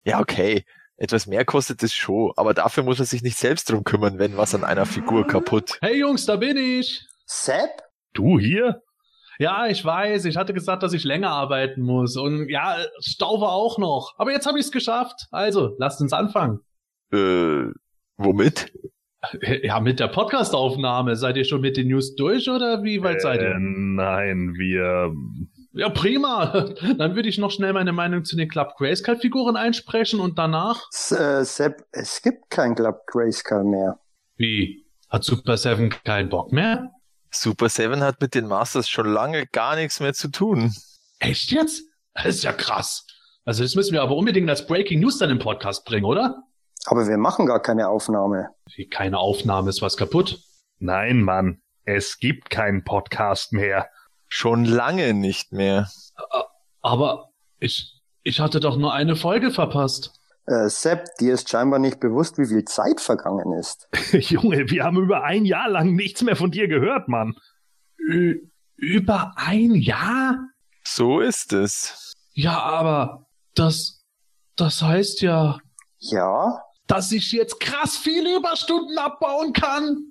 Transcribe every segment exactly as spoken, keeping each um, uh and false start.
Ja, okay. Etwas mehr kostet es schon, aber dafür muss man sich nicht selbst drum kümmern, wenn was an einer Figur kaputt. Hey Jungs, da bin ich. Sepp? Du hier? Ja, ich weiß, ich hatte gesagt, dass ich länger arbeiten muss und ja, Stau war auch noch. Aber jetzt habe ich es geschafft. Also, lasst uns anfangen. Äh, womit? Ja, mit der Podcast-Aufnahme. Seid ihr schon mit den News durch oder wie weit äh, seid ihr? Nein, wir... Ja, prima. Dann würde ich noch schnell meine Meinung zu den Club Grayskull-Figuren einsprechen und danach... S- äh, Sepp, es gibt kein Club Grayskull mehr. Wie? Hat Super Seven keinen Bock mehr? Super Seven hat mit den Masters schon lange gar nichts mehr zu tun. Echt jetzt? Das ist ja krass. Also das müssen wir aber unbedingt als Breaking News dann im Podcast bringen, oder? Aber wir machen gar keine Aufnahme. Wie, keine Aufnahme, ist was kaputt? Nein, Mann, es gibt keinen Podcast mehr. Schon lange nicht mehr. Aber ich, ich hatte doch nur eine Folge verpasst. Äh, Sepp, dir ist scheinbar nicht bewusst, wie viel Zeit vergangen ist. Junge, wir haben über ein Jahr lang nichts mehr von dir gehört, Mann. Ü- über ein Jahr? So ist es. Ja, aber das, das heißt ja... Ja? Dass ich jetzt krass viele Überstunden abbauen kann.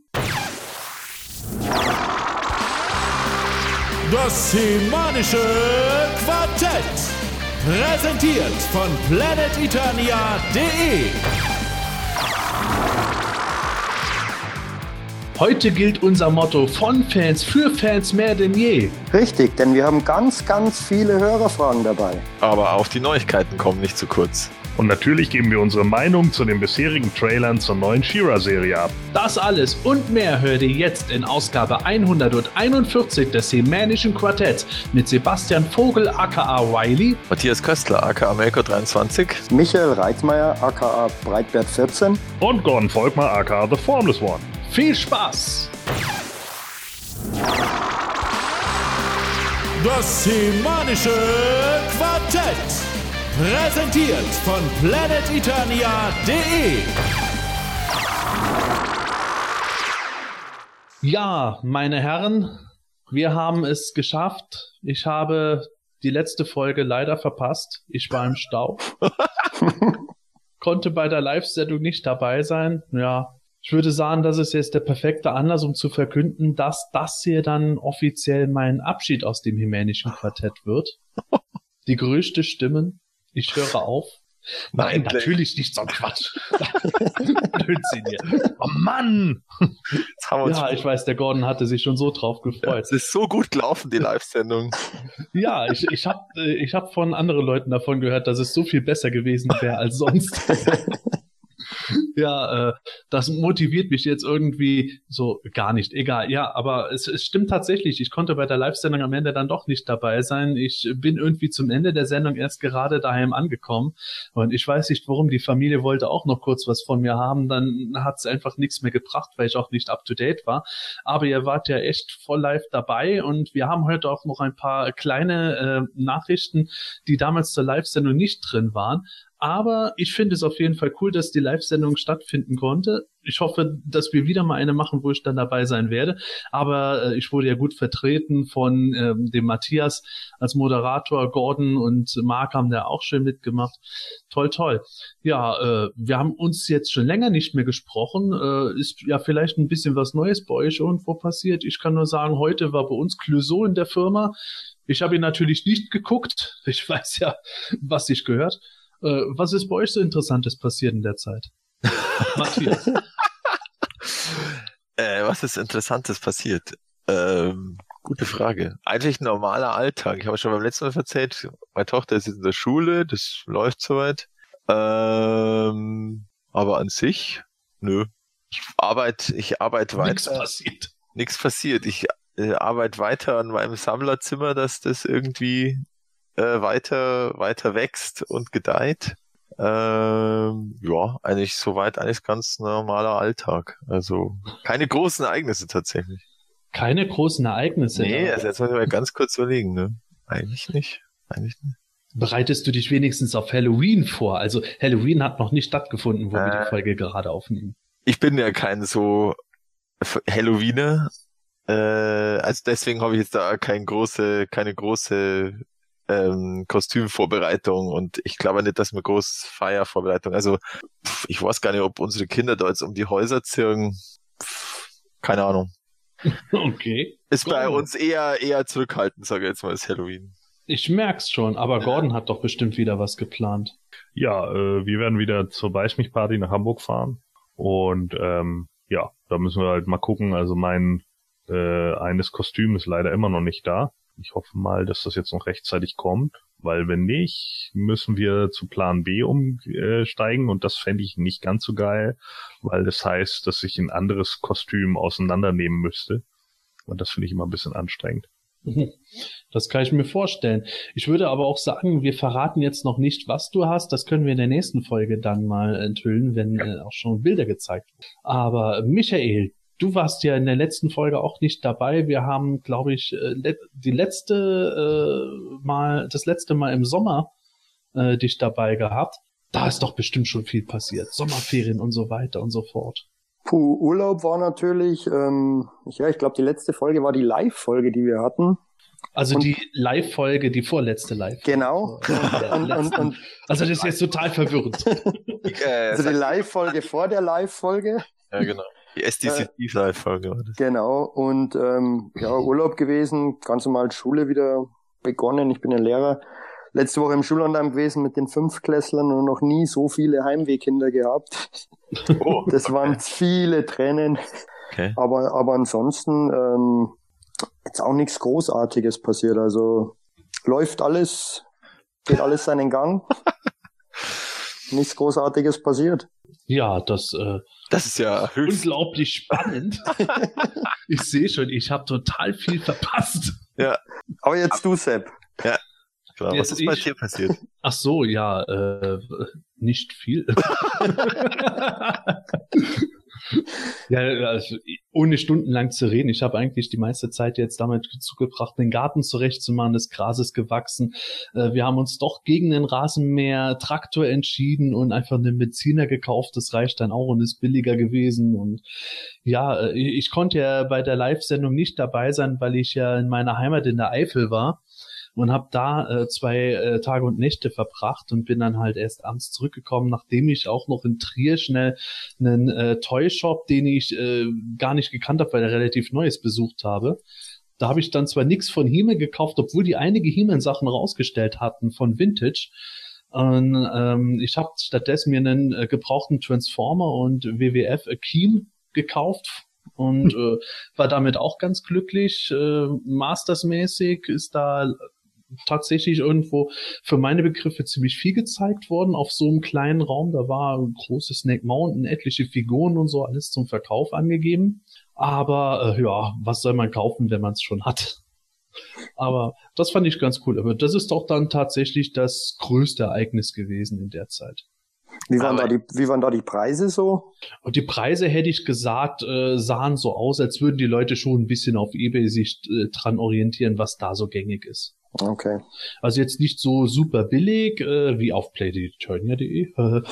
Das Semanische Quartett. Präsentiert von Planet Eternia punkt de. Heute gilt unser Motto von Fans für Fans mehr denn je. Richtig, denn wir haben ganz, ganz viele Hörerfragen dabei. Aber auch die Neuigkeiten kommen nicht zu kurz. Und natürlich geben wir unsere Meinung zu den bisherigen Trailern zur neuen She-Ra-Serie ab. Das alles und mehr hört ihr jetzt in Ausgabe hunderteinundvierzig des Semanischen Quartetts mit Sebastian Vogel aka Wiley, Matthias Köstler aka Melko dreiundzwanzig, Michael Reitmeier aka Breitbert vierzehn und Gordon Volkmar aka The Formless One. Viel Spaß! Das Semanische Quartett. Präsentiert von Planet Eternia punkt de. Ja, meine Herren, wir haben es geschafft. Ich habe die letzte Folge leider verpasst. Ich war im Stau. Konnte bei der Live-Sendung nicht dabei sein. Ja, ich würde sagen, das ist jetzt der perfekte Anlass, um zu verkünden, dass das hier dann offiziell mein Abschied aus dem Hemänischen Quartett wird. Die Gerüchte stimmen. Ich höre auf. Nein, Nein, natürlich nicht so ein Quatsch. Blödsinn hier. Oh Mann! Jetzt haben wir uns Ja, ich weiß, der Gordon hatte sich schon so drauf gefreut. Es ist so gut gelaufen, die Live-Sendung. Ja, ich, ich habe ich hab von anderen Leuten davon gehört, dass es so viel besser gewesen wäre als sonst. Ja, äh, das motiviert mich jetzt irgendwie so gar nicht. Egal, ja, aber es, es stimmt tatsächlich. Ich konnte bei der Live-Sendung am Ende dann doch nicht dabei sein. Ich bin irgendwie zum Ende der Sendung erst gerade daheim angekommen und ich weiß nicht, warum. Die Familie wollte auch noch kurz was von mir haben. Dann hat es einfach nichts mehr gebracht, weil ich auch nicht up-to-date war. Aber ihr wart ja echt voll live dabei und wir haben heute auch noch ein paar kleine äh, Nachrichten, die damals zur Live-Sendung nicht drin waren. Aber ich finde es auf jeden Fall cool, dass die Live-Sendung stattfinden konnte. Ich hoffe, dass wir wieder mal eine machen, wo ich dann dabei sein werde. Aber äh, ich wurde ja gut vertreten von ähm, dem Matthias als Moderator, Gordon und Marc haben da auch schön mitgemacht. Toll, toll. Ja, äh, wir haben uns jetzt schon länger nicht mehr gesprochen. Äh, ist ja vielleicht ein bisschen was Neues bei euch irgendwo passiert. Ich kann nur sagen, heute war bei uns Clouseau in der Firma. Ich habe ihn natürlich nicht geguckt. Ich weiß ja, was sich gehört. Äh, was ist bei euch so Interessantes passiert in der Zeit? Matthias. äh, was ist Interessantes passiert? Ähm, gute Frage. Eigentlich ein normaler Alltag. Ich habe schon beim letzten Mal erzählt, meine Tochter ist jetzt in der Schule, das läuft soweit. Ähm, aber an sich, nö. Ich arbeite, ich arbeite weiter. Nichts passiert. Nichts passiert. Ich äh, arbeite weiter an meinem Sammlerzimmer, dass das irgendwie Äh, weiter weiter wächst und gedeiht. Ähm, ja, eigentlich soweit eigentlich ganz normaler Alltag. Also keine großen Ereignisse tatsächlich. Keine großen Ereignisse. Nee, also jetzt muss ich mal ganz kurz überlegen, ne? Eigentlich nicht. Eigentlich nicht. Bereitest du dich wenigstens auf Halloween vor? Also Halloween hat noch nicht stattgefunden, wo äh, wir die Folge gerade aufnehmen. Ich bin ja kein so Halloweener. Äh, also deswegen habe ich jetzt da keine große, keine große ähm, Kostümvorbereitung und ich glaube nicht, dass wir groß Feiervorbereitung, also pff, ich weiß gar nicht, ob unsere Kinder da jetzt um die Häuser ziehen, pff, keine Ahnung. Okay. Ist bei Gordon. uns eher eher zurückhaltend, sage ich jetzt mal, das Halloween. Ich merk's schon, aber Gordon hat doch bestimmt wieder was geplant. Ja, äh, wir werden wieder zur Beißmich-Party nach Hamburg fahren und ähm, ja, da müssen wir halt mal gucken, also mein äh, eines Kostüm ist leider immer noch nicht da. Ich hoffe mal, dass das jetzt noch rechtzeitig kommt, weil wenn nicht, müssen wir zu Plan B umsteigen und das fände ich nicht ganz so geil, weil das heißt, dass ich ein anderes Kostüm auseinandernehmen müsste und das finde ich immer ein bisschen anstrengend. Das kann ich mir vorstellen. Ich würde aber auch sagen, wir verraten jetzt noch nicht, was du hast. Das können wir in der nächsten Folge dann mal enthüllen, wenn ja. äh, auch schon Bilder gezeigt werden. Aber Michael, du warst ja in der letzten Folge auch nicht dabei. Wir haben, glaube ich, äh, die letzte äh, Mal, das letzte Mal im Sommer äh, dich dabei gehabt. Da ist doch bestimmt schon viel passiert. Sommerferien und so weiter und so fort. Puh, Urlaub war natürlich, ähm, ja, ich glaube, die letzte Folge war die Live-Folge, die wir hatten. Also und die Live-Folge, die vorletzte Live. Genau. und, und, und, also das ist jetzt total verwirrend. also die Live-Folge vor der Live-Folge. Ja, genau. Die S D C T-Live-Folge war das. Genau. Und ähm, ja, Urlaub gewesen, ganz normal Schule wieder begonnen. Ich bin ja Lehrer. Letzte Woche im Schullandheim gewesen mit den Fünftklässlern und noch nie so viele Heimwehkinder gehabt. Oh, das waren okay. viele Tränen. Okay. Aber, aber ansonsten ähm, jetzt auch nichts Großartiges passiert. Also läuft alles, geht alles seinen Gang. Nichts Großartiges passiert. Ja, das, äh, das ist ja höchst unglaublich spannend. Ich sehe schon, ich habe total viel verpasst. Ja. Aber jetzt du, Sepp. Ja. Klar. Was ist bei dir passiert? Ach so, ja, äh, nicht viel. Ja, also, ohne stundenlang zu reden. Ich habe eigentlich die meiste Zeit jetzt damit zugebracht, den Garten zurechtzumachen, das Gras ist gewachsen. Äh, wir haben uns doch gegen den Rasenmäher-Traktor entschieden und einfach einen Benziner gekauft. Das reicht dann auch und ist billiger gewesen. Und ja, ich konnte ja bei der Live-Sendung nicht dabei sein, weil ich ja in meiner Heimat in der Eifel war. Und habe da äh, zwei äh, Tage und Nächte verbracht und bin dann halt erst abends zurückgekommen, nachdem ich auch noch in Trier schnell einen äh, Toy-Shop, den ich äh, gar nicht gekannt habe, weil er relativ Neues besucht habe. Da habe ich dann zwar nichts von He-Man gekauft, obwohl die einige He-Man-Sachen rausgestellt hatten von Vintage. Und ähm, ich habe stattdessen mir einen äh, gebrauchten Transformer und W W F Akeem gekauft. Und äh, war damit auch ganz glücklich. Äh, Masters-mäßig ist da tatsächlich irgendwo für meine Begriffe ziemlich viel gezeigt worden auf so einem kleinen Raum. Da war ein großes Snake Mountain, etliche Figuren und so, alles zum Verkauf angegeben. Aber äh, ja, was soll man kaufen, wenn man es schon hat? Aber das fand ich ganz cool. Aber das ist doch dann tatsächlich das größte Ereignis gewesen in der Zeit. Wie waren, da die, wie waren da die Preise so? Und die Preise, hätte ich gesagt, äh, sahen so aus, als würden die Leute schon ein bisschen auf eBay sich äh, dran orientieren, was da so gängig ist. Okay. Also jetzt nicht so super billig, äh, wie auf play eternia punkt de,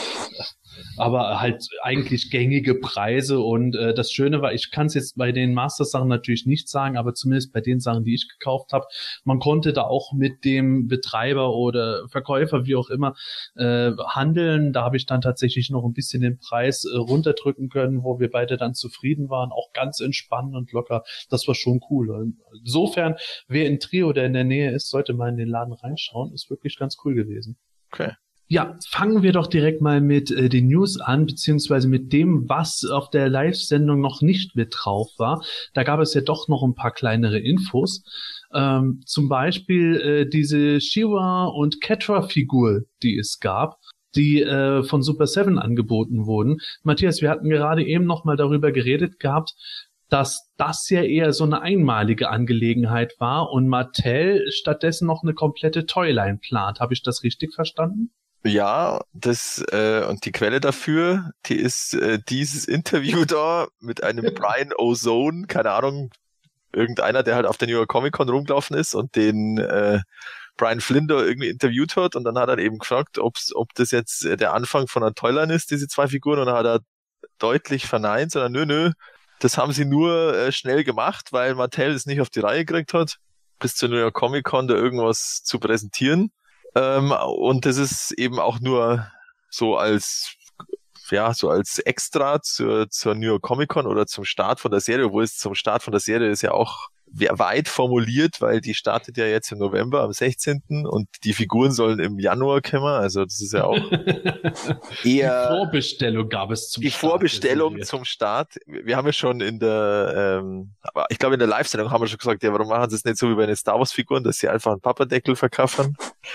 aber halt eigentlich gängige Preise. Und äh, das Schöne war, ich kann es jetzt bei den Masters-Sachen natürlich nicht sagen, aber zumindest bei den Sachen, die ich gekauft habe, man konnte da auch mit dem Betreiber oder Verkäufer, wie auch immer, äh, handeln. Da habe ich dann tatsächlich noch ein bisschen den Preis äh, runterdrücken können, wo wir beide dann zufrieden waren, auch ganz entspannt und locker. Das war schon cool. Und insofern, wer in Trier oder in der Nähe ist, sollte mal in den Laden reinschauen. Ist wirklich ganz cool gewesen. Okay. Ja, fangen wir doch direkt mal mit äh, den News an, beziehungsweise mit dem, was auf der Live-Sendung noch nicht mit drauf war. Da gab es ja doch noch ein paar kleinere Infos. Ähm, zum Beispiel äh, diese She-Ra und Catra-Figur, die es gab, die äh, von Super seven angeboten wurden. Matthias, wir hatten gerade eben noch mal darüber geredet gehabt, dass das ja eher so eine einmalige Angelegenheit war und Mattel stattdessen noch eine komplette Toyline plant. Habe ich das richtig verstanden? Ja, das äh, und die Quelle dafür, die ist äh, dieses Interview da mit einem Brian Ozone, keine Ahnung, irgendeiner, der halt auf der New York Comic Con rumgelaufen ist und den äh, Brian Flynn da irgendwie interviewt hat und dann hat er eben gefragt, ob's, ob das jetzt der Anfang von einer Toyline ist, diese zwei Figuren, und dann hat er deutlich verneint, sondern nö, nö, das haben sie nur äh, schnell gemacht, weil Mattel es nicht auf die Reihe gekriegt hat. bis zur New York Comic Con da irgendwas zu präsentieren. Ähm, und das ist eben auch nur so als, ja, so als Extra zur, zur New York Comic Con oder zum Start von der Serie, obwohl es zum Start von der Serie ist ja auch weit formuliert, weil die startet ja jetzt im November am sechzehnten und die Figuren sollen im Januar kommen, also das ist ja auch eher... Die Vorbestellung gab es zum die Start. Die Vorbestellung zum Start. Wir haben ja schon in der, ähm, aber ich glaube in der Live-Sendung haben wir schon gesagt, ja, warum machen sie es nicht so wie bei den Star Wars-Figuren, dass sie einfach einen Papperdeckel verkaufen?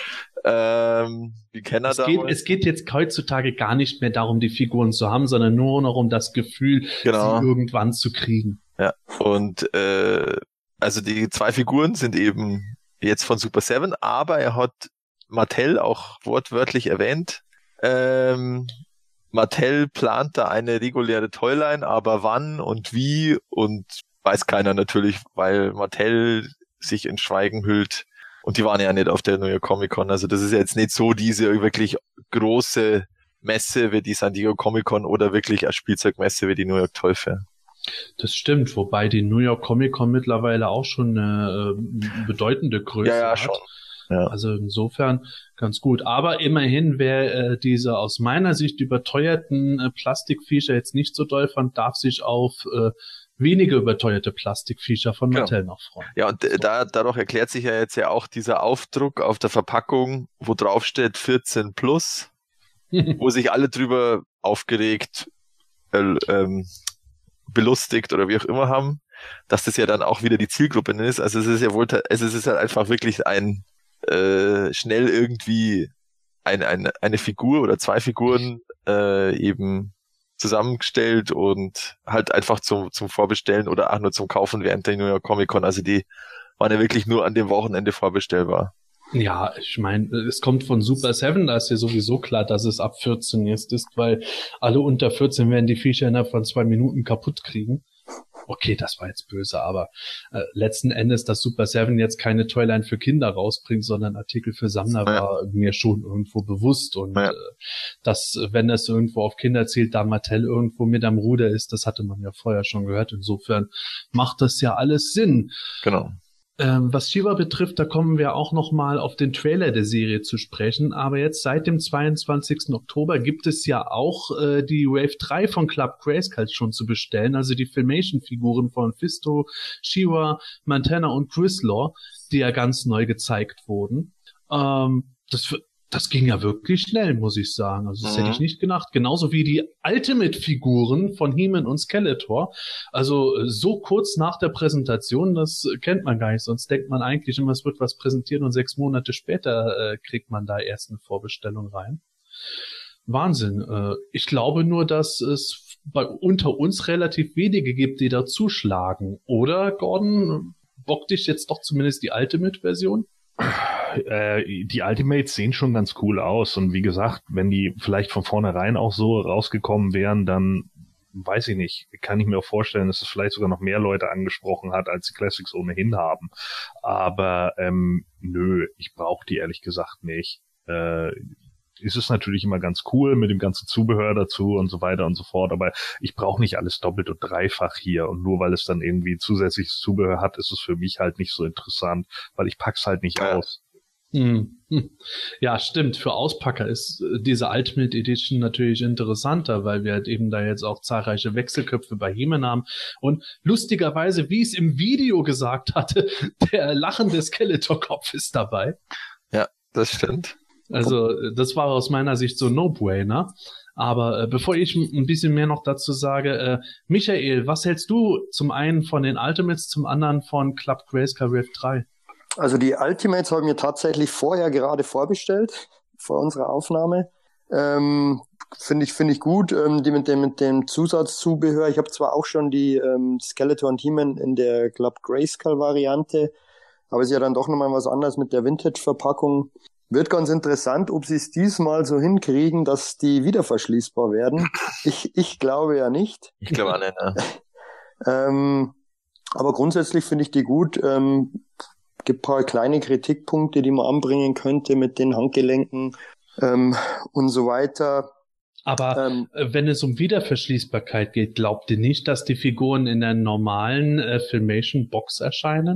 ähm, wie Kenner es geht, es geht jetzt heutzutage gar nicht mehr darum, die Figuren zu haben, sondern nur noch um das Gefühl, genau. sie irgendwann zu kriegen. Ja, und äh, also die zwei Figuren sind eben jetzt von Super Seven, aber er hat Mattel auch wortwörtlich erwähnt. Ähm, Mattel plant da eine reguläre Toyline, aber wann und wie und weiß keiner natürlich, weil Mattel sich in Schweigen hüllt und die waren ja nicht auf der New York Comic Con. Also das ist jetzt nicht so diese wirklich große Messe wie die San Diego Comic Con oder wirklich eine Spielzeugmesse wie die New York Toy Fair. Das stimmt, wobei die New York Comic Con mittlerweile auch schon eine äh, bedeutende Größe ja, ja, hat. Schon. Ja. Also insofern ganz gut. Aber immerhin, wer äh, diese aus meiner Sicht überteuerten äh, Plastikviecher jetzt nicht so doll fand, darf sich auf äh, wenige überteuerte Plastikviecher von Mattel ja. noch freuen. Ja, und so. da dadurch erklärt sich ja jetzt ja auch dieser Aufdruck auf der Verpackung, wo drauf steht vierzehn plus, wo sich alle drüber aufgeregt äh, ähm, belustigt oder wie auch immer haben, dass das ja dann auch wieder die Zielgruppe ist. Also es ist ja wohl, also es ist halt einfach wirklich ein äh, schnell irgendwie ein, ein, eine Figur oder zwei Figuren äh, eben zusammengestellt und halt einfach zum, zum Vorbestellen oder auch nur zum Kaufen während der New York Comic Con. Also die waren ja wirklich nur an dem Wochenende vorbestellbar. Ja, ich meine, es kommt von Super Seven, da ist ja sowieso klar, dass es ab vierzehn jetzt ist, weil alle unter vierzehn werden die Viecher innerhalb von zwei Minuten kaputt kriegen. Okay, das war jetzt böse, aber äh, letzten Endes, dass Super Seven jetzt keine Toyline für Kinder rausbringt, sondern Artikel für Sammler, ja. war mir schon irgendwo bewusst. Und ja. äh, dass, wenn es irgendwo auf Kinder zielt, da Mattel irgendwo mit am Ruder ist, das hatte man ja vorher schon gehört. Insofern macht das ja alles Sinn. Genau. Ähm, was She-Ra betrifft, da kommen wir auch noch mal auf den Trailer der Serie zu sprechen. Aber jetzt seit dem zweiundzwanzigsten Oktober gibt es ja auch äh, die Wave drei von Club Grayskull schon zu bestellen. Also die Filmation-Figuren von Fisto, She-Ra, Montana und Grislaw, die ja ganz neu gezeigt wurden. Ähm, das Das ging ja wirklich schnell, muss ich sagen. Also das mhm. hätte ich nicht gedacht. Genauso wie die Ultimate-Figuren von He-Man und Skeletor. Also so kurz nach der Präsentation, das kennt man gar nicht. Sonst denkt man eigentlich immer, es wird was präsentiert und sechs Monate später äh, kriegt man da erst eine Vorbestellung rein. Wahnsinn. Äh, ich glaube nur, dass es bei unter uns relativ wenige gibt, die da zuschlagen. Oder, Gordon, bockt dich jetzt doch zumindest die Ultimate-Version? Die Ultimates sehen schon ganz cool aus und wie gesagt, wenn die vielleicht von vornherein auch so rausgekommen wären, dann weiß ich nicht, kann ich mir auch vorstellen, dass es vielleicht sogar noch mehr Leute angesprochen hat, als die Classics ohnehin haben. Aber ähm, nö, ich brauche die ehrlich gesagt nicht. Äh, ist es natürlich immer ganz cool mit dem ganzen Zubehör dazu und so weiter und so fort, aber ich brauche nicht alles doppelt und dreifach hier und nur weil es dann irgendwie zusätzliches Zubehör hat, ist es für mich halt nicht so interessant, weil ich pack's halt nicht ja. aus. Ja, stimmt. Für Auspacker ist diese Ultimate Edition natürlich interessanter, weil wir halt eben da jetzt auch zahlreiche Wechselköpfe bei He-Man haben. Und lustigerweise, wie ich es im Video gesagt hatte, der lachende Skeletor-Kopf ist dabei. Ja, das stimmt. Also das war aus meiner Sicht so No-Brainer. Aber äh, bevor ich ein bisschen mehr noch dazu sage, äh, Michael, was hältst du zum einen von den Ultimates, zum anderen von Club Grayskull Wave drei? Also die Ultimates habe ich mir tatsächlich vorher gerade vorbestellt, vor unserer Aufnahme. Ähm, finde ich finde ich gut, ähm, die mit dem mit dem Zusatzzubehör. Ich habe zwar auch schon die ähm, Skeletor und He-Man in der Club Grayskull Variante, aber es ist ja dann doch nochmal was anderes mit der Vintage-Verpackung. Wird ganz interessant, ob sie es diesmal so hinkriegen, dass die wieder verschließbar werden. Ich ich glaube ja nicht. Ich glaube auch nicht, ne? ähm, aber grundsätzlich finde ich die gut. Ähm, gibt ein paar kleine Kritikpunkte, die man anbringen könnte mit den Handgelenken ähm, und so weiter. Aber ähm, wenn es um Wiederverschließbarkeit geht, glaubt ihr nicht, dass die Figuren in der normalen äh, Filmation-Box erscheinen?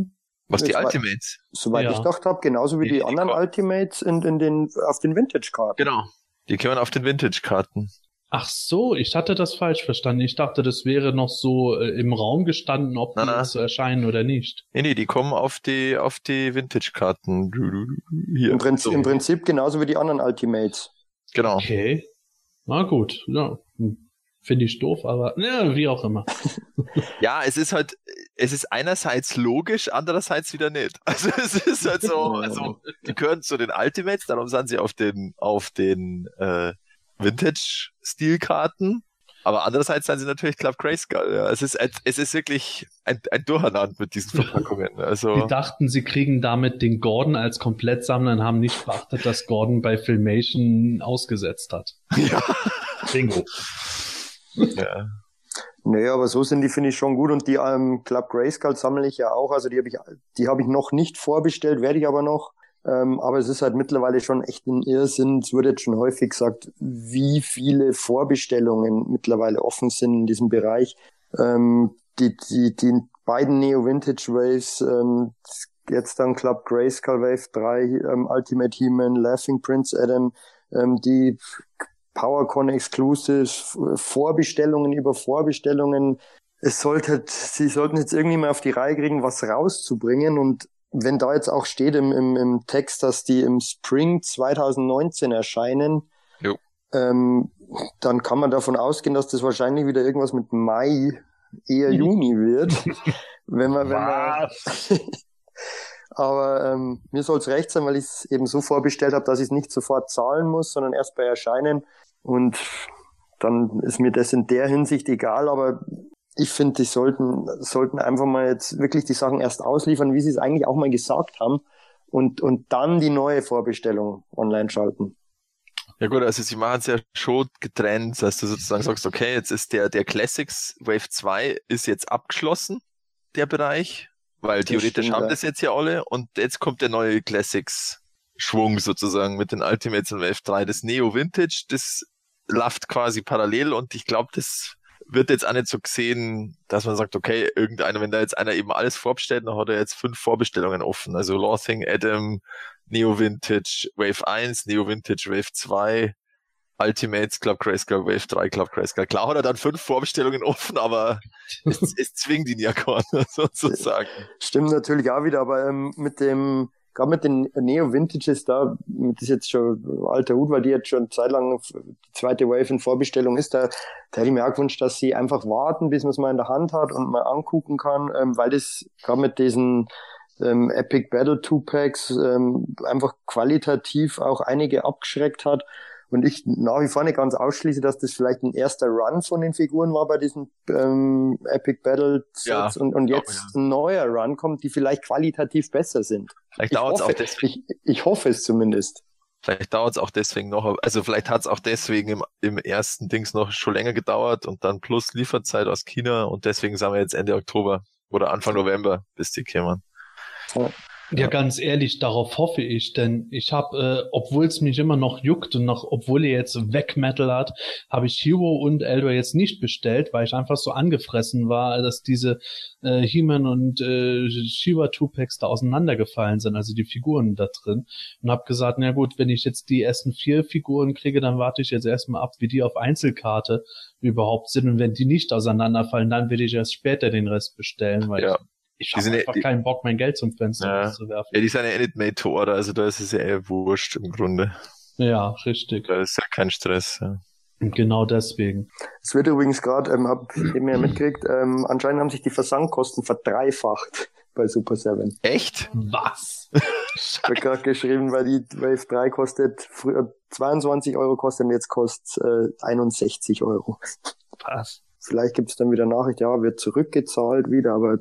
Was, die Jetzt war- Ultimates? Soweit Ja. ich gedacht habe, genauso wie Die- die, die anderen kommen. Ultimates in, in den, auf den Vintage-Karten. Genau. Die kommen auf den Vintage-Karten. Ach so, ich hatte das falsch verstanden. Ich dachte, das wäre noch so äh, im Raum gestanden, ob die Na, na. jetzt erscheinen oder nicht. Nee, nee, die kommen auf die, auf die Vintage-Karten. Du, du, du, Hier. Im, Prinzip, So. Im Prinzip genauso wie die anderen Ultimates. Genau. Okay. Na gut, ja. Hm. Finde ich doof, aber ja, wie auch immer. Ja, es ist halt, es ist einerseits logisch, andererseits wieder nicht. Also es ist halt so, also die gehören zu den Ultimates, darum sind sie auf den, auf den äh, Vintage-Stilkarten. Aber andererseits sind sie natürlich Club Grayskull. Ja. Es ist, ein- es ist wirklich ein, ein Durcheinander mit diesen Verpackungen. Also Die dachten, sie kriegen damit den Gordon als Komplettsammler und haben nicht beachtet, dass Gordon bei Filmation ausgesetzt hat. ja. Bingo. ja. Naja, aber so sind die, finde ich, schon gut. Und die ähm, Club Grayskull sammle ich ja auch. Also die habe ich, die habe ich noch nicht vorbestellt, werde ich aber noch. Ähm, aber es ist halt mittlerweile schon echt ein Irrsinn. Es wurde jetzt schon häufig gesagt, wie viele Vorbestellungen mittlerweile offen sind in diesem Bereich. Ähm, die, die, die beiden Neo Vintage Waves, ähm, jetzt dann Club Grayskull Wave drei, ähm, Ultimate He-Man, Laughing Prince Adam, ähm, die PowerCon Exclusives, Vorbestellungen über Vorbestellungen. Es sollte, sie sollten jetzt irgendwie mal auf die Reihe kriegen, was rauszubringen. Und wenn da jetzt auch steht im, im, im Text, dass die im Spring zwanzig neunzehn erscheinen, Jo. ähm, dann kann man davon ausgehen, dass das wahrscheinlich wieder irgendwas mit Mai, eher Juni wird. wenn man, wenn man, aber ähm, mir soll es recht sein, weil ich es eben so vorbestellt habe, dass ich es nicht sofort zahlen muss, sondern erst bei Erscheinen. Und dann ist mir das in der Hinsicht egal, aber ich finde, die sollten, sollten einfach mal jetzt wirklich die Sachen erst ausliefern, wie sie es eigentlich auch mal gesagt haben, und, und dann die neue Vorbestellung online schalten. Ja gut, also sie machen es ja schon getrennt, dass du sozusagen sagst, okay, jetzt ist der, der Classics Wave zwei ist jetzt abgeschlossen, der Bereich, weil theoretisch stimmt, haben ja. das jetzt ja alle und jetzt kommt der neue Classics Schwung sozusagen mit den Ultimates und Wave drei. Das Neo Vintage, das läuft quasi parallel und ich glaube, das wird jetzt auch nicht so gesehen, dass man sagt, okay, irgendeiner, wenn da jetzt einer eben alles vorbestellt, dann hat er jetzt fünf Vorbestellungen offen. Also Laughing Adam, Neo Vintage Wave eins, Neo Vintage Wave zwei, Ultimates Club Grayskull Wave drei, Club Grayskull. Klar hat er dann fünf Vorbestellungen offen, aber es, es zwingt ihn ja gar nicht, sozusagen. Stimmt natürlich auch wieder, aber ähm, mit dem, gerade mit den Neo Vintages da, das ist jetzt schon alter Hut, weil die jetzt schon Zeit lang die zweite Wave in Vorbestellung ist, da, da hätte ich mir auch gewünscht, dass sie einfach warten, bis man es mal in der Hand hat und mal angucken kann, ähm, weil das gerade mit diesen ähm, Epic Battle Two-Packs ähm, einfach qualitativ auch einige abgeschreckt hat. Und ich nach wie vor nicht ganz ausschließe, dass das vielleicht ein erster Run von den Figuren war bei diesen ähm, Epic Battle Sets Ja, und, und glaub, jetzt ja. ein neuer Run kommt, die vielleicht qualitativ besser sind. Vielleicht Ich dauert es auch hoffe, deswegen. ich, ich hoffe es zumindest. Vielleicht dauert es auch deswegen noch, also vielleicht hat es auch deswegen im, im ersten Dings noch schon länger gedauert und dann plus Lieferzeit aus China und deswegen sind wir jetzt Ende Oktober oder Anfang November, bis die kämen. Ja. Ja, ganz ehrlich, darauf hoffe ich, denn ich habe, äh, obwohl es mich immer noch juckt und noch, obwohl er jetzt Weg-Metal hat, habe ich Hero und Eldor jetzt nicht bestellt, weil ich einfach so angefressen war, dass diese äh, He-Man und äh, She-Ra Two-Packs da auseinandergefallen sind, also die Figuren da drin, und habe gesagt, na gut, wenn ich jetzt die ersten vier Figuren kriege, dann warte ich jetzt erstmal ab, wie die auf Einzelkarte überhaupt sind, und wenn die nicht auseinanderfallen, dann will ich erst später den Rest bestellen, weil Ja. ich Ich Die habe sind ja- einfach die- keinen Bock, mein Geld zum Fenster Ja. rauszuwerfen. Ja, die sind ja eh nicht made to order, also da ist es ja eher wurscht im Grunde. Ja, richtig. Da ist ja kein Stress. Ja. Und genau deswegen. Es wird übrigens gerade, ähm, hab ich eben ja mitgekriegt, ähm, anscheinend haben sich die Versandkosten verdreifacht bei Super Seven. Echt? Was? Ich habe gerade geschrieben, weil die Wave drei kostet früher zweiundzwanzig Euro kostet und jetzt kostet äh, einundsechzig Euro. Was? Vielleicht gibt's dann wieder Nachricht, ja, wird zurückgezahlt wieder, aber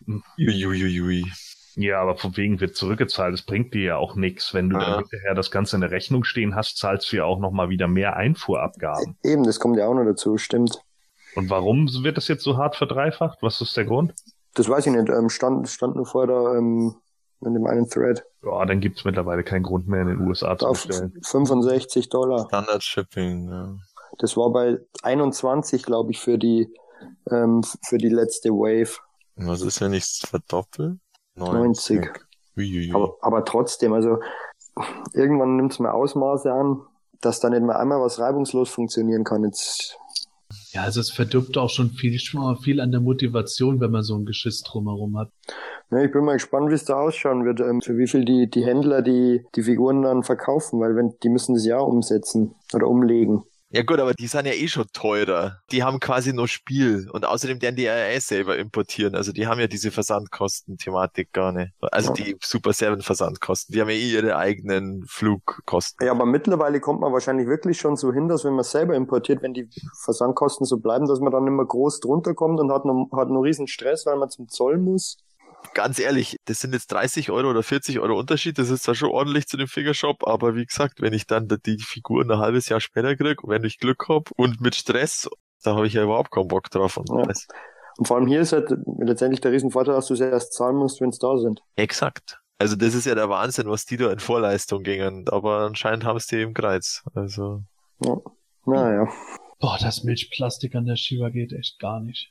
Uiuiui. Ja, aber von wegen wird zurückgezahlt. Das bringt dir ja auch nichts. Wenn du Ja. dann hinterher das Ganze in der Rechnung stehen hast, zahlst du ja auch nochmal wieder mehr Einfuhrabgaben. eben, das kommt ja auch noch dazu, stimmt. Und warum wird das jetzt so hart verdreifacht? Was ist der Grund? Das weiß ich nicht, ähm, stand, stand nur vor da ähm, in dem einen Thread. Ja, dann gibt's mittlerweile keinen Grund mehr in den U S A zu Auf bestellen. fünfundsechzig Dollar. Standard Shipping, ja. Das war bei einundzwanzig, glaube ich, für die ähm, für die letzte Wave. Was ist, wenn ich es verdoppel? neunzig. Uiuiui. Aber, aber trotzdem, also irgendwann nimmt es mal Ausmaße an, dass da nicht mehr einmal was reibungslos funktionieren kann. Jetzt, Ja, also es verdirbt auch schon viel, schon viel an der Motivation, wenn man so ein Geschiss drumherum hat. ne, ich bin mal gespannt, wie es da ausschauen wird, ähm, für wie viel die, die Händler die, die Figuren dann verkaufen, weil wenn die müssen das ja umsetzen oder umlegen. Ja gut, aber die sind ja eh schon teurer. Die haben quasi nur Spiel. Und außerdem werden die ja eh selber importieren. Also die haben ja diese Versandkosten-Thematik gar nicht. Also Ja. die Super Seven Versandkosten. Die haben ja eh ihre eigenen Flugkosten. Ja, aber mittlerweile kommt man wahrscheinlich wirklich schon so hin, dass wenn man selber importiert, wenn die Versandkosten so bleiben, dass man dann immer groß drunter kommt und hat nur, hat nur riesen Stress, weil man zum Zoll muss. Ganz ehrlich, das sind jetzt dreißig Euro oder vierzig Euro Unterschied. Das ist zwar schon ordentlich zu dem Fingershop, aber wie gesagt, wenn ich dann die Figuren ein halbes Jahr später kriege, wenn ich Glück habe und mit Stress, da habe ich ja überhaupt keinen Bock drauf. Und Ja. das, Und vor allem hier ist halt letztendlich der Riesenvorteil, dass du sie erst zahlen musst, wenn es da sind. exakt. Also das ist ja der Wahnsinn, was die da in Vorleistung gingen. Aber anscheinend haben sie die im Kreuz. Also Ja. Naja. Boah, das Milchplastik an der Shiva geht echt gar nicht.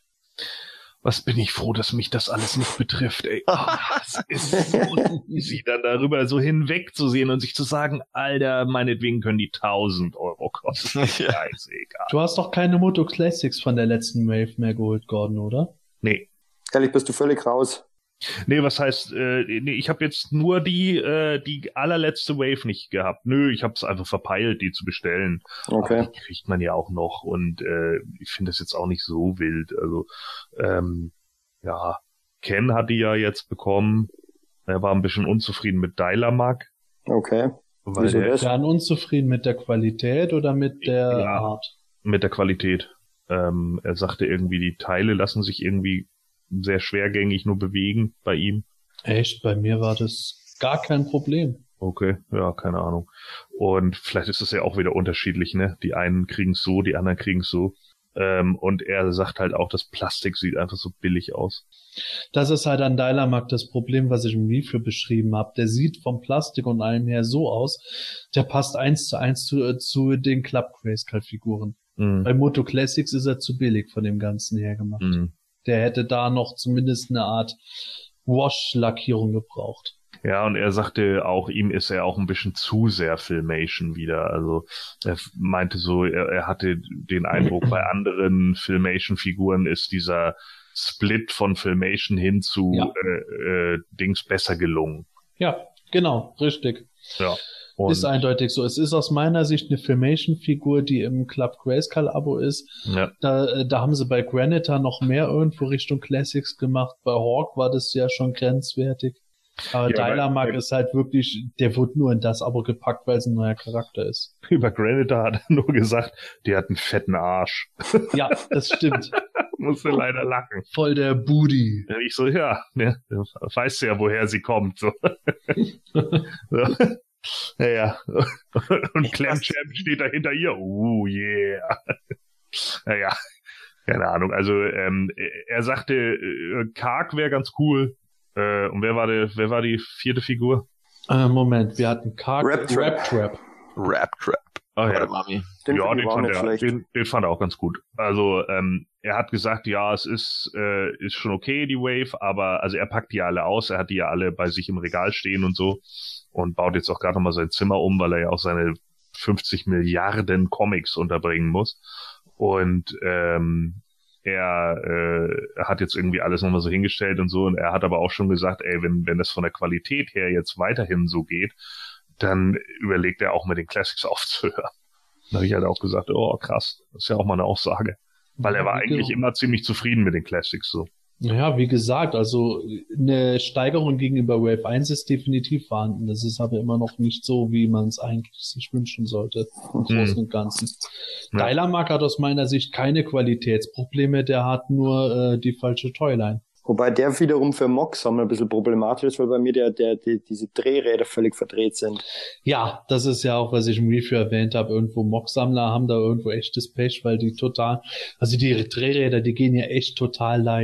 Was bin ich froh, dass mich das alles nicht betrifft, ey. Ah, es ist so easy, dann darüber so hinwegzusehen und sich zu sagen, Alter, meinetwegen können die tausend Euro kosten. Ja. Scheißegal. Du hast doch keine Moto Classics von der letzten Wave mehr geholt, Gordon, oder? Nee. Ehrlich, bist du völlig raus. Nee, was heißt, äh, nee, ich habe jetzt nur die äh, die allerletzte Wave nicht gehabt. Nö, ich habe es einfach verpeilt, die zu bestellen. Okay. Aber die kriegt man ja auch noch und äh, ich finde das jetzt auch nicht so wild. Also, ähm, ja, Ken hat die ja jetzt bekommen. Er war ein bisschen unzufrieden mit Dailamag. Okay. Weil Wieso der, das? Dann unzufrieden mit der Qualität oder mit der Ja. Art? mit der Qualität. Ähm, er sagte irgendwie, die Teile lassen sich irgendwie sehr schwergängig nur bewegen bei ihm. Echt, bei mir war das gar kein Problem. Okay, ja, keine Ahnung. Und vielleicht ist es ja auch wieder unterschiedlich, ne? Die einen kriegen es so, die anderen kriegen es so. Ähm, und er sagt halt auch, das Plastik sieht einfach so billig aus. Das ist halt an Dailamag das Problem, was ich im Review beschrieben habe. Der sieht vom Plastik und allem her so aus, der passt eins zu eins zu, äh, zu den Club Grayskull-Figuren. Mhm. Bei Moto Classics ist er zu billig von dem Ganzen her gemacht. Mhm. Der hätte da noch zumindest eine Art Wash-Lackierung gebraucht. Ja, und er sagte auch, ihm ist er auch ein bisschen zu sehr Filmation wieder. Also er meinte so, er, er hatte den Eindruck, bei anderen Filmation-Figuren ist dieser Split von Filmation hin zu Ja. äh, äh, Dings besser gelungen. Ja, genau, richtig. Ja. Und, Ist eindeutig so. Es ist aus meiner Sicht eine Filmation-Figur, die im Club Grayskull-Abo ist. ja, Da, äh, da haben sie bei Granitor noch mehr irgendwo Richtung Classics gemacht. Bei Hawk war das ja schon grenzwertig. Aber Ja, Dailamag bei- ist halt wirklich, der wird nur in das Abo gepackt, weil es ein neuer Charakter ist. über Granitor hat er nur gesagt, die hat einen fetten Arsch. Ja, das stimmt. Musste leider lachen. Voll der Booty. Und ich so, ja, ne, weißt du ja, woher sie kommt. So. so. Naja. Und Clamchamp steht da hinter ihr. Uh, yeah. Naja, keine Ahnung. Also, ähm, er sagte, äh, Karg wäre ganz cool. Äh, und wer war der, wer war die vierte Figur? Äh, Moment, wir hatten Karg, Rap Trap. Rap Trap. Rap Trap. Oh, Oder ja. Mami. Den ja, finde den ich auch fand, nicht er, schlecht. den, den fand er auch ganz gut. Also, ähm, er hat gesagt, ja, es ist, äh, ist schon okay, die Wave, aber, also er packt die ja alle aus, er hat die ja alle bei sich im Regal stehen und so und baut jetzt auch gerade nochmal sein Zimmer um, weil er ja auch seine fünfzig Milliarden Comics unterbringen muss. Und, ähm, er äh, hat jetzt irgendwie alles nochmal so hingestellt und so und er hat aber auch schon gesagt, ey, wenn, wenn das von der Qualität her jetzt weiterhin so geht, dann überlegt er auch mit den Classics aufzuhören. Da habe ich halt auch gesagt, oh krass, das ist ja auch mal eine Aussage. Weil er war eigentlich immer ziemlich zufrieden mit den Classics so. Naja, wie gesagt, also eine Steigerung gegenüber Wave eins ist definitiv vorhanden. Das ist aber immer noch nicht so, wie man es eigentlich sich wünschen sollte, im Großen und Ganzen. Ja. Dailamag hat aus meiner Sicht keine Qualitätsprobleme, der hat nur äh, die falsche Toyline. Wobei der wiederum für Mox-Sammler ein bisschen problematisch ist, weil bei mir der, der, die, diese Drehräder völlig verdreht sind. Ja, das ist ja auch, was ich im Review erwähnt habe, irgendwo Mock-Sammler haben da irgendwo echtes Pech, weil die total, also die Drehräder, die gehen ja echt total leicht.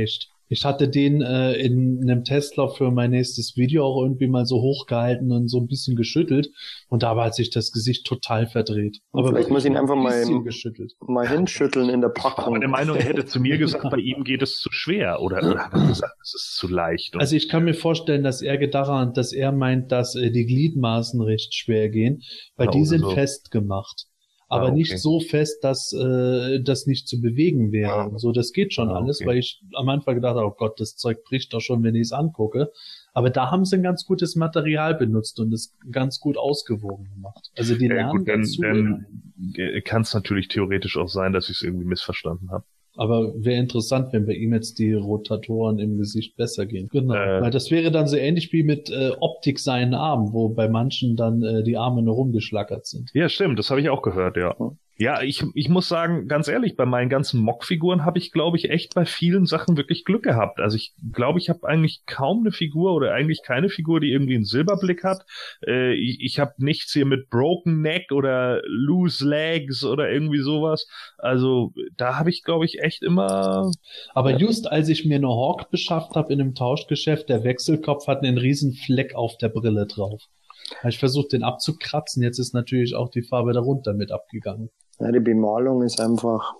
Ich hatte den äh, in einem Testlauf für mein nächstes Video auch irgendwie mal so hochgehalten und so ein bisschen geschüttelt. Und dabei hat sich das Gesicht total verdreht. Aber vielleicht muss ich ihn einfach mal, geschüttelt. mal hinschütteln in der Packung. Ich war der Meinung, er hätte zu mir gesagt, bei ihm geht es zu schwer. Oder, oder hat er gesagt, es ist zu leicht. Und also ich kann mir vorstellen, dass er daran, dass er meint, dass äh, die Gliedmaßen recht schwer gehen, weil Ja, die oder sind so. festgemacht. Aber Ah, okay. nicht so fest, dass äh, das nicht zu bewegen wäre. Ah. So, das geht schon Ah, alles, okay. weil ich am Anfang gedacht habe, oh Gott, das Zeug bricht doch schon, wenn ich es angucke. Aber da haben sie ein ganz gutes Material benutzt und es ganz gut ausgewogen gemacht. Also die Ja, lernen gut, dann, dazu. dann kann es natürlich theoretisch auch sein, dass ich es irgendwie missverstanden habe. Aber wäre interessant, wenn bei ihm jetzt die Rotatoren im Gesicht besser gehen. Genau. Äh. Weil das wäre dann so ähnlich wie mit äh, Optik seinen Armen, wo bei manchen dann äh, die Arme nur rumgeschlackert sind. Ja, stimmt, das habe ich auch gehört, ja. Ja, ich, ich muss sagen, ganz ehrlich, bei meinen ganzen Mock-Figuren habe ich, glaube ich, echt bei vielen Sachen wirklich Glück gehabt. Also ich glaube, ich habe eigentlich kaum eine Figur oder eigentlich keine Figur, die irgendwie einen Silberblick hat. Äh, ich ich habe nichts hier mit Broken Neck oder Loose Legs oder irgendwie sowas. Also da habe ich, glaube ich, echt immer... Aber just als ich mir eine Hawk beschafft habe in einem Tauschgeschäft, der Wechselkopf hat einen riesen Fleck auf der Brille drauf. Habe ich versucht, den abzukratzen. Jetzt ist natürlich auch die Farbe darunter mit abgegangen. Ja, die Bemalung ist einfach.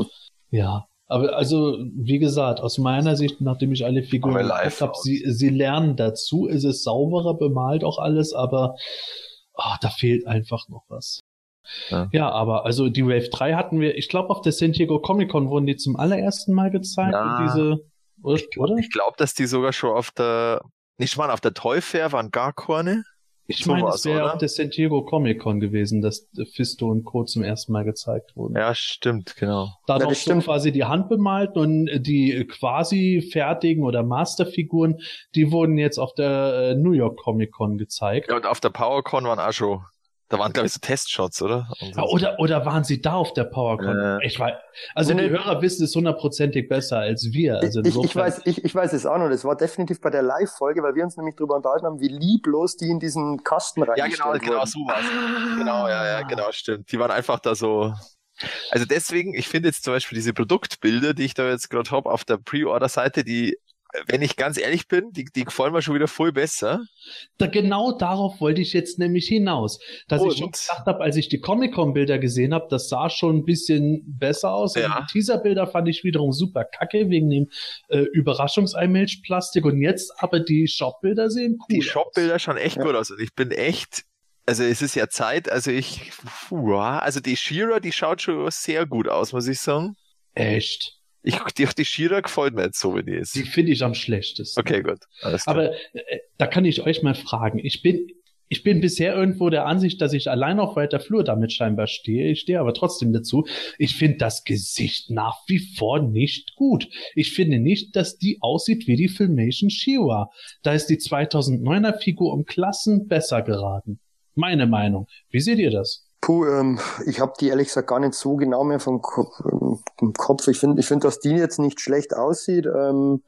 Ja, aber also, wie gesagt, aus meiner Sicht, nachdem ich alle Figuren Aber live geguckt habe, aus. sie, sie lernen dazu, es ist sauberer bemalt auch alles, aber oh, da fehlt einfach noch was. Ja. Ja, aber also die Wave drei hatten wir, ich glaube auf der San Diego Comic Con wurden die zum allerersten Mal gezeigt. Ja. Und diese, oder? oder? Ich glaube, dass die sogar schon auf der, nicht mal auf der Toy Fair waren gar keine. Ich so meine, war's, es wäre oder? auf der San Diego Comic Con gewesen, dass Fisto und Co. zum ersten Mal gezeigt wurden. Ja, stimmt, genau. Da Ja, noch das so stimmt. quasi die Hand bemalt und die quasi fertigen oder Masterfiguren, die wurden jetzt auf der äh, New York Comic Con gezeigt. Ja, und auf der PowerCon waren auch schon, da waren, glaube ich, so Testshots, oder? Und so. Ja, oder, oder waren sie da auf der PowerCon? Äh. Ich weiß, also Nee, die nee. Hörer wissen es hundertprozentig besser als wir. Also ich, ich, insofern, weiß, ich, ich weiß es auch noch. Das war definitiv bei der Live-Folge, weil wir uns nämlich darüber unterhalten haben, wie lieblos die in diesen Kasten Ja, reingestellt genau, genau, wurden. so war's. Genau, ja, ja, genau, stimmt. Die waren einfach da so. Also deswegen, ich finde jetzt zum Beispiel diese Produktbilder, die ich da jetzt gerade habe auf der Pre-Order-Seite, die, wenn ich ganz ehrlich bin, die, die gefallen mir schon wieder voll besser. da, genau darauf wollte ich jetzt nämlich hinaus. Dass Und? ich schon gedacht habe, als ich die Comic-Con-Bilder gesehen habe, das sah schon ein bisschen besser aus. Und Ja. die Teaser-Bilder fand ich wiederum super kacke wegen dem äh, Überraschungseinmilchplastik. Und jetzt aber die Shop-Bilder sehen cool Die aus. Shop-Bilder schauen echt Ja. gut aus. Und ich bin echt, also es ist ja Zeit, also ich, puh, also die She-Ra, die schaut schon sehr gut aus, muss ich sagen. Echt. Ich, die, die She-Ra gefällt mir jetzt so, wie die ist. Die finde ich am schlechtesten. Okay, gut. Alles klar. Aber äh, da kann ich euch mal fragen. Ich bin, ich bin bisher irgendwo der Ansicht, dass ich allein auf weiter Flur damit scheinbar stehe. Ich stehe aber trotzdem dazu. Ich finde das Gesicht nach wie vor nicht gut. Ich finde nicht, dass die aussieht wie die Filmation She-Ra. Da ist die zweitausenddneuner Figur um Klassen besser geraten. Meine Meinung. Wie seht ihr das? Puh, ähm, ich habe die ehrlich gesagt gar nicht so genau mehr vom Kopf. Ähm, im Kopf. Ich finde, ich finde, dass die jetzt nicht schlecht aussieht. Ähm,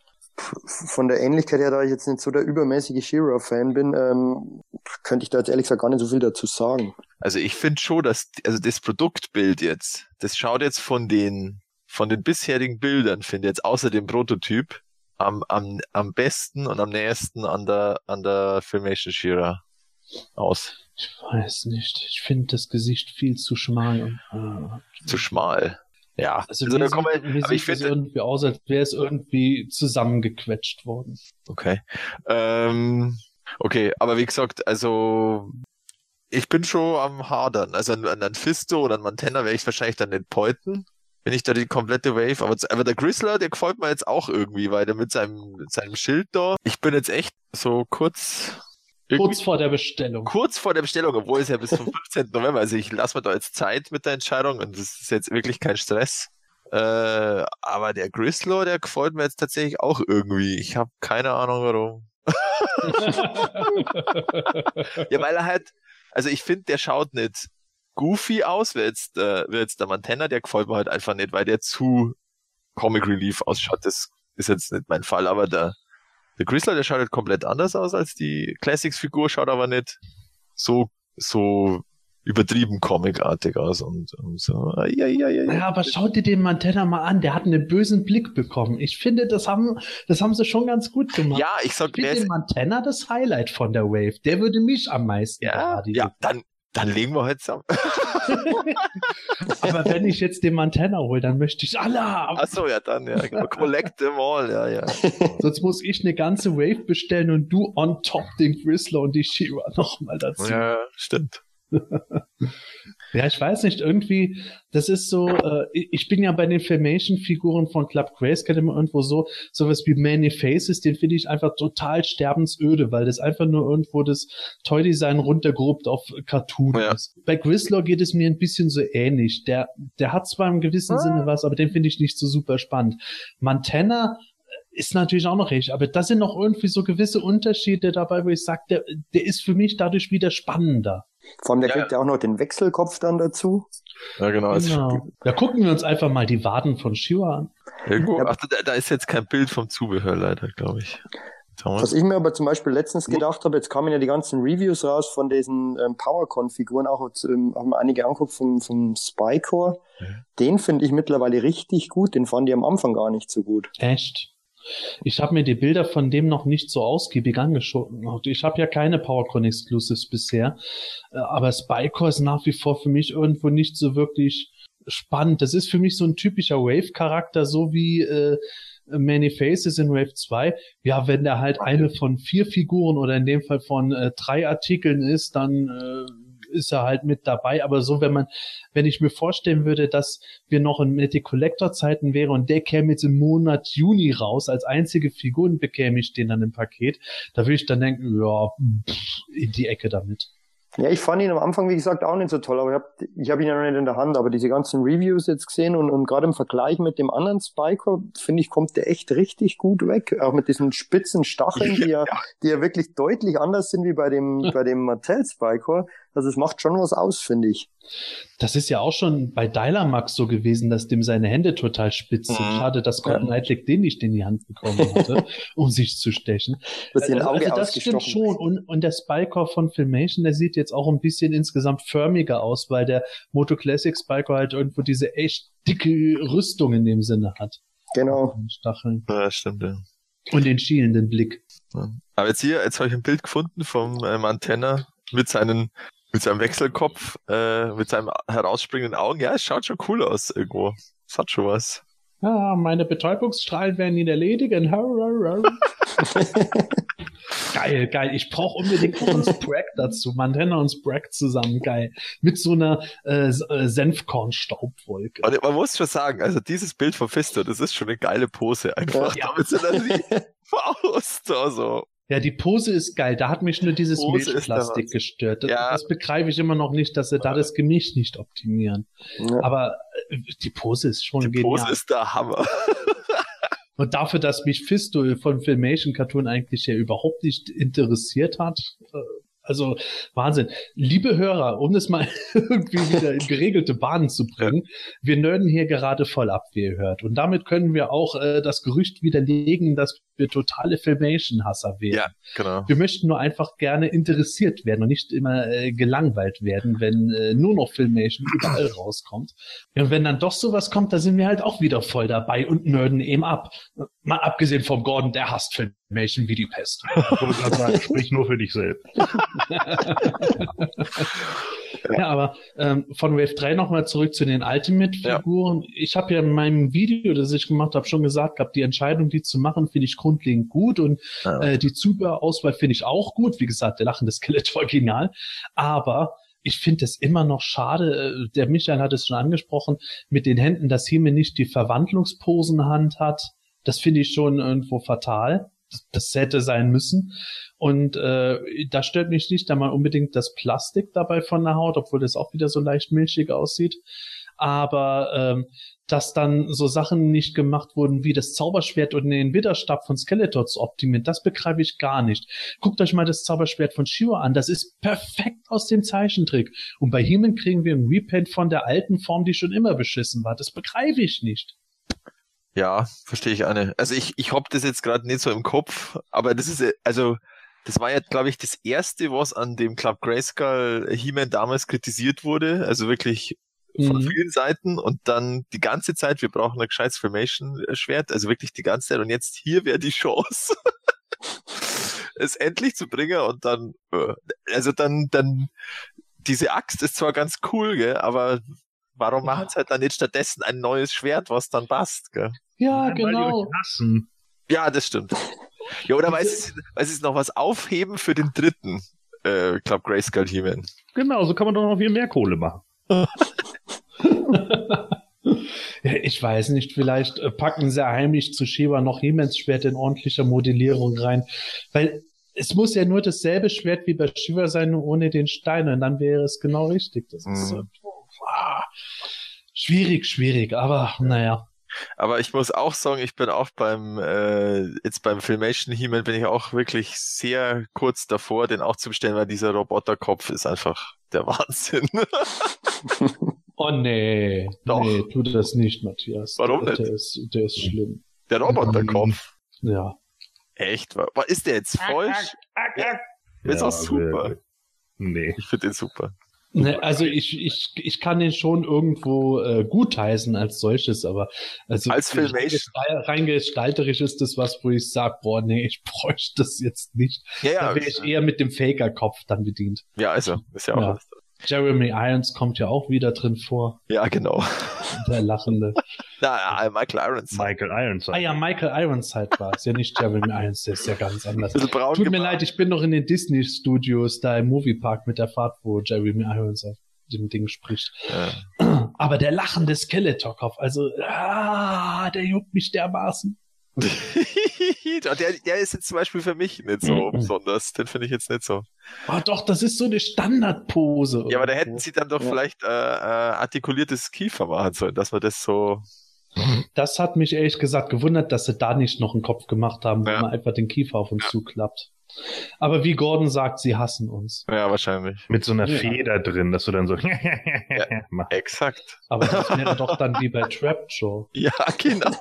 von der Ähnlichkeit her, da ich jetzt nicht so der übermäßige She-Ra-Fan bin, ähm, könnte ich da jetzt ehrlich gesagt gar nicht so viel dazu sagen. Also ich finde schon, dass, also das Produktbild jetzt, das schaut jetzt von den, von den bisherigen Bildern, finde ich jetzt außer dem Prototyp, am, am, am besten und am nächsten an der, an der Filmation She-Ra aus. Ich weiß nicht. Ich finde das Gesicht viel zu schmal. Und, äh, Zu schmal. Ja. Also, Also mir da kommen sieht, wir, mir aber ich sieht es finde, irgendwie aus, als wäre es irgendwie zusammengequetscht worden. okay. Ähm, okay, aber wie gesagt, also ich bin schon am Hadern. Also an, an Fisto oder an Mantenna werde ich wahrscheinlich dann nicht pointen, wenn ich da die komplette Wave, aber, aber der Grizzler, der gefällt mir jetzt auch irgendwie, weil der mit seinem, mit seinem Schild da, ich bin jetzt echt so kurz, Kurz vor der Bestellung. kurz vor der Bestellung, obwohl es ja bis zum fünfzehnten November, also ich lasse mir da jetzt Zeit mit der Entscheidung und das ist jetzt wirklich kein Stress. Äh, aber der Grizzler, der gefällt mir jetzt tatsächlich auch irgendwie. Ich habe keine Ahnung warum. Ja, weil er halt, also ich finde, der schaut nicht goofy aus, wie jetzt, äh, wie jetzt der Mantenna, der gefällt mir halt einfach nicht, weil der zu Comic Relief ausschaut. Das ist jetzt nicht mein Fall, aber der, der Grizzler, der schaut halt komplett anders aus als die Classics-Figur, schaut aber nicht so, so übertrieben comicartig aus und, und so. Ja, ja, ja, ja, aber schau dir den Montana mal an, der hat einen bösen Blick bekommen. Ich finde, das haben, das haben sie schon ganz gut gemacht. Ja, ich sag, ich finde den Montana das Highlight von der Wave. Der würde mich am meisten Ja, ja, dann, dann legen wir heute zusammen. Aber wenn ich jetzt den Montana hole, dann möchte ich alle haben. Ach so, ja, dann, ja, genau. Collect them all, ja, ja. Sonst muss ich eine ganze Wave bestellen und du on top den Grizzler und die Shiva nochmal dazu. Ja, stimmt. Ja, ich weiß nicht, irgendwie, das ist so, äh, ich bin ja bei den Filmation-Figuren von Club Grayscale immer irgendwo so, sowas wie Many Faces, den finde ich einfach total sterbensöde, weil das einfach nur irgendwo das Toy-Design runtergerobt auf Cartoon ja. ist. Bei Grizzler geht es mir ein bisschen so ähnlich. Der, der hat zwar im gewissen ah. Sinne was, aber den finde ich nicht so super spannend. Montana ist natürlich auch noch recht, aber das sind noch irgendwie so gewisse Unterschiede dabei, wo ich sage, der, der ist für mich dadurch wieder spannender. Vor allem, der ja. kriegt ja auch noch den Wechselkopf dann dazu. Ja, genau. genau. Da gucken wir uns einfach mal die Waden von Shiva an. Irgendwo, ja. ach, da, da ist jetzt kein Bild vom Zubehör leider, glaube ich. Was ich mir aber zum Beispiel letztens gedacht habe, jetzt kamen ja die ganzen Reviews raus von diesen ähm, PowerCon-Figuren, auch ähm, haben einige angeguckt vom, vom Spycore. Ja. Den finde ich mittlerweile richtig gut, den fand ich am Anfang gar nicht so gut. Echt? Ich habe mir die Bilder von dem noch nicht so ausgiebig angeschaut. Ich habe ja keine PowerCon Exclusives bisher, aber Spycore ist nach wie vor für mich irgendwo nicht so wirklich spannend. Das ist für mich so ein typischer Wave-Charakter, so wie äh, Many Faces in Wave zwei. Ja, wenn der halt eine von vier Figuren oder in dem Fall von äh, drei Artikeln ist, dann äh, ist er halt mit dabei, aber so, wenn man, wenn ich mir vorstellen würde, dass wir noch in Mythic Collector Zeiten wären und der käme jetzt im Monat Juni raus, als einzige Figur und bekäme ich den dann im Paket, da würde ich dann denken, ja, pff, in die Ecke damit. Ja, ich fand ihn am Anfang, wie gesagt, auch nicht so toll, aber ich habe ich hab ihn ja noch nicht in der Hand, aber diese ganzen Reviews jetzt gesehen und, und gerade im Vergleich mit dem anderen Spycore, finde ich, kommt der echt richtig gut weg. Auch mit diesen spitzen Stacheln, die ja, die ja wirklich deutlich anders sind wie bei dem, bei dem Mattel Spycore. Also es macht schon was aus, finde ich. Das ist ja auch schon bei Dylamax so gewesen, dass dem seine Hände total spitz sind. Mhm. Schade, dass Scott Knightlick den nicht in die Hand bekommen hatte, um sich zu stechen. Das also, also das stimmt schon. Und, und der Spycore von Filmation, der sieht jetzt auch ein bisschen insgesamt förmiger aus, weil der Moto Classic Spycore halt irgendwo diese echt dicke Rüstung in dem Sinne hat. Genau. Stacheln. Ja, stimmt, ja. Und den schielenden Blick. Ja. Aber jetzt hier, jetzt habe ich ein Bild gefunden vom äh, Montana mit seinen Mit seinem Wechselkopf, äh, mit seinen herausspringenden Augen. Ja, es schaut schon cool aus irgendwo. Es hat schon was. Ja, meine Betäubungsstrahlen werden ihn erledigen. Geil, geil. Ich brauche unbedingt noch einen Sprag dazu. Montana und Sprag zusammen, geil. Mit so einer äh, Senfkorn-Staubwolke. Und man muss schon sagen, also dieses Bild von Fisto, das ist schon eine geile Pose. Einfach ja. Damit sind dann die Faust da so. Ja, die Pose ist geil. Da hat mich nur dieses Milchplastik gestört. Das, ja. das begreife ich immer noch nicht, dass sie da das Gemisch nicht optimieren. Ja. Aber die Pose ist schon die genial. Die Pose ist der Hammer. Und dafür, dass mich Fisto von Filmation Cartoon eigentlich ja überhaupt nicht interessiert hat, also Wahnsinn. Liebe Hörer, um das mal irgendwie wieder in geregelte Bahnen zu bringen, wir nerden hier gerade voll ab, wie ihr hört. Und damit können wir auch äh, das Gerücht widerlegen, dass wir totale Filmation-Hasser wären. Ja, genau. Wir möchten nur einfach gerne interessiert werden und nicht immer äh, gelangweilt werden, wenn äh, nur noch Filmation überall rauskommt. Und wenn dann doch sowas kommt, da sind wir halt auch wieder voll dabei und nerden eben ab. Mal abgesehen vom Gordon, der hasst Filmation wie die Pest. Ich wollte gerade sagen, sprich nur für dich selbst. Ja, aber ähm, von Wave drei nochmal zurück zu den Ultimate-Figuren. Ja. Ich habe ja in meinem Video, das ich gemacht habe, schon gesagt gehabt, die Entscheidung, die zu machen, finde ich grundlegend gut und ja. äh, die Zubehörauswahl finde ich auch gut. Wie gesagt, der lachende Skeletor genial. Aber ich finde es immer noch schade, der Michael hat es schon angesprochen, mit den Händen, dass He-Man nicht die Verwandlungsposenhand hat. Das finde ich schon irgendwo fatal. Das hätte sein müssen. Und äh, da stört mich nicht einmal unbedingt das Plastik dabei von der Haut, obwohl das auch wieder so leicht milchig aussieht. Aber ähm, dass dann so Sachen nicht gemacht wurden, wie das Zauberschwert und den Widerstab von Skeletor zu optimieren, das begreife ich gar nicht. Guckt euch mal das Zauberschwert von She-Ra an, das ist perfekt aus dem Zeichentrick. Und bei He-Man kriegen wir ein Repaint von der alten Form, die schon immer beschissen war. Das begreife ich nicht. Ja, verstehe ich, Anne. Also ich, ich hab das jetzt gerade nicht so im Kopf, aber das ist, also das war ja, glaube ich, das erste, was an dem Club Grayskull He-Man damals kritisiert wurde, also wirklich von Mhm. vielen Seiten und dann die ganze Zeit, wir brauchen ein gescheites Filmation-Schwert, also wirklich die ganze Zeit und jetzt hier wäre die Chance, es endlich zu bringen und dann, äh, also dann, dann, diese Axt ist zwar ganz cool, gell, aber warum Ja. machen sie halt dann nicht stattdessen ein neues Schwert, was dann passt, gell? Ja, Weil die genau. euch hassen. Ja, das stimmt. Ja, oder weil sie, weil sie noch was aufheben für den dritten äh, Club Grayskull He-Man. Genau, so kann man doch noch viel mehr Kohle machen. Ja, ich weiß nicht, vielleicht äh, packen sie heimlich zu Shiva noch He-Mans Schwert in ordentlicher Modellierung rein, weil es muss ja nur dasselbe Schwert wie bei Shiva sein, nur ohne den Stein und dann wäre es genau richtig. Das ist Mhm. so, ah, schwierig, schwierig, aber naja. Aber ich muss auch sagen, ich bin auch beim, äh, jetzt beim Filmation He-Man bin ich auch wirklich sehr kurz davor, den auch zu bestellen, weil dieser Roboterkopf ist einfach der Wahnsinn. Oh nee, Doch. nee, tu das nicht, Matthias. Warum der, nicht? Der ist, der ist schlimm. Der Roboterkopf. Ja. Echt? Wa- wa- Ist der jetzt falsch? Ja, ist auch super. äh, Nee. Ich finde den super. Ne, also ich, ich, ich kann den schon irgendwo äh, gutheißen als solches, aber also Als Filmation. rein rein gestalterisch ist das was, wo ich sage, boah, nee, ich bräuchte das jetzt nicht. Ja, ja. Da wäre ich eher mit dem Faker-Kopf dann bedient. Ja, also, ist ja auch Ja. alles drin. Jeremy Irons kommt ja auch wieder drin vor, Ja, genau. der Lachende. Na, äh, Michael Irons. Michael Ironside. Ah ja, Michael Ironside war es, ja nicht Jeremy Irons, der ist ja ganz anders. Bisschen braun Tut mir gemacht. leid, ich bin noch in den Disney-Studios, da im Moviepark mit der Fahrt, wo Jeremy Irons auf dem Ding spricht. Ja. Aber der lachende Skeletor-Kopf, also, ah, der juckt mich dermaßen. der, der ist jetzt zum Beispiel für mich nicht so Mhm. besonders. Den finde ich jetzt nicht so. Oh, doch, das ist so eine Standardpose. Ja, aber da irgendwo. hätten sie dann doch Ja. vielleicht äh, äh, artikuliertes Kiefer machen sollen, dass man das so. Das hat mich ehrlich gesagt gewundert, dass sie da nicht noch einen Kopf gemacht haben, wo Ja. man einfach den Kiefer auf uns zuklappt. Aber wie Gordon sagt, sie hassen uns. Ja, wahrscheinlich. Mit so einer Ja. Feder drin, dass du dann so machst. Exakt. Aber das wäre doch dann wie bei Trapjaw. Ja, genau.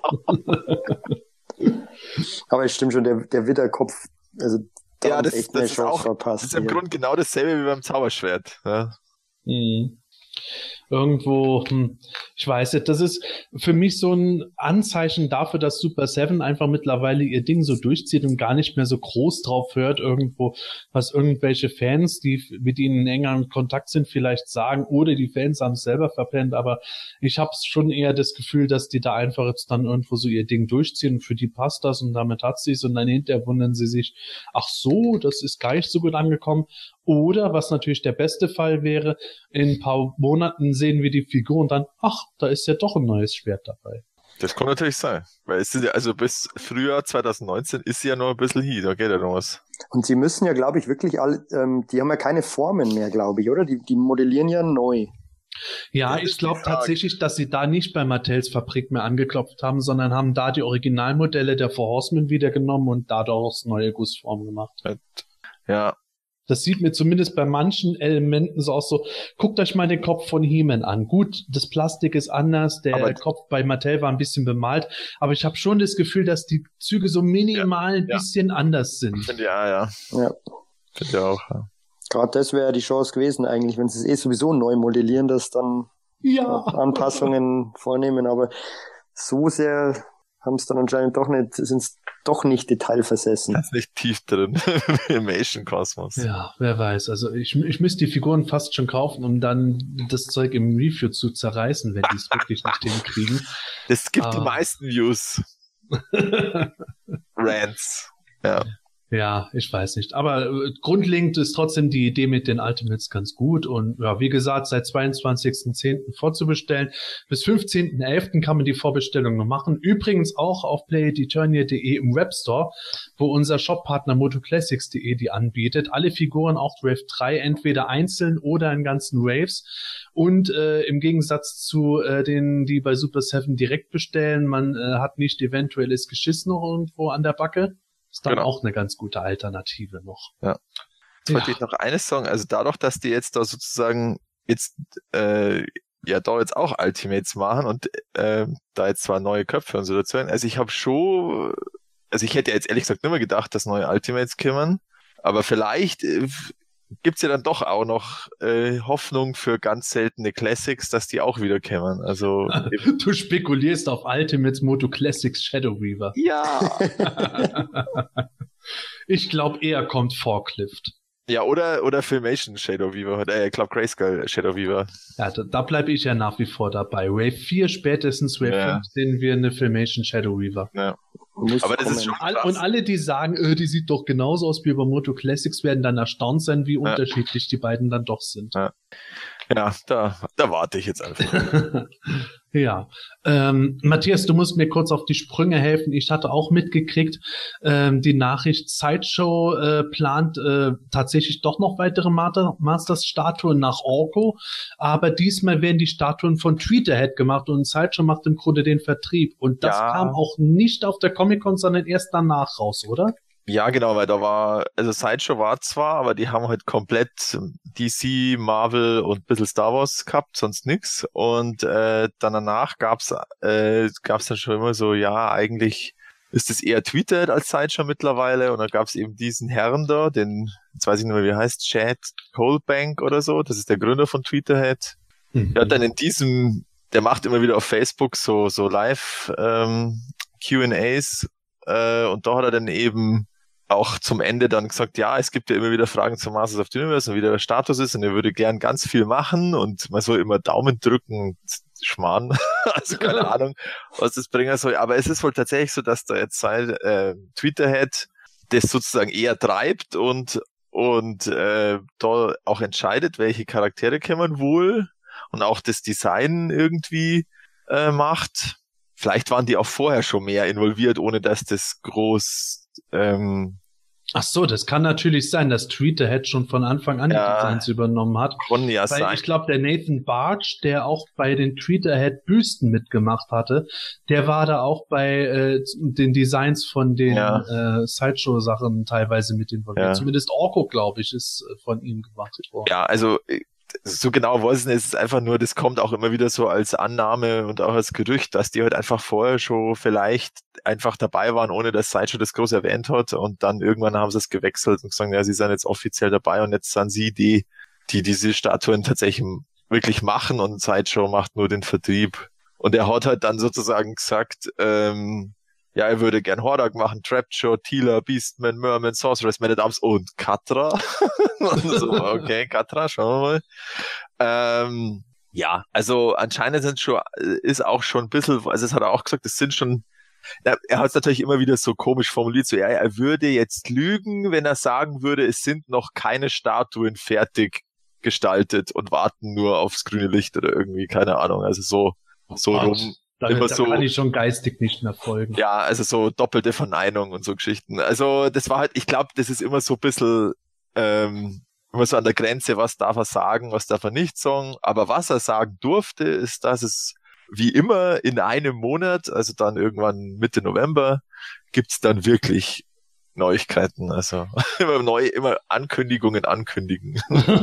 Aber es stimmt schon, der, der Widderkopf, also da Ja, haben das- sie echt das eine ist Chance auch- verpasst. Das ist im hier. Grunde genau dasselbe wie beim Zauberschwert. Ja. Mhm. Irgendwo, hm, ich weiß nicht, das ist für mich so ein Anzeichen dafür, dass Super Seven einfach mittlerweile ihr Ding so durchzieht und gar nicht mehr so groß drauf hört, irgendwo, was irgendwelche Fans, die mit ihnen in engeren Kontakt sind, vielleicht sagen, oder die Fans haben es selber verpennt, aber ich habe schon eher das Gefühl, dass die da einfach jetzt dann irgendwo so ihr Ding durchziehen und für die passt das und damit hat sie es und dann hinterher wundern sie sich, ach so, das ist gar nicht so gut angekommen. Oder, was natürlich der beste Fall wäre, in ein paar Monaten sehen wir die Figur und dann, ach, da ist ja doch ein neues Schwert dabei. Das kann natürlich sein. Weil es sind ja, also bis Frühjahr zwanzig neunzehn ist sie ja noch ein bisschen hin, da geht ja noch was. Und sie müssen ja, glaube ich, wirklich alle, ähm, die haben ja keine Formen mehr, glaube ich, oder? Die, die modellieren ja neu. Ja, Das ich ist die glaube Frage. tatsächlich, dass sie da nicht bei Mattels Fabrik mehr angeklopft haben, sondern haben da die Originalmodelle der Four Horsemen wieder genommen und daraus neue Gussformen gemacht. Ja, Das sieht mir zumindest bei manchen Elementen so aus, so, guckt euch mal den Kopf von He-Man an. Gut, das Plastik ist anders, der Aber- Kopf bei Mattel war ein bisschen bemalt, aber ich habe schon das Gefühl, dass die Züge so minimal ein ja. bisschen anders sind. finde ja, ja. Ja. Finde ja auch. Ja. Gerade das wäre die Chance gewesen eigentlich, wenn sie es eh sowieso neu modellieren, dass dann Ja. Anpassungen vornehmen, aber so sehr haben es dann anscheinend doch nicht, sind es doch nicht detailversessen. Das ist nicht tief drin im Asian-Kosmos. Ja, wer weiß. Also ich, ich müsste die Figuren fast schon kaufen, um dann das Zeug im Review zu zerreißen, wenn die es wirklich nicht hinkriegen. Das gibt die Ah. meisten Views. Rants. Ja. Ja, ich weiß nicht. Aber äh, grundlegend ist trotzdem die Idee mit den Ultimates ganz gut. Und ja, wie gesagt, seit zweiundzwanzigsten zehnten vorzubestellen. Bis fünfzehnten elften kann man die Vorbestellung noch machen. Übrigens auch auf play it eternia punkt de im Webstore, wo unser Shoppartner motoclassics punkt de die anbietet. Alle Figuren, auch Wave drei, entweder einzeln oder in ganzen Waves. Und äh, im Gegensatz zu äh, denen, die bei Super Seven direkt bestellen, man äh, hat nicht eventuelles Geschiss noch irgendwo an der Backe. Ist dann Genau. auch eine ganz gute Alternative noch. Jetzt wollte ich noch eines sagen, also dadurch, dass die jetzt da sozusagen jetzt äh, ja da jetzt auch Ultimates machen und äh, da jetzt zwar neue Köpfe und so dazu, also ich habe schon, also ich hätte jetzt ehrlich gesagt nicht mehr gedacht, dass neue Ultimates kommen, Aber vielleicht äh, gibt's ja dann doch auch noch äh, Hoffnung für ganz seltene Classics, dass die auch wieder kämen. Also du spekulierst auf Ultimates Moto Classics Shadow Weaver. ja. Ich glaube, eher kommt Forklift. Ja, oder oder Filmation Shadow Weaver, äh, ich glaube Grayscale Shadow Weaver. Ja, da, da bleibe ich ja nach wie vor dabei. Wave vier, spätestens Wave Ja. fünf sehen wir eine Filmation Shadow Weaver. Ja. Muss Aber das kommen. ist schon All, krass. und alle, die sagen, äh, die sieht doch genauso aus wie bei Moto Classics, werden dann erstaunt sein, wie Ja. unterschiedlich die beiden dann doch sind. Ja. Ja, da, da warte ich jetzt einfach. Ja, ähm, Matthias, du musst mir kurz auf die Sprünge helfen. Ich hatte auch mitgekriegt, ähm, die Nachricht, Sideshow äh, plant äh, tatsächlich doch noch weitere Master- Masters-Statuen nach Orko, aber diesmal werden die Statuen von Tweeterhead gemacht und Sideshow macht im Grunde den Vertrieb. Und das Ja. kam auch nicht auf der Comic-Con, sondern erst danach raus, oder? Ja, genau, weil da war, also Sideshow war zwar, aber die haben halt komplett D C, Marvel und ein bisschen Star Wars gehabt, sonst nix. Und äh, dann danach gab's äh, gab's dann schon immer so, ja, eigentlich ist es eher Tweeted als Sideshow mittlerweile. Und dann gab's eben diesen Herrn da, den, jetzt weiß ich nicht mehr, wie er heißt, Chad Colbank oder so, das ist der Gründer von Tweeterhead. Mhm. Der hat dann in diesem, der macht immer wieder auf Facebook so so Live ähm, Q and A's äh, und da hat er dann eben auch zum Ende dann gesagt, ja, es gibt ja immer wieder Fragen zum Masters of the Universe und wie der Status ist und er würde gern ganz viel machen und man soll immer Daumen drücken, Schmarrn, also keine Ahnung, was das bringen soll, aber es ist wohl tatsächlich so, dass da jetzt sein äh, Tweeterhead das sozusagen eher treibt und und äh, da auch entscheidet, welche Charaktere kommen wohl und auch das Design irgendwie äh, macht. Vielleicht waren die auch vorher schon mehr involviert, ohne dass das groß ähm, Ach so, das kann natürlich sein, dass Tweeterhead schon von Anfang an Ja. die Designs übernommen hat. Kann ja Weil sein. ich glaube, der Nathan Bartsch, der auch bei den Tweeterhead-Büsten mitgemacht hatte, der war da auch bei äh, den Designs von den Ja. äh, Sideshow-Sachen teilweise mit involviert. Ja. Zumindest Orko, glaube ich, ist äh, von ihm gemacht worden. Ja, also äh, so genau weiß ich nicht, es ist einfach nur, das kommt auch immer wieder so als Annahme und auch als Gerücht, dass die halt einfach vorher schon vielleicht einfach dabei waren, ohne dass Sideshow das groß erwähnt hat und dann irgendwann haben sie es gewechselt und gesagt, ja, sie sind jetzt offiziell dabei und jetzt sind sie die, die diese Statuen tatsächlich wirklich machen und Sideshow macht nur den Vertrieb. Und er hat halt dann sozusagen gesagt, ähm, ja, er würde gern Hordak machen, Trapjaw, Teela, Beastman, Merman, Sorceress, Man at Arms und Katra. Und so, okay, Katra, schauen wir mal. Ähm, ja, also anscheinend sind schon, ist auch schon ein bisschen, also es hat er auch gesagt, es sind schon, ja, er hat es natürlich immer wieder so komisch formuliert, so, ja, er würde jetzt lügen, wenn er sagen würde, es sind noch keine Statuen fertig gestaltet und warten nur aufs grüne Licht oder irgendwie, keine Ahnung, also so, so Gott, rum. Da, immer da so- kann ich schon geistig nicht mehr folgen. Ja, also so doppelte Verneinung und so Geschichten. Also das war halt, ich glaube, das ist immer so ein bisschen ähm, immer so an der Grenze, was darf er sagen, was darf er nicht sagen. Aber was er sagen durfte, ist, dass es wie immer in einem Monat, also dann irgendwann Mitte November, gibt's dann wirklich Neuigkeiten. Also immer neu, immer Ankündigungen ankündigen.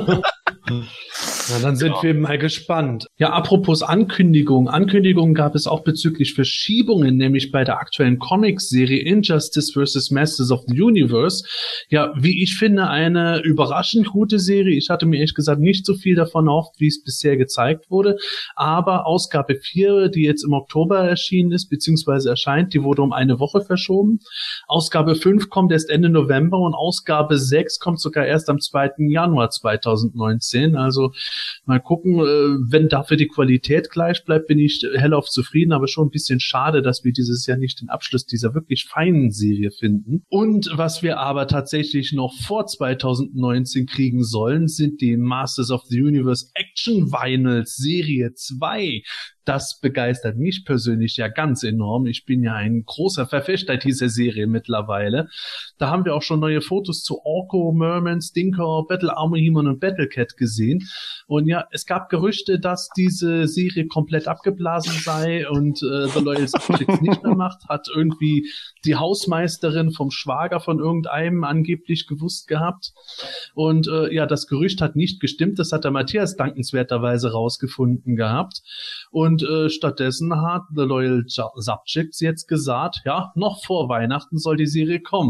Na, dann sind wir mal gespannt. Ja, apropos Ankündigung. Ankündigungen gab es auch bezüglich Verschiebungen, nämlich bei der aktuellen Comic-Serie Injustice versus. Masters of the Universe. Ja, wie ich finde, eine überraschend gute Serie. Ich hatte mir ehrlich gesagt nicht so viel davon erhofft, wie es bisher gezeigt wurde. Aber Ausgabe vier, die jetzt im Oktober erschienen ist, beziehungsweise erscheint, die wurde um eine Woche verschoben. Ausgabe fünf kommt erst Ende November und Ausgabe sechs kommt sogar erst am zweiten Januar zweitausendneunzehn. Also mal gucken, wenn dafür die Qualität gleich bleibt, bin ich hellauf zufrieden, aber schon ein bisschen schade, dass wir dieses Jahr nicht den Abschluss dieser wirklich feinen Serie finden. Und was wir aber tatsächlich noch vor zweitausendneunzehn kriegen sollen, sind die Masters of the Universe Action Vinyls Serie zwei. Das begeistert mich persönlich ja ganz enorm. Ich bin ja ein großer Verfechter dieser Serie mittlerweile. Da haben wir auch schon neue Fotos zu Orko, Merman, Stinker, Battle Armor He-Man und Battlecat gesehen. Und ja, es gab Gerüchte, dass diese Serie komplett abgeblasen sei und äh, The Loyal Subjects nicht mehr macht. Hat irgendwie die Hausmeisterin vom Schwager von irgendeinem angeblich gewusst gehabt. Und äh, ja, das Gerücht hat nicht gestimmt. Das hat der Matthias dankenswerterweise rausgefunden gehabt. Und äh, stattdessen hat The Loyal Subjects jetzt gesagt, ja, noch vor Weihnachten soll die Serie kommen.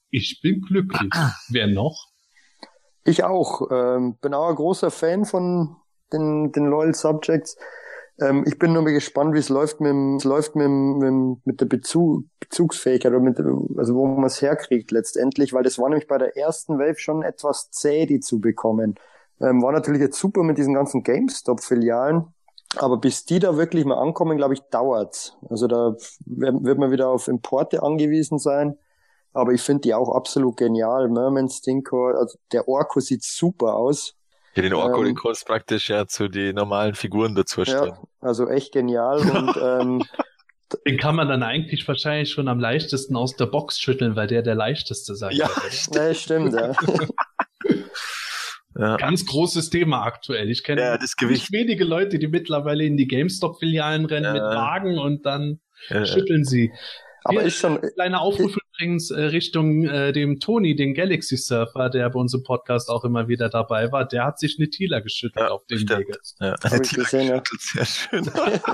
Ich bin glücklich. Wer noch? Ich auch. Ähm, bin auch ein großer Fan von den, den Loyal Subjects. Ähm, ich bin nur mal gespannt, wie es läuft mit, dem- es läuft mit, dem- mit, dem- mit der Bezug, Bezugsfähigkeit oder mit, dem- also wo man es herkriegt letztendlich, weil das war nämlich bei der ersten Wave schon etwas zäh, die zu bekommen. Ähm, war natürlich jetzt super mit diesen ganzen GameStop-Filialen, aber bis die da wirklich mal ankommen, glaube ich, dauert's. Also da wird wird man wieder auf Importe angewiesen sein. Aber ich finde die auch absolut genial. Merman, Stinkor, also der Orko sieht super aus. Ja, den Orko, Ähm, den kannst du praktisch ja zu den normalen Figuren dazu stellen. Ja, also echt genial. Und ähm, Den kann man dann eigentlich wahrscheinlich schon am leichtesten aus der Box schütteln, weil der der leichteste sein Ja, wird. ja, stimmt, ja. ja. Ganz großes Thema aktuell. Ich kenne Ja, das Gewicht. nicht wenige Leute, die mittlerweile in die GameStop-Filialen rennen Ja. mit Wagen und dann Ja, schütteln sie. Aber Hier, ist schon, kleiner Aufruf übrigens äh, Richtung äh, dem Toni, den Galaxy Surfer, der bei uns im Podcast auch immer wieder dabei war. Der hat sich eine Tila geschüttelt Ja, auf dem stimmt. Wege. Ja, Hab ich die gesehen, ja. schüttelt sehr schön.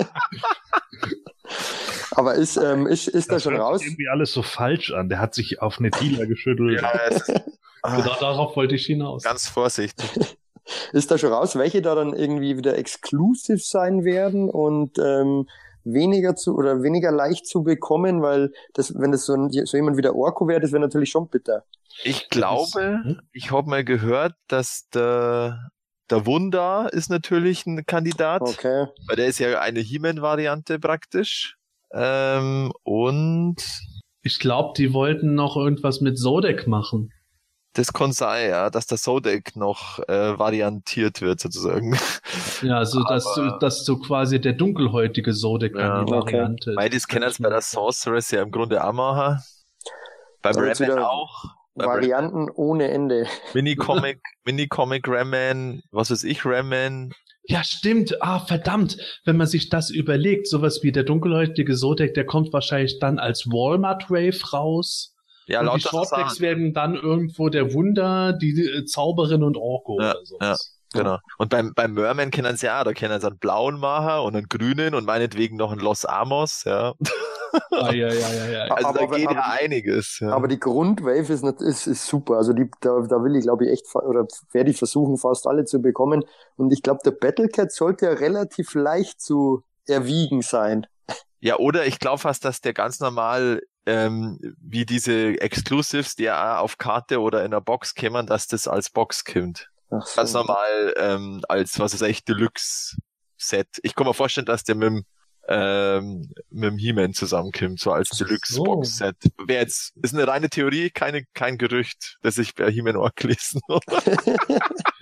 aber ist, ähm, ist, ist da Das schon hört raus? sich irgendwie alles so falsch an. Der hat sich auf eine Tila geschüttelt. Ja, es ist, ah, Genau darauf wollte ich hinaus. ganz vorsichtig. Ist da schon raus, welche da dann irgendwie wieder exclusive sein werden und ähm, weniger zu oder weniger leicht zu bekommen, weil das, wenn das so, ein, so jemand wie der Orko wäre, das wäre natürlich schon bitter. Ich glaube, Hm? ich habe mal gehört, dass der, der Wunder ist natürlich ein Kandidat, Okay. weil der ist ja eine He-Man-Variante praktisch. Ähm, und Ich glaube, die wollten noch irgendwas mit Zodek machen. das kann sein, ja, dass der Zodek noch äh, variantiert wird sozusagen. Ja, also dass, Aber- du- dass so quasi der dunkelhäutige Zodek Ja, dann die okay. Variante ist. Weil das können jetzt bei der Sorceress ja im Grunde auch machen. Beim Da wird's Rayman wieder auch. Beim Varianten ohne Ende. Mini-Comic, Mini-Comic Rayman, was weiß ich, Rayman. Ja, stimmt. Ah, verdammt. Wenn man sich das überlegt, sowas wie der dunkelhäutige Zodek, der kommt wahrscheinlich dann als Walmart Wave raus. Ja, und die lauter Shortbacks Sachen. werden dann irgendwo der Wunder, die äh, Zauberin und Orko Ja, oder sowas. Genau. Und beim, beim Merman kennen sie ja, da kennen sie einen blauen Macher und einen grünen und meinetwegen noch einen Los Amos, ja. Ah, ja, ja, ja, ja. Also Aber- da geht aber- ja einiges. Ja. Aber die Grundwave ist, nicht, ist, ist super. Also die, da, da will ich, glaube ich, echt, fa- oder werde ich versuchen, fast alle zu bekommen. Und ich glaube, der Battlecat sollte ja relativ leicht zu erwiegen sein. Ja, oder ich glaube fast, dass der ganz normal, ähm, wie diese Exclusives, die ja auch auf Karte oder in einer Box kämen, dass das als Box kommt. Ach so. Ganz normal, ähm, als, was ist echt, Deluxe-Set. Ich kann mir vorstellen, dass der mit dem, ähm, mit dem He-Man zusammenkommt, so als Ach so. Deluxe-Box-Set. Wäre jetzt, ist eine reine Theorie, keine, kein Gerücht, das ich bei He-Man auch gelesen habe.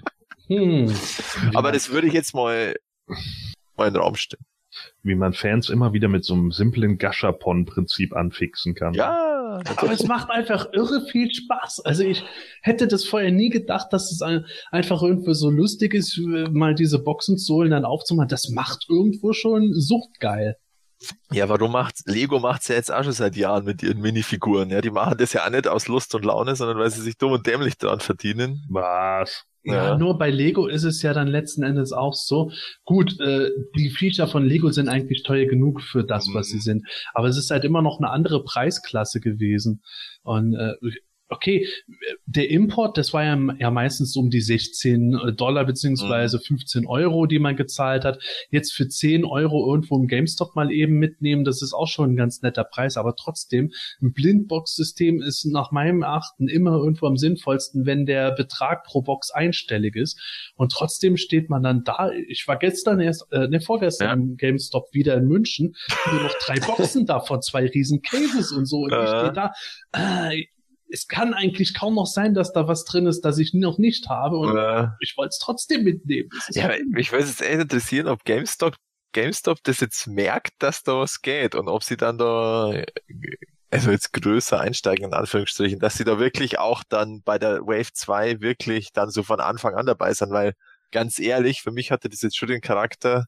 Hm. Aber das würde ich jetzt mal, mal in den Raum stellen. Wie man Fans immer wieder mit so einem simplen Gashapon-Prinzip anfixen kann. Ja, Aber es macht einfach irre viel Spaß. Also ich hätte das vorher nie gedacht, dass es ein, einfach irgendwo so lustig ist, mal diese Boxen zu holen, dann aufzumachen. Das macht irgendwo schon suchtgeil. Ja, warum macht Lego macht's ja jetzt auch schon seit Jahren mit ihren Minifiguren. Ja, die machen das ja auch nicht aus Lust und Laune, sondern weil sie sich dumm und dämlich dran verdienen. Was? Ja, Ja. nur bei Lego ist es ja dann letzten Endes auch so. Gut, äh, die Feature von Lego sind eigentlich teuer genug für das, was sie sind. Aber es ist halt immer noch eine andere Preisklasse gewesen. Und äh, okay, der Import, das war ja, ja meistens um die sechzehn Dollar beziehungsweise fünfzehn Euro, die man gezahlt hat. Jetzt für zehn Euro irgendwo im GameStop mal eben mitnehmen, das ist auch schon ein ganz netter Preis. Aber trotzdem, ein Blindbox-System ist nach meinem Erachten immer irgendwo am sinnvollsten, wenn der Betrag pro Box einstellig ist. Und trotzdem steht man dann da. Ich war gestern erst, äh, ne, vorgestern Ja. im GameStop wieder in München, nur noch drei Boxen da von zwei riesen Cases und so. Und ich Äh. stehe da, äh, es kann eigentlich kaum noch sein, dass da was drin ist, das ich noch nicht habe und Äh, ich wollte es trotzdem mitnehmen. Das ist ja, schlimm. mich würde es echt interessieren, ob GameStop, GameStop das jetzt merkt, dass da was geht und ob sie dann da, also jetzt größer einsteigen, in Anführungsstrichen, dass sie da wirklich auch dann bei der Wave zwei wirklich dann so von Anfang an dabei sind, weil ganz ehrlich, für mich hatte das jetzt schon den Charakter,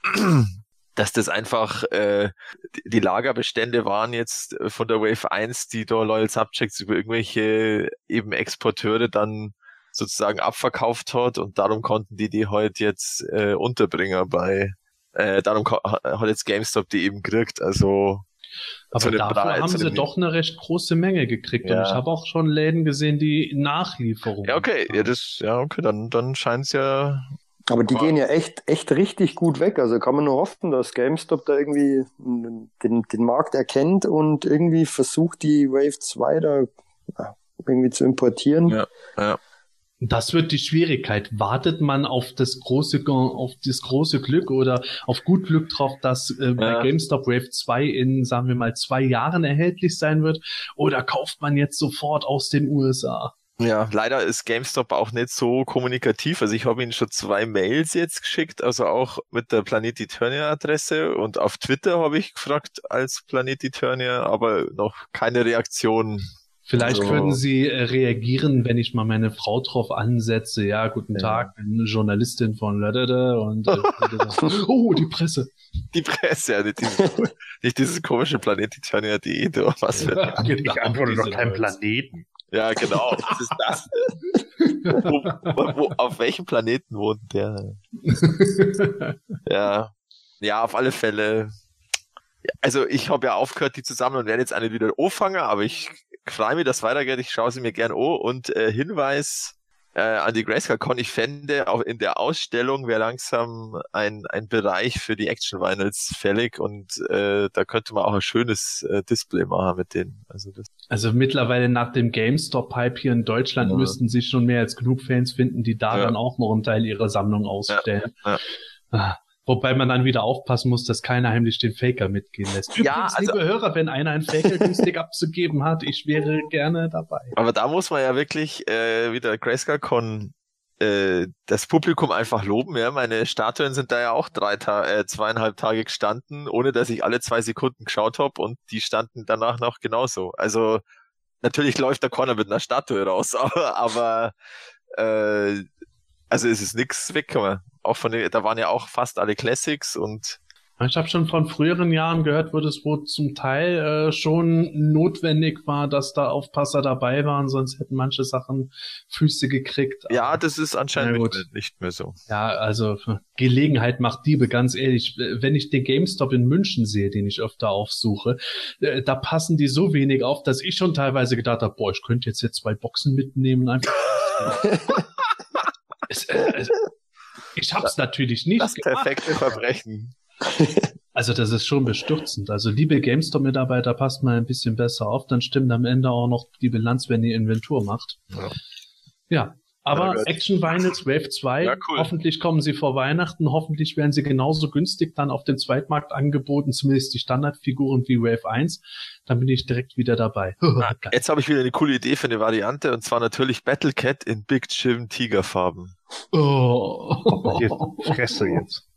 dass das einfach, äh, die- die Lagerbestände waren jetzt äh, von der Wave eins, die da Loyal Subjects über irgendwelche eben Exporteure dann sozusagen abverkauft hat und darum konnten die die halt jetzt äh, unterbringen bei, äh, darum ko- hat jetzt GameStop die eben gekriegt, also Aber dafür Preis, haben sie doch eine recht große Menge gekriegt. Ja. Und ich habe auch schon Läden gesehen, die Nachlieferungen. Ja, okay, ja, das, ja, okay, dann, dann scheint's ja. Aber die gehen ja echt, echt richtig gut weg. Also kann man nur hoffen, dass GameStop da irgendwie den, den Markt erkennt und irgendwie versucht, die Wave zwei da irgendwie zu importieren. Ja, ja. Das wird die Schwierigkeit. Wartet man auf das große, auf das große Glück oder auf gut Glück drauf, dass äh, bei ja. GameStop Wave zwei in, sagen wir mal, zwei Jahren erhältlich sein wird? Oder kauft man jetzt sofort aus den U S A? Ja, leider ist GameStop auch nicht so kommunikativ. Also ich habe ihnen schon zwei Mails jetzt geschickt, also auch mit der Planet Eternia Adresse, und auf Twitter habe ich gefragt als Planet Eternia, aber noch keine Reaktion. Vielleicht also, würden Sie äh, reagieren, wenn ich mal meine Frau drauf ansetze. Ja, guten ja. Tag, eine Journalistin von Ladada und äh, oh, die Presse. Die Presse, ja, nicht dieses, nicht dieses komische Planet Eternia punkt de oder was für ja, genau, ich antworte doch keinen Planeten. Ja, genau. Was ist das? wo, wo, wo, auf welchem Planeten wohnt der? ja. Ja, auf alle Fälle. Also ich habe ja aufgehört, die zu sammeln und werde jetzt eine wieder anfangen, aber ich freue mich, dass es weitergeht. Ich schaue sie mir gern an. Und äh, Hinweis äh, an die Grayscale-Con, ich fände, auch in der Ausstellung wäre langsam ein, ein Bereich für die Action-Vinyls fällig, und äh, da könnte man auch ein schönes äh, Display machen mit denen. Also, das also mittlerweile nach dem GameStop-Hype hier in Deutschland ja. müssten sich schon mehr als genug Fans finden, die da ja. dann auch noch einen Teil ihrer Sammlung ausstellen. Ja. Ja. Ah. Wobei man dann wieder aufpassen muss, dass keiner heimlich den Faker mitgehen lässt. Übrigens, ja, also, liebe Hörer, wenn einer einen Faker günstig abzugeben hat, ich wäre gerne dabei. Aber da muss man ja wirklich äh, wieder Grayscale-Con äh, das Publikum einfach loben. Ja, meine Statuen sind da ja auch drei Ta- äh, zweieinhalb Tage gestanden, ohne dass ich alle zwei Sekunden geschaut habe, und die standen danach noch genauso. Also natürlich läuft der Corner mit einer Statue raus, aber, aber äh, also es ist nichts weggekommen. Auch von den, da waren ja auch fast alle Classics, und ich habe schon von früheren Jahren gehört, wo das wohl zum Teil äh, schon notwendig war, dass da Aufpasser dabei waren, sonst hätten manche Sachen Füße gekriegt. Ja, aber das ist anscheinend nicht mehr so. Ja, also Gelegenheit macht Diebe, ganz ehrlich. Wenn ich den GameStop in München sehe, den ich öfter aufsuche, äh, da passen die so wenig auf, dass ich schon teilweise gedacht habe, boah, ich könnte jetzt jetzt zwei Boxen mitnehmen. Einfach. es, äh, es, Ich hab's natürlich nicht das gemacht. Das perfekte Verbrechen. Also das ist schon bestürzend. Also liebe GameStop-Mitarbeiter, passt mal ein bisschen besser auf, dann stimmt am Ende auch noch die Bilanz, wenn ihr Inventur macht. Ja, ja. Aber ja, Action Vinyls Wave zwei, ja, cool. Hoffentlich kommen sie vor Weihnachten, hoffentlich werden sie genauso günstig dann auf dem Zweitmarkt angeboten, zumindest die Standardfiguren wie Wave eins. Dann bin ich direkt wieder dabei. Ja, jetzt habe ich wieder eine coole Idee für eine Variante, und zwar natürlich Battle Cat in Big Jim Tigerfarben. Oh. Jetzt, Fresse jetzt.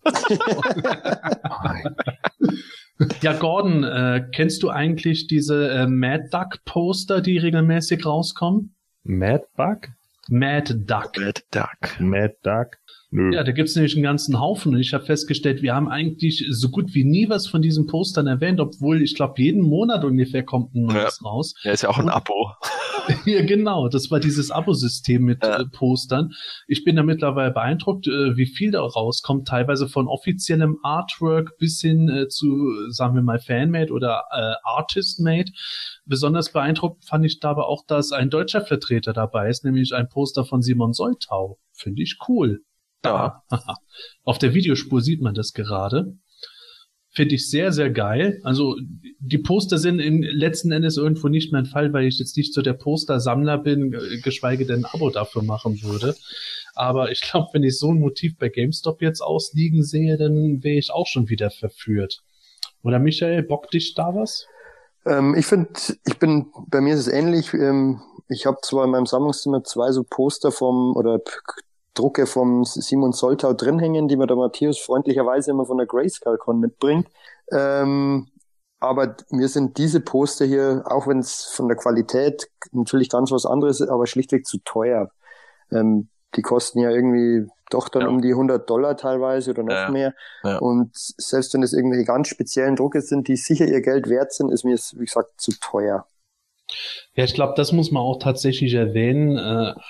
Ja, Gordon, äh, kennst du eigentlich diese äh, Mad Duck Poster, die regelmäßig rauskommen? Mad Bug? Mad Duck. Mad Duck. Mad Duck. Nö. Ja, da gibt's nämlich einen ganzen Haufen, und ich habe festgestellt, wir haben eigentlich so gut wie nie was von diesen Postern erwähnt, obwohl ich glaube, jeden Monat ungefähr kommt ein neues ja. raus. Ja, ist ja auch ein Abo. Ja, genau, das war dieses Abo-System mit ja. äh, Postern. Ich bin da mittlerweile beeindruckt, äh, wie viel da rauskommt, teilweise von offiziellem Artwork bis hin äh, zu, sagen wir mal, Fanmade oder äh, Artist-Made. Besonders beeindruckend fand ich dabei auch, dass ein deutscher Vertreter dabei ist, nämlich ein Poster von Simon Soltau. Finde ich cool. Da. Ja. Auf der Videospur sieht man das gerade. Finde ich sehr, sehr geil. Also die Poster sind in letzten Endes irgendwo nicht mein Fall, weil ich jetzt nicht so der Poster-Sammler bin, geschweige denn ein Abo dafür machen würde. Aber ich glaube, wenn ich so ein Motiv bei GameStop jetzt ausliegen sehe, dann wäre ich auch schon wieder verführt. Oder Michael, bockt dich da was? Ähm, ich finde, ich bin, bei mir ist es ähnlich. Ähm, ich habe zwar in meinem Sammlungszimmer zwei so Poster vom, oder Drucke vom Simon Soltau drin hängen, die mir der Matthias freundlicherweise immer von der Grayscale-Con mitbringt. Ähm, aber mir sind diese Poster hier, auch wenn es von der Qualität natürlich ganz was anderes ist, aber schlichtweg zu teuer. Ähm, die kosten ja irgendwie doch dann ja. um die hundert Dollar teilweise oder noch ja. mehr. Ja. Und selbst wenn es irgendwelche ganz speziellen Drucke sind, die sicher ihr Geld wert sind, ist mir es, wie gesagt, zu teuer. Ja, ich glaube, das muss man auch tatsächlich erwähnen. Äh,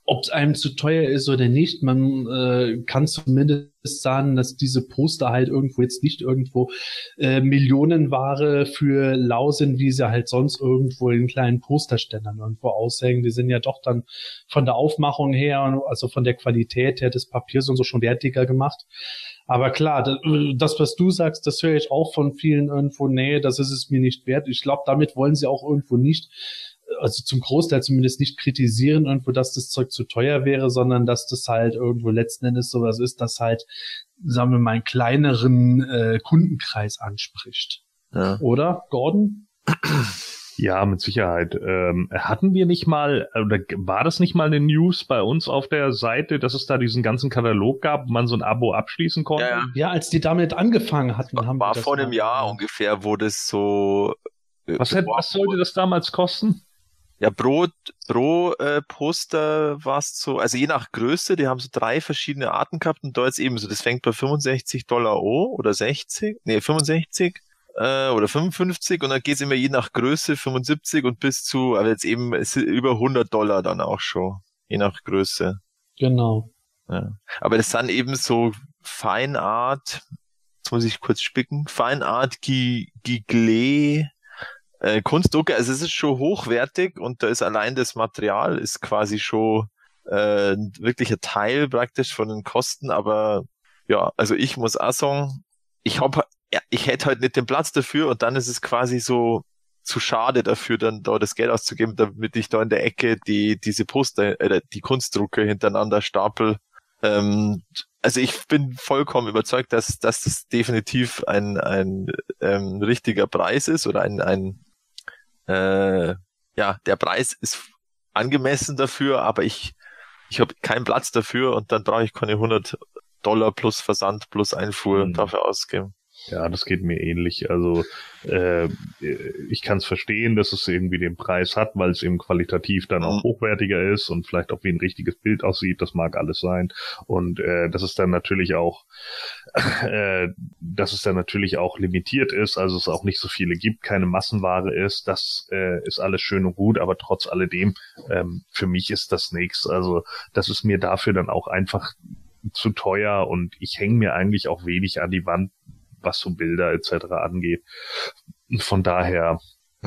ob es einem zu teuer ist oder nicht, man äh, kann zumindest sagen, dass diese Poster halt irgendwo jetzt nicht irgendwo äh, Millionenware für lau sind, wie sie halt sonst irgendwo in kleinen Posterständern irgendwo aushängen. Die sind ja doch dann von der Aufmachung her, also von der Qualität her des Papiers und so schon wertiger gemacht. Aber klar, das, was du sagst, das höre ich auch von vielen irgendwo, nee, das ist es mir nicht wert. Ich glaube, damit wollen sie auch irgendwo nicht, also zum Großteil zumindest nicht kritisieren irgendwo, dass das Zeug zu teuer wäre, sondern dass das halt irgendwo letzten Endes sowas ist, das halt, sagen wir mal, einen kleineren äh, Kundenkreis anspricht. Ja. Oder, Gordon? Ja, mit Sicherheit. Ähm, hatten wir nicht mal, oder war das nicht mal eine News bei uns auf der Seite, dass es da diesen ganzen Katalog gab, wo man so ein Abo abschließen konnte? Ja, ja. Ja, als die damit angefangen hatten, haben War wir das vor einem mal Jahr gemacht. ungefähr, wo das so... äh, Was, hätte, was sollte das damals kosten? Ja, pro, pro äh, Poster war es so, also je nach Größe, die haben so drei verschiedene Arten gehabt und da jetzt eben so, das fängt bei fünfundsechzig Dollar an oder sechzig, nee, fünfundsechzig äh, oder fünfundfünfzig und dann geht's immer je nach Größe fünfundsiebzig und bis zu, aber jetzt eben es sind über hundert Dollar dann auch schon, je nach Größe. Genau. Ja. Aber das sind eben so Fine Art, jetzt muss ich kurz spicken, Fine Art Giglé, Äh, Kunstdrucke, also es ist schon hochwertig und da ist allein das Material ist quasi schon äh, wirklich ein Teil praktisch von den Kosten, aber ja, also ich muss auch sagen, ich hab, ja, ich hätte halt nicht den Platz dafür und dann ist es quasi so zu schade dafür, dann da das Geld auszugeben, damit ich da in der Ecke die diese Poster, äh, die Kunstdrucke hintereinander stapel. Ähm, also ich bin vollkommen überzeugt, dass, dass das definitiv ein, ein ähm, richtiger Preis ist oder ein, ein Äh, ja, der Preis ist angemessen dafür, aber ich ich habe keinen Platz dafür und dann brauche ich keine hundert Dollar plus Versand plus Einfuhr Mhm. dafür ausgeben. Ja, das geht mir ähnlich. Also äh, ich kann es verstehen, dass es irgendwie den Preis hat, weil es eben qualitativ dann auch Mhm. hochwertiger ist und vielleicht auch wie ein richtiges Bild aussieht. Das mag alles sein. Und äh, dass es dann natürlich auch, äh, dass es dann natürlich auch limitiert ist, also es auch nicht so viele gibt, keine Massenware ist. Das äh, ist alles schön und gut, aber trotz alledem, ähm, für mich ist das nichts. Also das ist mir dafür dann auch einfach zu teuer und ich hänge mir eigentlich auch wenig an die Wand, was so Bilder et cetera angeht. Von daher,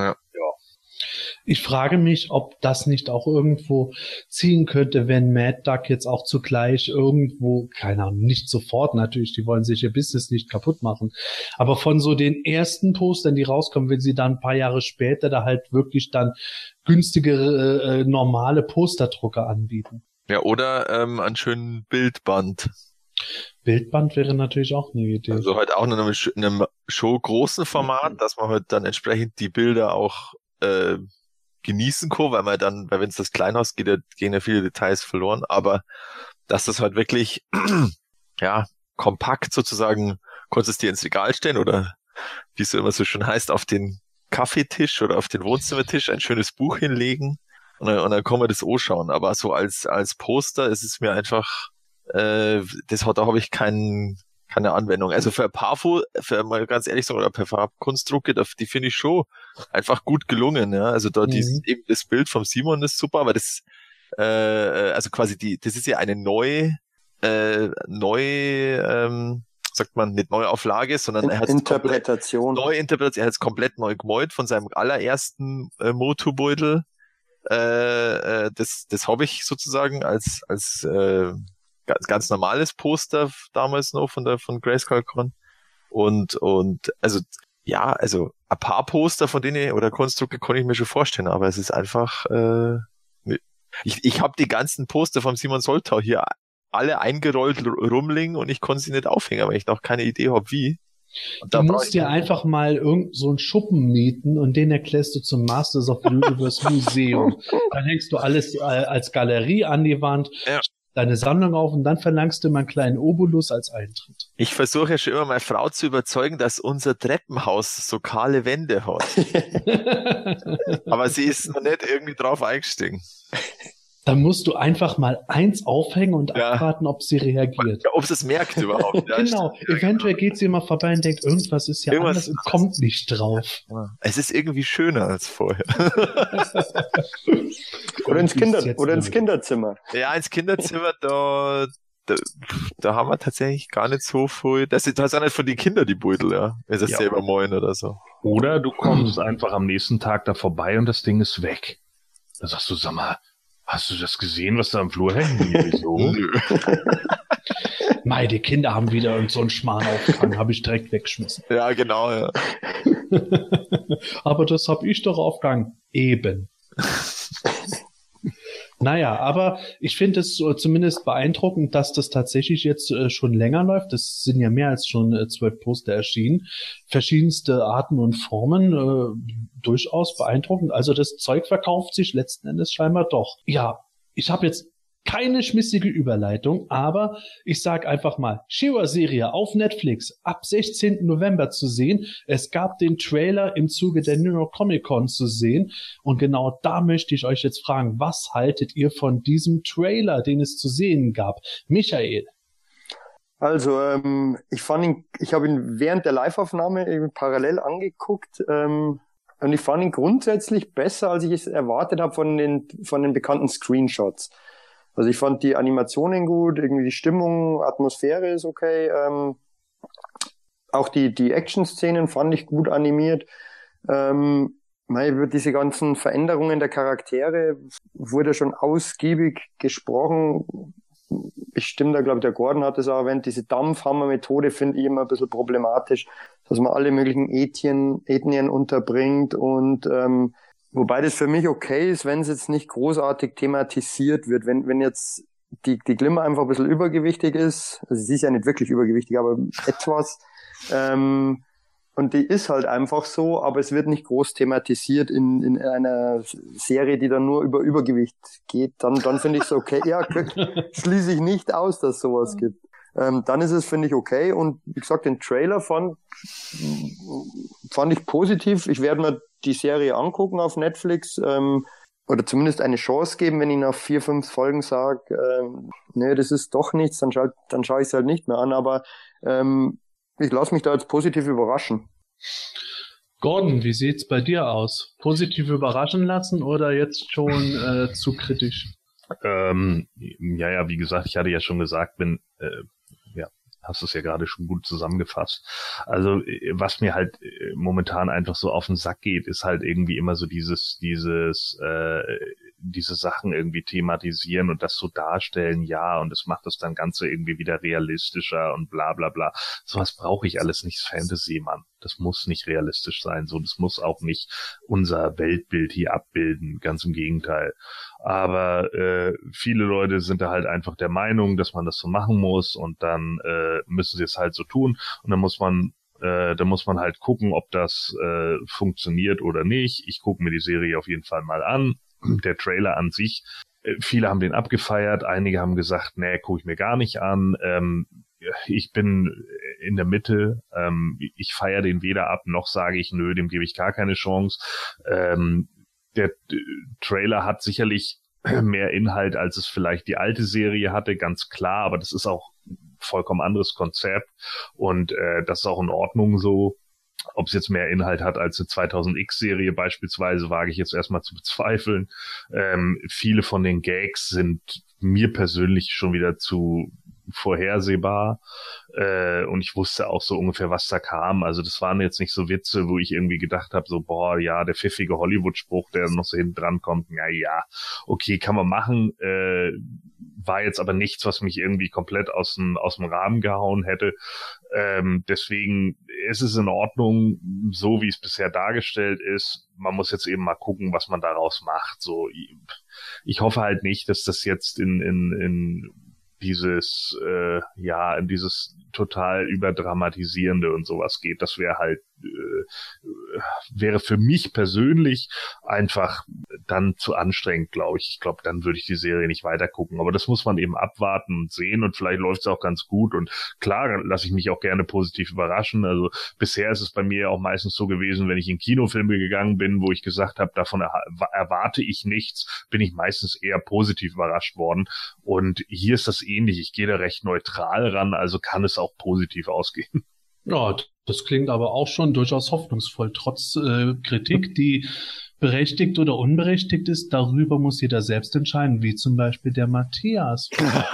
Ich frage mich, ob das nicht auch irgendwo ziehen könnte, wenn Mad Duck jetzt auch zugleich irgendwo, keine Ahnung, nicht sofort natürlich, die wollen sich ihr Business nicht kaputt machen, aber von so den ersten Postern, die rauskommen, wenn sie dann ein paar Jahre später da halt wirklich dann günstigere, äh, normale Posterdrucker anbieten. Ja, oder ähm, einen schönen Bildband. Bildband wäre natürlich auch eine Idee. Also halt auch in einem, sch- in einem show großen Format, dass man halt dann entsprechend die Bilder auch äh, genießen kann, weil man dann, weil wenn es das Kleinhaus geht, ja- gehen ja viele Details verloren, aber dass das halt wirklich ja kompakt sozusagen, konntest du dir ins Regal stellen oder wie es so immer so schön heißt, auf den Kaffeetisch oder auf den Wohnzimmertisch ein schönes Buch hinlegen und dann, und dann kann man das anschauen, aber so als als Poster ist es mir einfach äh, das hat, da habe ich keinen, keine Anwendung. Also für ein paar, Fo- für mal ganz ehrlich sagen, oder per Farbkunstdrucke, da- die finde ich schon einfach gut gelungen, ja. Also da Mhm. dieses, eben das Bild vom Simon ist super, aber das, äh, also quasi die, das ist ja eine neue, äh, neue, ähm, sagt man, nicht Neuauflage, sondern er hat Interpretation. neu interpretiert, er hat es komplett neu gemalt von seinem allerersten äh, Motu-Beutel. Äh, äh, das, das habe ich sozusagen als, als, äh, ganz, ganz normales Poster f- damals noch von der von Grayskull Con und und also ja, also ein paar Poster von denen oder Konstrukte kann ich mir schon vorstellen, aber es ist einfach äh, ne- ich ich habe die ganzen Poster vom Simon Soltau hier alle eingerollt r- rumliegen und ich konnte sie nicht aufhängen, weil ich noch keine Idee habe wie. Und Du brauch musst ich dir dann- einfach mal irgend so einen Schuppen mieten und den erklärst du zum Masters of the Universe Museum. Dann hängst du alles äh, als Galerie an die Wand, Ja. deine Sammlung auf und dann verlangst du mal einen kleinen Obolus als Eintritt. Ich versuche ja schon immer meine Frau zu überzeugen, dass unser Treppenhaus so kahle Wände hat. Aber sie ist noch nicht irgendwie drauf eingestiegen. Dann musst du einfach mal eins aufhängen und Ja. abwarten, ob sie reagiert. Ja, ob sie es merkt überhaupt. Ja, Genau, stimmt. Ja, eventuell geht sie immer vorbei und denkt, irgendwas ist ja Irgendwas anders und kommt nicht drauf. genau. Es ist irgendwie schöner als vorher. Oder ins, Ist Kinder jetzt oder ins neu. Kinderzimmer. Ja, ins Kinderzimmer, da, da, da haben wir tatsächlich gar nicht so viel. Das sind halt auch nicht von den Kindern die Beutel, ja. Wenn sie es Ja. selber moin oder so. Oder du kommst einfach am nächsten Tag da vorbei und das Ding ist weg. Da sagst du, sag mal, hast du das gesehen, was da am Flur hängt? Wieso? Nö. Mei, die Kinder haben wieder irgend so einen Schmarrn aufgefangen, habe ich direkt weggeschmissen. Ja, genau, ja. Aber das habe ich doch aufgegangen. Eben. Naja, aber ich finde es so zumindest beeindruckend, dass das tatsächlich jetzt äh, schon länger läuft. Es sind ja mehr als schon äh, zwölf Poster erschienen. Verschiedenste Arten und Formen, äh, durchaus beeindruckend. Also das Zeug verkauft sich letzten Endes scheinbar doch. Ja, ich habe jetzt keine schmissige Überleitung, aber ich sag einfach mal, She-Ra-Serie auf Netflix ab sechzehnten November zu sehen. Es gab den Trailer im Zuge der New York Comic Con zu sehen und genau da möchte ich euch jetzt fragen, was haltet ihr von diesem Trailer, den es zu sehen gab? Michael. Also, ähm, ich fand ihn, ich habe ihn während der Live-Aufnahme eben parallel angeguckt, ähm, und ich fand ihn grundsätzlich besser, als ich es erwartet habe von den, von den bekannten Screenshots. Also ich fand die Animationen gut, irgendwie die Stimmung, Atmosphäre ist okay, ähm, auch die, die Action-Szenen fand ich gut animiert. Ähm, über diese ganzen Veränderungen der Charaktere wurde schon ausgiebig gesprochen. Ich stimme da, glaube ich, der Gordon hat es auch erwähnt, diese Dampfhammer-Methode finde ich immer ein bisschen problematisch, dass man alle möglichen Ethnien, Ethnien unterbringt und ähm, wobei das für mich okay ist, wenn es jetzt nicht großartig thematisiert wird. Wenn wenn jetzt die die Glimmer einfach ein bisschen übergewichtig ist, also sie ist ja nicht wirklich übergewichtig, aber etwas, ähm, und die ist halt einfach so, aber es wird nicht groß thematisiert in in einer Serie, die dann nur über Übergewicht geht. Dann dann finde ich es okay. Ja, schließe ich nicht aus, dass sowas gibt. Ähm, dann ist es, finde ich, okay. Und wie gesagt, den Trailer fand, fand ich positiv. Ich werde mir die Serie angucken auf Netflix, ähm, oder zumindest eine Chance geben, wenn ich nach vier, fünf Folgen sage, ähm, nee, das ist doch nichts, dann schaue dann schau ich es halt nicht mehr an. Aber ähm, ich lasse mich da jetzt positiv überraschen. Gordon, wie sieht's bei dir aus? Positiv überraschen lassen oder jetzt schon äh, zu kritisch? Ähm, ja, ja, wie gesagt, ich hatte ja schon gesagt, bin, äh, ja, hast es ja gerade schon gut zusammengefasst. Also, was mir halt momentan einfach so auf den Sack geht, ist halt irgendwie immer so dieses, dieses, äh, diese Sachen irgendwie thematisieren und das so darstellen, ja, und das macht das dann Ganze irgendwie wieder realistischer und bla bla bla. Sowas brauche ich alles nicht, Fantasy, Mann. Das muss nicht realistisch sein, so, das muss auch nicht unser Weltbild hier abbilden, ganz im Gegenteil. Aber äh, viele Leute sind da halt einfach der Meinung, dass man das so machen muss und dann äh, müssen sie es halt so tun und dann muss man äh, dann muss man halt gucken, ob das äh, funktioniert oder nicht. Ich gucke mir die Serie auf jeden Fall mal an. Der Trailer an sich, äh, viele haben den abgefeiert, einige haben gesagt, nee, gucke ich mir gar nicht an. Ähm, ich bin in der Mitte, ähm, ich feiere den weder ab, noch sage ich, nö, dem gebe ich gar keine Chance. Ähm, der äh, Trailer hat sicherlich mehr Inhalt, als es vielleicht die alte Serie hatte, ganz klar, aber das ist auch ein vollkommen anderes Konzept und äh, das ist auch in Ordnung so. Ob es jetzt mehr Inhalt hat als eine zweitausend X-Serie beispielsweise, wage ich jetzt erstmal zu bezweifeln. Ähm, viele von den Gags sind mir persönlich schon wieder zu vorhersehbar äh, und ich wusste auch so ungefähr, was da kam. Also das waren jetzt nicht so Witze, wo ich irgendwie gedacht habe, so boah, ja, der pfiffige Hollywood-Spruch, der noch so hinten dran kommt, na ja, okay, kann man machen, äh, war jetzt aber nichts, was mich irgendwie komplett aus dem aus dem Rahmen gehauen hätte. Ähm, deswegen ist es in Ordnung, so wie es bisher dargestellt ist. Man muss jetzt eben mal gucken, was man daraus macht. So, ich, ich hoffe halt nicht, dass das jetzt in in in dieses, äh, ja, in dieses total überdramatisierende und sowas geht. Das wäre halt, äh, wäre für mich persönlich einfach dann zu anstrengend, glaube ich. Ich glaube, dann würde ich die Serie nicht weiter gucken. Aber das muss man eben abwarten und sehen und vielleicht läuft es auch ganz gut. Und klar, lasse ich mich auch gerne positiv überraschen. Also bisher ist es bei mir auch meistens so gewesen, wenn ich in Kinofilme gegangen bin, wo ich gesagt habe, davon er- erwarte ich nichts, bin ich meistens eher positiv überrascht worden. Und hier ist das ähnlich. Ich gehe da recht neutral ran, also kann es auch positiv ausgehen. Ja, das klingt aber auch schon durchaus hoffnungsvoll. Trotz äh, Kritik, die berechtigt oder unberechtigt ist, darüber muss jeder selbst entscheiden, wie zum Beispiel der Matthias.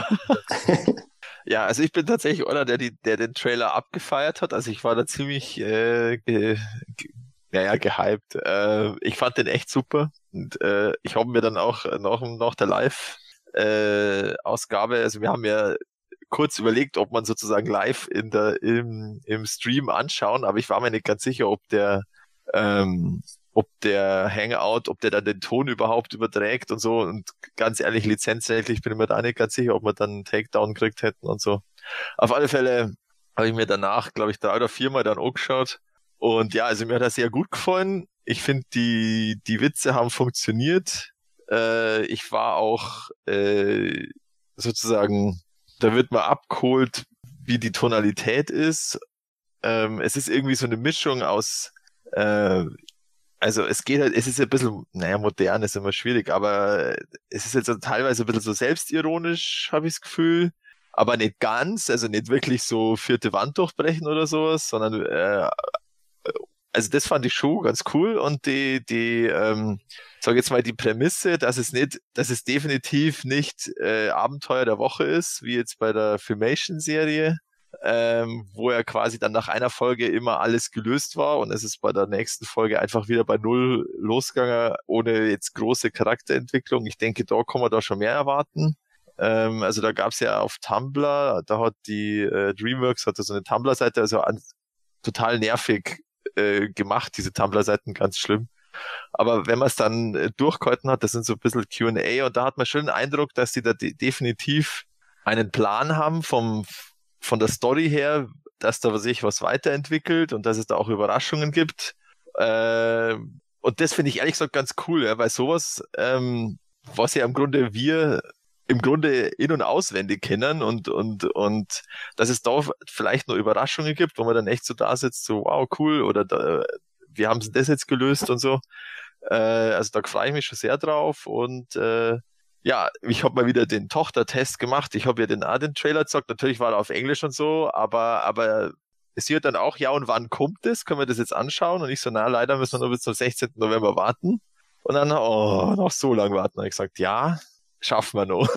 Ja, also ich bin tatsächlich einer, der, die, der den Trailer abgefeiert hat. Also ich war da ziemlich, äh, ge, ge, naja, gehypt. Äh, ich fand den echt super. Und äh, ich habe mir dann auch nach, nach der Live-Ausgabe, äh, also wir haben ja kurz überlegt, ob man sozusagen live in der im, im Stream anschauen, aber ich war mir nicht ganz sicher, ob der ähm, ob der Hangout, ob der dann den Ton überhaupt überträgt und so. Und ganz ehrlich, lizenzrechtlich bin ich mir da nicht ganz sicher, ob wir dann einen Takedown gekriegt hätten und so. Auf alle Fälle habe ich mir danach, glaube ich, drei oder viermal dann angeschaut. Und ja, also mir hat das sehr gut gefallen. Ich finde, die die Witze haben funktioniert. Äh, ich war auch äh, sozusagen, da wird man abgeholt, wie die Tonalität ist. Ähm, es ist irgendwie so eine Mischung aus äh, Also es geht halt, es ist ein bisschen, naja, modern ist immer schwierig, aber es ist jetzt so teilweise ein bisschen so selbstironisch, habe ich das Gefühl, aber nicht ganz, also nicht wirklich so vierte Wand durchbrechen oder sowas, sondern äh, also das fand ich schon ganz cool und die, die, ähm, sag jetzt mal die Prämisse, dass es nicht, dass es definitiv nicht äh, Abenteuer der Woche ist, wie jetzt bei der Filmation-Serie, ähm, wo ja quasi dann nach einer Folge immer alles gelöst war und es ist bei der nächsten Folge einfach wieder bei Null losgegangen, ohne jetzt große Charakterentwicklung. Ich denke, da kann man da schon mehr erwarten. Ähm, also da gab's ja auf Tumblr, da hat die äh, DreamWorks hatte so eine Tumblr-Seite, also an, total nervig äh, gemacht, diese Tumblr-Seiten, ganz schlimm. Aber wenn man es dann äh, durchgehalten hat, das sind so ein bisschen Q und A und da hat man schon den Eindruck, dass die da de- definitiv einen Plan haben vom von der Story her, dass da sich was weiterentwickelt und dass es da auch Überraschungen gibt. Äh, und das finde ich ehrlich gesagt ganz cool, ja, weil sowas, ähm, was ja im Grunde wir im Grunde in- und auswendig kennen und und und dass es da vielleicht noch Überraschungen gibt, wo man dann echt so da sitzt, so wow, cool, oder da, wir haben das jetzt gelöst und so. Äh, also da freue ich mich schon sehr drauf und äh, ja, ich habe mal wieder den Tochtertest gemacht. Ich habe ja den, auch den Trailer gesagt. Natürlich war er auf Englisch und so, aber aber sie hat dann auch, ja, und wann kommt das? Können wir das jetzt anschauen? Und ich so, na, leider müssen wir nur bis zum sechzehnten November warten. Und dann, oh, noch so lange warten. Und ich gesagt, ja, schaffen wir noch.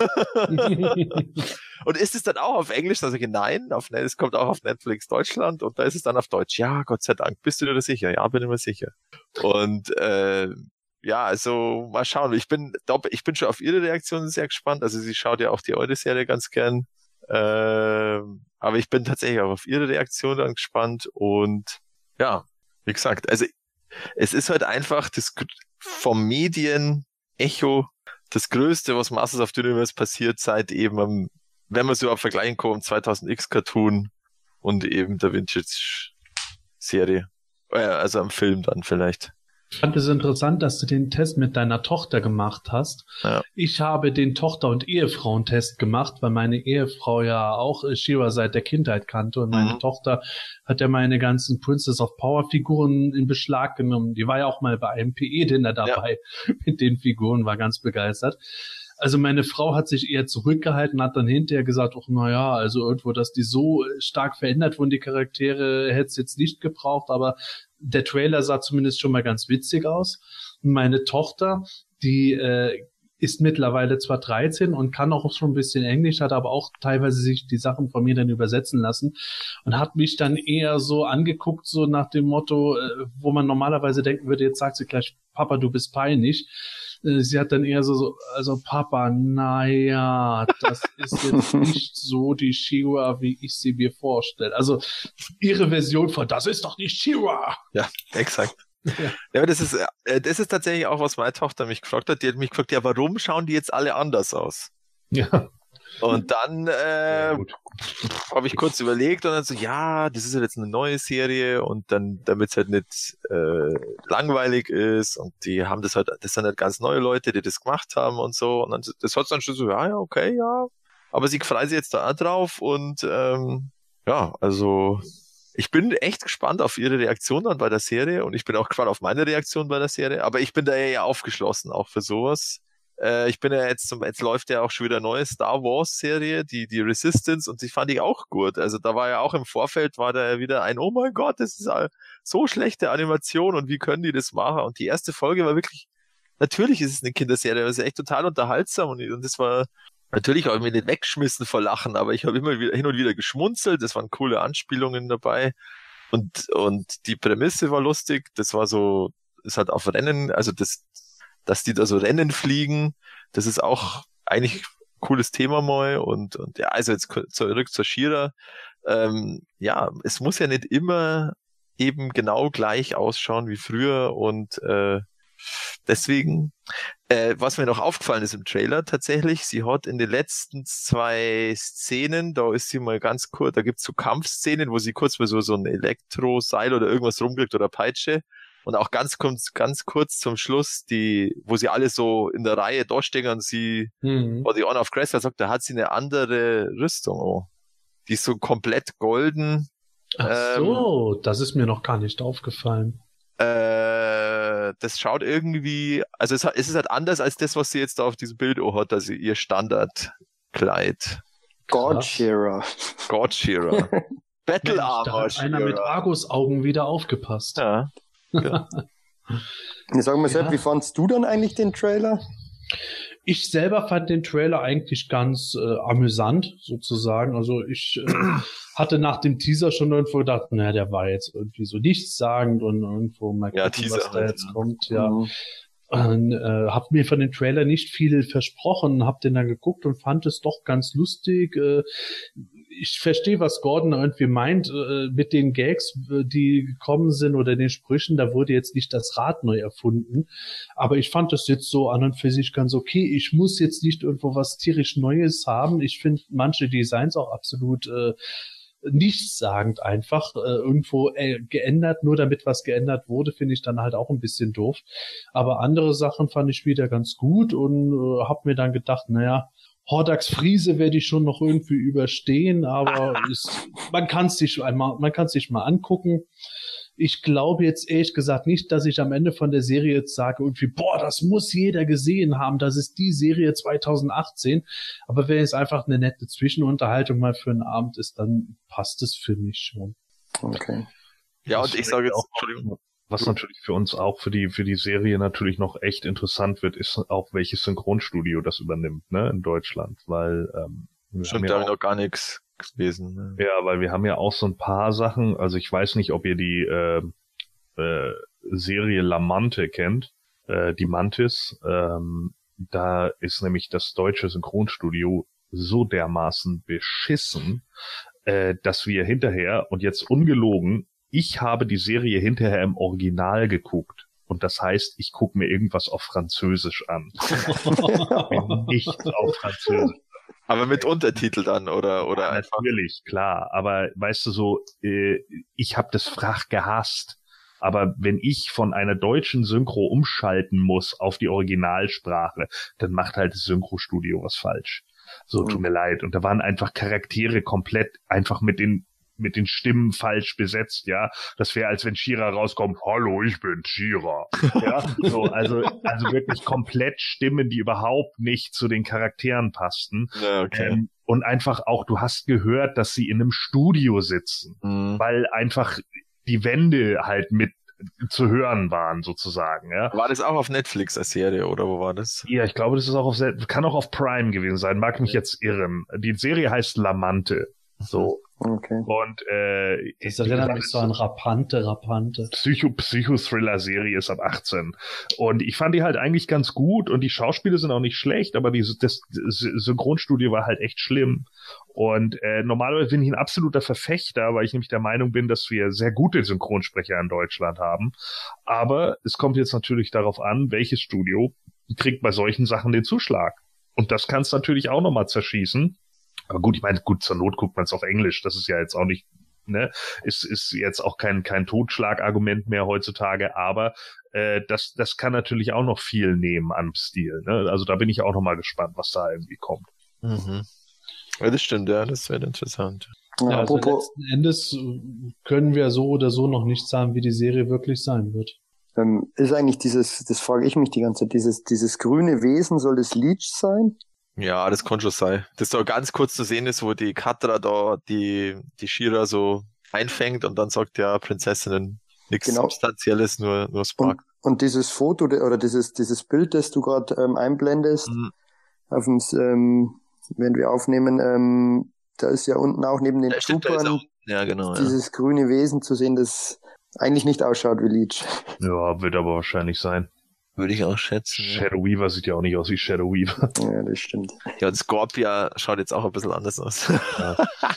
Und ist es dann auch auf Englisch? Also nein, auf, es kommt auch auf Netflix Deutschland und da ist es dann auf Deutsch. Ja, Gott sei Dank. Bist du dir da sicher? Ja, bin ich mir sicher. Und äh, ja, also mal schauen. Ich bin, ich bin schon auf ihre Reaktion sehr gespannt. Also sie schaut ja auch die alte Serie ganz gern. Ähm, aber ich bin tatsächlich auch auf ihre Reaktion dann gespannt. Und ja, wie gesagt, also es ist halt einfach das vom Medien-Echo das Größte, was Masters of the Universe passiert, seit eben, wenn man so auf Vergleichen kommt, zweitausend X Cartoon und eben der Vintage-Serie. Also am Film dann vielleicht. Ich fand es interessant, dass du den Test mit deiner Tochter gemacht hast. Ja. Ich habe den Tochter- und Ehefrauentest gemacht, weil meine Ehefrau ja auch She-Ra seit der Kindheit kannte und meine mhm. Tochter hat ja meine ganzen Princess of Power Figuren in Beschlag genommen. Die war ja auch mal bei einem P E-Dinner dabei ja. mit den Figuren, war ganz begeistert. Also meine Frau hat sich eher zurückgehalten, hat dann hinterher gesagt, ach naja, also irgendwo, dass die so stark verändert wurden, die Charaktere, hätte es jetzt nicht gebraucht, aber der Trailer sah zumindest schon mal ganz witzig aus. Und meine Tochter, die äh, ist mittlerweile zwar dreizehn und kann auch schon ein bisschen Englisch, hat aber auch teilweise sich die Sachen von mir dann übersetzen lassen und hat mich dann eher so angeguckt, so nach dem Motto, äh, wo man normalerweise denken würde, jetzt sagt sie gleich, Papa, du bist peinlich. Sie hat dann eher so, so also Papa, naja, das ist jetzt nicht so die She-Ra, wie ich sie mir vorstelle. Also ihre Version von, das ist doch nicht She-Ra. Ja, exakt. Ja. Ja, aber das ist, äh, das ist tatsächlich auch, was meine Tochter mich gefragt hat. Die hat mich gefragt, ja, warum schauen die jetzt alle anders aus? Ja. Und dann äh, Ja, gut. habe ich kurz überlegt und dann so, ja, das ist ja jetzt eine neue Serie und dann, damit es halt nicht äh, langweilig ist und die haben das halt, das sind halt ganz neue Leute, die das gemacht haben und so und dann, das hat dann schon so, ja, ja, okay, ja, aber sie freuen sich jetzt da auch drauf und ähm, ja, also ich bin echt gespannt auf ihre Reaktion dann bei der Serie und ich bin auch gespannt auf meine Reaktion bei der Serie, aber ich bin da ja aufgeschlossen auch für sowas. Ich bin ja jetzt, zum, jetzt läuft ja auch schon wieder eine neue Star Wars Serie, die, die Resistance, und die fand ich auch gut. Also da war ja auch im Vorfeld, war da ja wieder ein, oh mein Gott, das ist so schlechte Animation und wie können die das machen? Und die erste Folge war wirklich, natürlich ist es eine Kinderserie, aber es ist echt total unterhaltsam und, und das war, natürlich habe ich mich nicht weggeschmissen vor Lachen, aber ich habe immer wieder, hin und wieder geschmunzelt, das waren coole Anspielungen dabei und, und die Prämisse war lustig, das war so, es hat auf Rennen, also das, dass die da so Rennen fliegen, das ist auch eigentlich ein cooles Thema mal und, und ja, also jetzt zurück zur She-Ra. Ähm, ja, es muss ja nicht immer eben genau gleich ausschauen wie früher und äh, deswegen, äh, was mir noch aufgefallen ist im Trailer tatsächlich, sie hat in den letzten zwei Szenen, da ist sie mal ganz kurz, da gibt's so Kampfszenen, wo sie kurz mal so, so ein Elektroseil oder irgendwas rumkriegt oder Peitsche. Und auch ganz kurz, ganz kurz zum Schluss, die, wo sie alle so in der Reihe dastehen und sie, mhm. wo die Honor of Cresswell sagt, da hat sie eine andere Rüstung. Oh. Die ist so komplett golden. Ach so, ähm, das ist mir noch gar nicht aufgefallen. Äh, das schaut irgendwie, also es, es ist halt anders als das, was sie jetzt da auf diesem Bild auch hat, also ihr Standardkleid. God She-Ra. God She-Ra. Battle Mensch, Armor. Da hat einer mit Argus-Augen wieder aufgepasst. Ja. Ja. Ich sag mal, Sepp, Ja. wie fandst du dann eigentlich den Trailer? Ich selber fand den Trailer eigentlich ganz äh, amüsant, sozusagen. Also ich äh, hatte nach dem Teaser schon irgendwo gedacht, naja, der war jetzt irgendwie so nichtssagend und irgendwo mal Ja, gucken, Teaser was da halt, jetzt ja. kommt. Ja. Mhm. Und, äh, hab mir von dem Trailer nicht viel versprochen, hab den dann geguckt und fand es doch ganz lustig. Äh, ich verstehe, was Gordon irgendwie meint äh, mit den Gags, die gekommen sind oder den Sprüchen. Da wurde jetzt nicht das Rad neu erfunden. Aber ich fand das jetzt so an und für sich ganz okay. Ich muss jetzt nicht irgendwo was tierisch Neues haben. Ich finde manche Designs auch absolut äh, nichtssagend einfach äh, irgendwo äh, geändert, nur damit was geändert wurde, finde ich dann halt auch ein bisschen doof. Aber andere Sachen fand ich wieder ganz gut und äh, habe mir dann gedacht, naja, Hordax Friese werde ich schon noch irgendwie überstehen, aber ist, man kann es sich einmal, man kann es sich mal angucken. Ich glaube jetzt ehrlich gesagt nicht, dass ich am Ende von der Serie jetzt sage irgendwie, boah, das muss jeder gesehen haben, das ist die Serie zwanzig achtzehn. Aber wenn es einfach eine nette Zwischenunterhaltung mal für einen Abend ist, dann passt es für mich schon. Okay. Ja, und Das ich sage jetzt, auch, Entschuldigung. was natürlich für uns auch für die für die Serie natürlich noch echt interessant wird, ist auch welches Synchronstudio das übernimmt, ne, in Deutschland, weil ähm, wir Stimmt, haben da ja habe ich auch, noch gar nichts gelesen. Ne? ja, weil wir haben ja auch so ein paar Sachen, also ich weiß nicht, ob ihr die äh, äh, Serie La Mante kennt, äh, die Mantis, ähm, da ist nämlich das deutsche Synchronstudio so dermaßen beschissen, äh, dass wir hinterher, und jetzt ungelogen, ich habe die Serie hinterher im Original geguckt. Und das heißt, ich gucke mir irgendwas auf Französisch an. Nichts auf Französisch. Aber mit Untertitel dann, oder, oder Ja, einfach. natürlich, klar. Aber weißt du so, äh, ich habe das Frach gehasst. Aber wenn ich von einer deutschen Synchro umschalten muss auf die Originalsprache, dann macht halt das Synchrostudio was falsch. So, tut mir leid. Und da waren einfach Charaktere komplett einfach mit den mit den Stimmen falsch besetzt, ja. Das wäre, als wenn She-Ra rauskommt, hallo, ich bin She-Ra. Ja, so, also, also wirklich komplett Stimmen, die überhaupt nicht zu den Charakteren passten. Ja, okay. Ähm, und einfach auch, du hast gehört, dass sie in einem Studio sitzen, Mhm. weil einfach die Wände halt mit zu hören waren, sozusagen, ja. War das auch auf Netflix als Serie, oder wo war das? Ja, ich glaube, das ist auch auf, kann auch auf Prime gewesen sein, mag mich jetzt irren. Die Serie heißt La Mante. So. Okay. Und äh, Das erinnert mich so an Rapante, Rapante. Psycho Psychothriller-Serie ist ab achtzehn. Und ich fand die halt eigentlich ganz gut und die Schauspieler sind auch nicht schlecht, aber die, das Synchronstudio war halt echt schlimm. Und äh, normalerweise bin ich ein absoluter Verfechter, weil ich nämlich der Meinung bin, dass wir sehr gute Synchronsprecher in Deutschland haben. Aber es kommt jetzt natürlich darauf an, welches Studio kriegt bei solchen Sachen den Zuschlag. Und das kann es natürlich auch nochmal zerschießen. Aber gut, ich meine, gut, zur Not guckt man es auf Englisch. Das ist ja jetzt auch nicht, ne, ist, ist jetzt auch kein, kein Totschlagargument mehr heutzutage, aber äh, das, das kann natürlich auch noch viel nehmen am Stil, ne? Also da bin ich auch noch mal gespannt, was da irgendwie kommt. Mhm. Ja, das stimmt, ja, das wäre interessant. Ja, also letzten Endes können wir so oder so noch nicht sagen, wie die Serie wirklich sein wird. Ähm, ist eigentlich dieses, das frage ich mich die ganze Zeit, dieses, dieses grüne Wesen, soll das Leech sein? Ja, das kann schon sein. Das so ganz kurz zu sehen ist, wo die Catra da die, die She-Ra so einfängt und dann sagt ja Prinzessinnen nichts Genau. Substanzielles, nur, nur Spark. Und, und dieses Foto oder dieses, dieses Bild, das du gerade ähm, einblendest, Mhm. auf dem, ähm, wenn wir aufnehmen, ähm, da ist ja unten auch neben den Ja, stimmt, da ist Troopern auch, ja, genau, ja. dieses grüne Wesen zu sehen, das eigentlich nicht ausschaut wie Leech. Ja, wird aber wahrscheinlich sein. Würde ich auch schätzen. Ja. Shadow Weaver sieht ja auch nicht aus wie Shadow Weaver. Ja, das stimmt. Ja, und Scorpia schaut jetzt auch ein bisschen anders aus. Ja.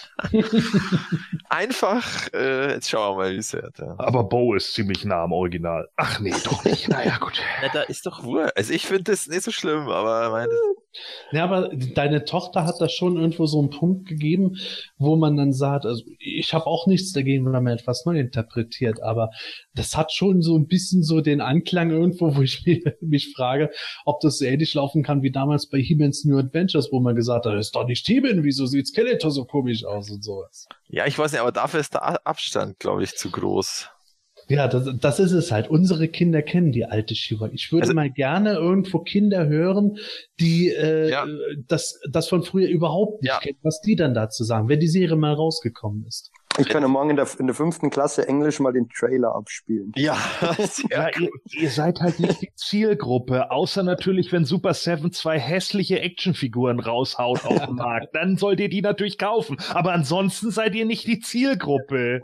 Einfach, äh, jetzt schauen wir mal, wie es wird. Ja. Aber Bo ist ziemlich nah am Original. Ach nee, doch nicht. Naja, gut. Na, da ist doch Ruhe. Also ich finde das nicht so schlimm, aber meine. Ja, aber deine Tochter hat da schon irgendwo so einen Punkt gegeben, wo man dann sagt, also ich habe auch nichts dagegen, wenn man etwas neu interpretiert, aber das hat schon so ein bisschen so den Anklang irgendwo, wo ich mich, mich frage, ob das so ähnlich laufen kann wie damals bei He-Man's New Adventures, wo man gesagt hat, das ist doch nicht He-Man, wieso sieht Skeletor so komisch aus und sowas. Ja, ich weiß nicht, aber dafür ist der Abstand, glaube ich, zu groß. Ja, das, das ist es halt. Unsere Kinder kennen die alte She-Ra. Ich würde Also, mal gerne irgendwo Kinder hören, die äh, Ja. das, das von früher überhaupt nicht Ja. kennen, was die dann dazu sagen, wenn die Serie mal rausgekommen ist. Ich kann ja morgen in der, in der fünften Klasse Englisch mal den Trailer abspielen. Ja, sehr Ja, ihr, ihr seid halt nicht die Zielgruppe, außer natürlich, wenn Super Seven zwei hässliche Actionfiguren raushaut auf den Markt. Dann sollt ihr die natürlich kaufen. Aber ansonsten seid ihr nicht die Zielgruppe.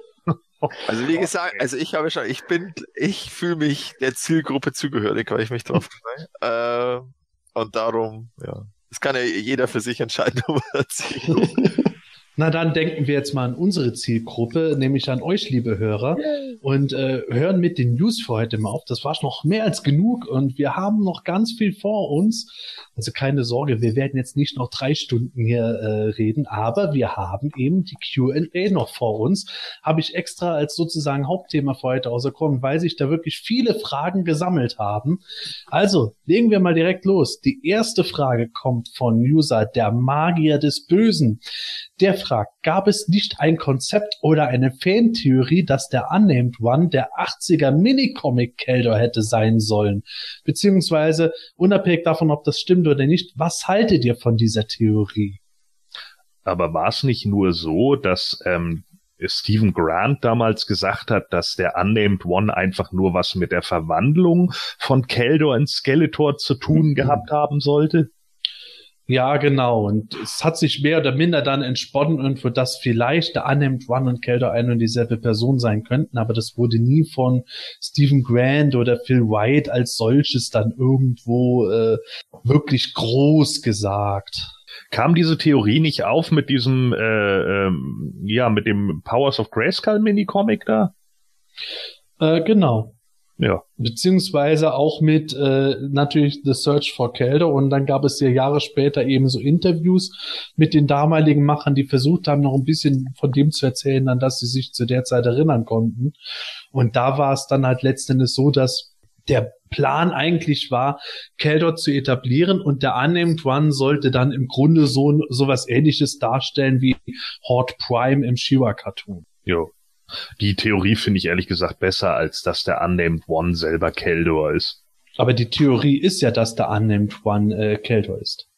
Also wie gesagt, also ich habe schon, ich bin, ich fühle mich der Zielgruppe zugehörig, weil ich mich drauf freue. Äh, und darum, ja, das kann ja jeder für sich entscheiden, ob er Zielgruppe. Na, dann denken wir jetzt mal an unsere Zielgruppe, nämlich an euch, liebe Hörer, und äh, hören mit den News für heute mal auf. Das war noch mehr als genug und wir haben noch ganz viel vor uns. Also keine Sorge, wir werden jetzt nicht noch drei Stunden hier äh, reden, aber wir haben eben die Q and A noch vor uns. Habe ich extra als sozusagen Hauptthema für heute auserkoren, weil sich da wirklich viele Fragen gesammelt haben. Also, legen wir mal direkt los. Die erste Frage kommt von User der Magier des Bösen. Der fragt, gab es nicht ein Konzept oder eine Fantheorie, dass der Unnamed One der achtziger Minicomic-Keldor hätte sein sollen? Beziehungsweise, unabhängig davon, ob das stimmt oder nicht, was haltet ihr von dieser Theorie? Aber war es nicht nur so, dass ähm, Stephen Grant damals gesagt hat, dass der Unnamed One einfach nur was mit der Verwandlung von Keldor in Skeletor zu tun gehabt haben sollte? Ja, genau. Und es hat sich mehr oder minder dann entsponnen, irgendwo, dass vielleicht der Unnamed One und Keldor eine und dieselbe Person sein könnten, aber das wurde nie von Stephen Grant oder Phil White als solches dann irgendwo äh, wirklich groß gesagt. Kam diese Theorie nicht auf mit diesem, äh, ähm, ja, mit dem Powers of Grayskull Minicomic da? Äh, genau. Ja. Beziehungsweise auch mit äh, natürlich The Search for Keldor, und dann gab es ja Jahre später eben so Interviews mit den damaligen Machern, die versucht haben, noch ein bisschen von dem zu erzählen, an das sie sich zu der Zeit erinnern konnten. Und da war es dann halt letztendlich so, dass der Plan eigentlich war, Keldor zu etablieren, und der Unnamed One sollte dann im Grunde so sowas Ähnliches darstellen wie Horde Prime im She-Ra-Cartoon. Jo. Die Theorie finde ich ehrlich gesagt besser, als dass der Unnamed One selber Keldor ist. Aber die Theorie ist ja, dass der Unnamed One äh, Keldor ist.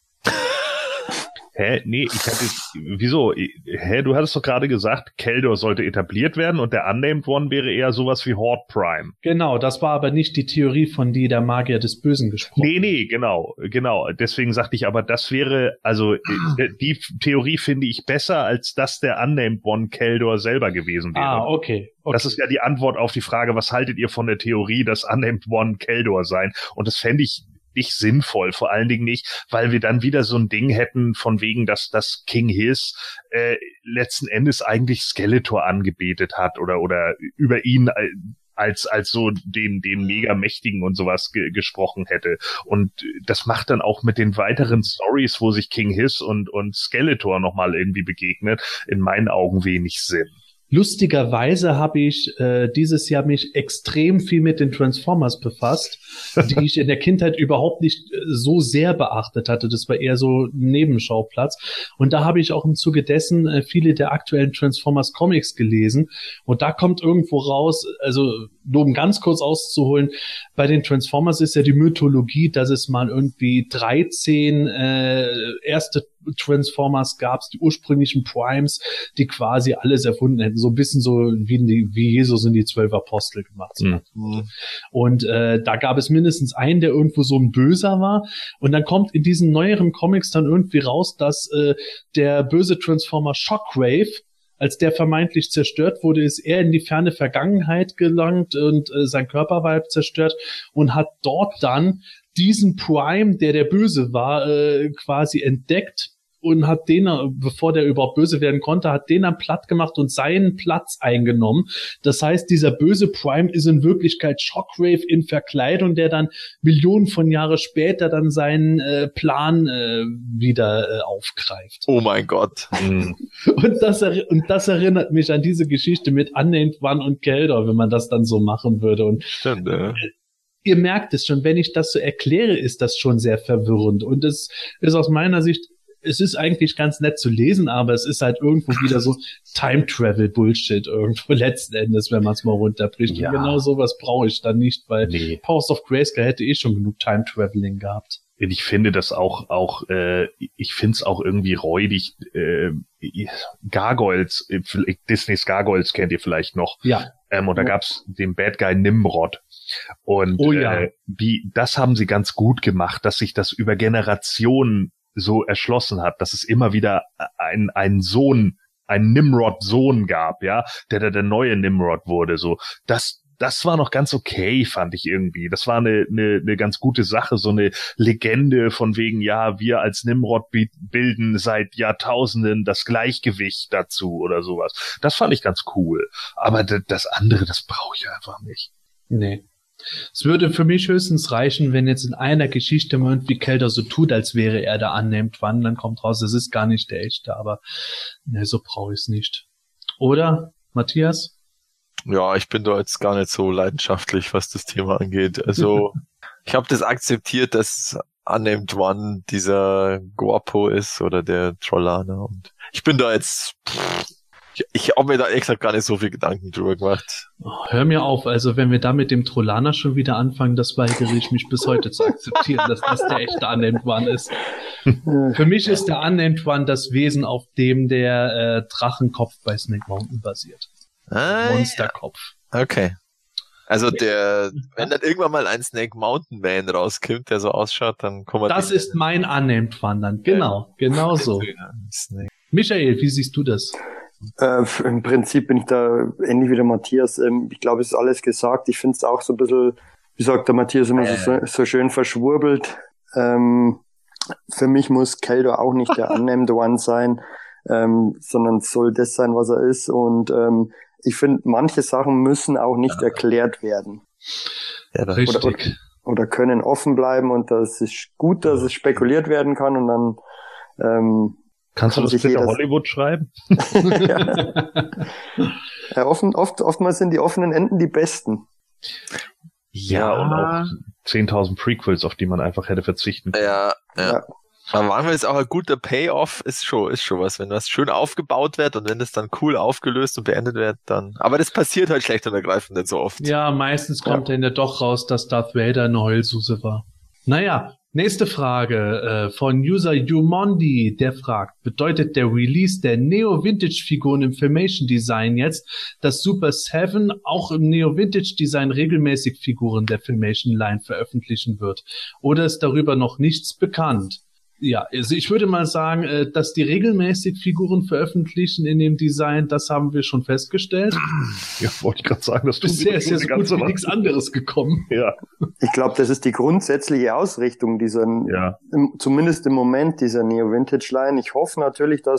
Hä? Nee, ich hatte, wieso? Hä, du hattest doch gerade gesagt, Keldor sollte etabliert werden und der Unnamed One wäre eher sowas wie Horde Prime. Genau, das war aber nicht die Theorie, von die der Magier des Bösen gesprochen. Nee, nee, genau, genau. Deswegen sagte ich aber, das wäre, also die Theorie finde ich besser, als dass der Unnamed One Keldor selber gewesen wäre. Ah, okay. okay. Das ist ja die Antwort auf die Frage, was haltet ihr von der Theorie, dass Unnamed One Keldor sein? Und das fände ich nicht sinnvoll, vor allen Dingen nicht, weil wir dann wieder so ein Ding hätten von wegen, dass das King Hiss äh, letzten Endes eigentlich Skeletor angebetet hat oder oder über ihn als als so den den mega mächtigen und sowas ge- gesprochen hätte. Und das macht dann auch mit den weiteren Stories, wo sich King Hiss und und Skeletor nochmal irgendwie begegnet, in meinen Augen wenig Sinn. Lustigerweise habe ich äh, dieses Jahr mich extrem viel mit den Transformers befasst, die ich in der Kindheit überhaupt nicht äh, so sehr beachtet hatte. Das war eher so ein Nebenschauplatz. Und da habe ich auch im Zuge dessen äh, viele der aktuellen Transformers Comics gelesen. Und da kommt irgendwo raus, also nur um ganz kurz auszuholen, bei den Transformers ist ja die Mythologie, dass es mal irgendwie dreizehn äh, erste Transformers gab, die ursprünglichen Primes, die quasi alles erfunden hätten. So ein bisschen so wie, die, wie Jesus in die zwölf Apostel gemacht. Mhm. Und äh, da gab es mindestens einen, der irgendwo so ein Böser war. Und dann kommt in diesen neueren Comics dann irgendwie raus, dass äh, der böse Transformer Shockwave, als der vermeintlich zerstört wurde, ist er in die ferne Vergangenheit gelangt und äh, sein Körper war zerstört und hat dort dann diesen Prime, der der Böse war, äh, quasi entdeckt und hat den, bevor der überhaupt böse werden konnte, hat den dann platt gemacht und seinen Platz eingenommen. Das heißt, dieser böse Prime ist in Wirklichkeit Shockwave in Verkleidung, der dann Millionen von Jahren später dann seinen äh, Plan äh, wieder äh, aufgreift. Oh mein Gott. und, das und das erinnert mich an diese Geschichte mit Unnamed One und Keldor, wenn man das dann so machen würde. Und Stimmt, ja. Ihr merkt es schon, wenn ich das so erkläre, ist das schon sehr verwirrend. Und es ist aus meiner Sicht, es ist eigentlich ganz nett zu lesen, aber es ist halt irgendwo wieder so Time-Travel-Bullshit irgendwo letzten Endes, wenn man es mal runterbricht. Ja. Und genau sowas brauche ich dann nicht, weil nee. Powers of Grayskull hätte eh schon genug Time-Traveling gehabt. Ich finde das auch, auch, äh, ich finde es auch irgendwie räudig. Äh, Gargoyles, Disneys Gargoyles kennt ihr vielleicht noch. Ja. Ähm, und da gab's den Bad Guy Nimrod. Und oh, ja. äh, die, das haben sie ganz gut gemacht, dass sich das über Generationen so erschlossen hat, dass es immer wieder ein, ein Sohn, ein Nimrod-Sohn gab, ja, der der, der neue Nimrod wurde, so. Das, das war noch ganz okay, fand ich irgendwie. Das war eine, eine, eine ganz gute Sache, so eine Legende von wegen, ja, wir als Nimrod bilden seit Jahrtausenden das Gleichgewicht dazu oder sowas. Das fand ich ganz cool. Aber das andere, das brauche ich einfach nicht. Nee. Es würde für mich höchstens reichen, wenn jetzt in einer Geschichte mal irgendwie Keldor so tut, als wäre er der Unnamed One, dann kommt raus, es ist gar nicht der echte, aber ne, so brauche ich es nicht. Oder, Matthias? Ja, ich bin da jetzt gar nicht so leidenschaftlich, was das Thema angeht. Also, ich habe das akzeptiert, dass Unnamed One dieser Guapo ist oder der Trollaner und ich bin da jetzt... Pff, Ich, ich habe mir da ehrlich gesagt gar nicht so viel Gedanken drüber gemacht. Oh, hör mir auf, also wenn wir da mit dem Trollaner schon wieder anfangen, das weigere ich mich bis heute zu akzeptieren, dass das der echte Unnamed One ist. Für mich ist der Unnamed One das Wesen, auf dem der äh, Drachenkopf bei Snake Mountain basiert. Ah, Monsterkopf. Ja. Okay. Also der, wenn dann irgendwann mal ein Snake Mountain Man rauskommt, der so ausschaut, dann kommen wir... Das ist mein Unnamed One dann, genau, ja. genau so. Michael, wie siehst du das? Äh, im Prinzip bin ich da ähnlich wie der Matthias. Ähm, ich glaube, es ist alles gesagt. Ich finde es auch so ein bisschen, wie sagt der Matthias immer, so, so schön verschwurbelt. Ähm, für mich muss Keldor auch nicht der Unnamed One sein, ähm, sondern soll das sein, was er ist. Und ähm, ich finde, manche Sachen müssen auch nicht ja. erklärt werden. Ja, das richtig. Oder, oder, oder können offen bleiben und das ist gut, dass es spekuliert werden kann und dann ähm, Kannst du das bitte jeder... Hollywood schreiben? ja. ja, offen, oft, oftmals sind die offenen Enden die besten. Ja, ja. Und auch zehntausend Prequels, auf die man einfach hätte verzichten können. Ja, ja. ja. Aber manchmal ist auch ein guter Payoff, ist schon, ist schon was, wenn was schön aufgebaut wird und wenn das dann cool aufgelöst und beendet wird, dann, aber das passiert halt schlecht und ergreifend nicht so oft. Ja, meistens kommt ja. dann ja doch raus, dass Darth Vader eine Heulsuse war. Naja. Nächste Frage äh, von User Umondi, der fragt, bedeutet der Release der Neo-Vintage-Figuren im Filmation-Design jetzt, dass Super Seven auch im Neo-Vintage-Design regelmäßig Figuren der Filmation-Line veröffentlichen wird? Oder ist darüber noch nichts bekannt? Ja, also ich würde mal sagen, äh, dass die regelmäßig Figuren veröffentlichen in dem Design, das haben wir schon festgestellt. Ja, wollte ich gerade sagen, dass du bisher ist ja so gut wie nichts anderes gekommen. Ja. Ich glaube, das ist die grundsätzliche Ausrichtung dieser, ja. im, zumindest im Moment dieser Neo-Vintage-Line. Ich hoffe natürlich, dass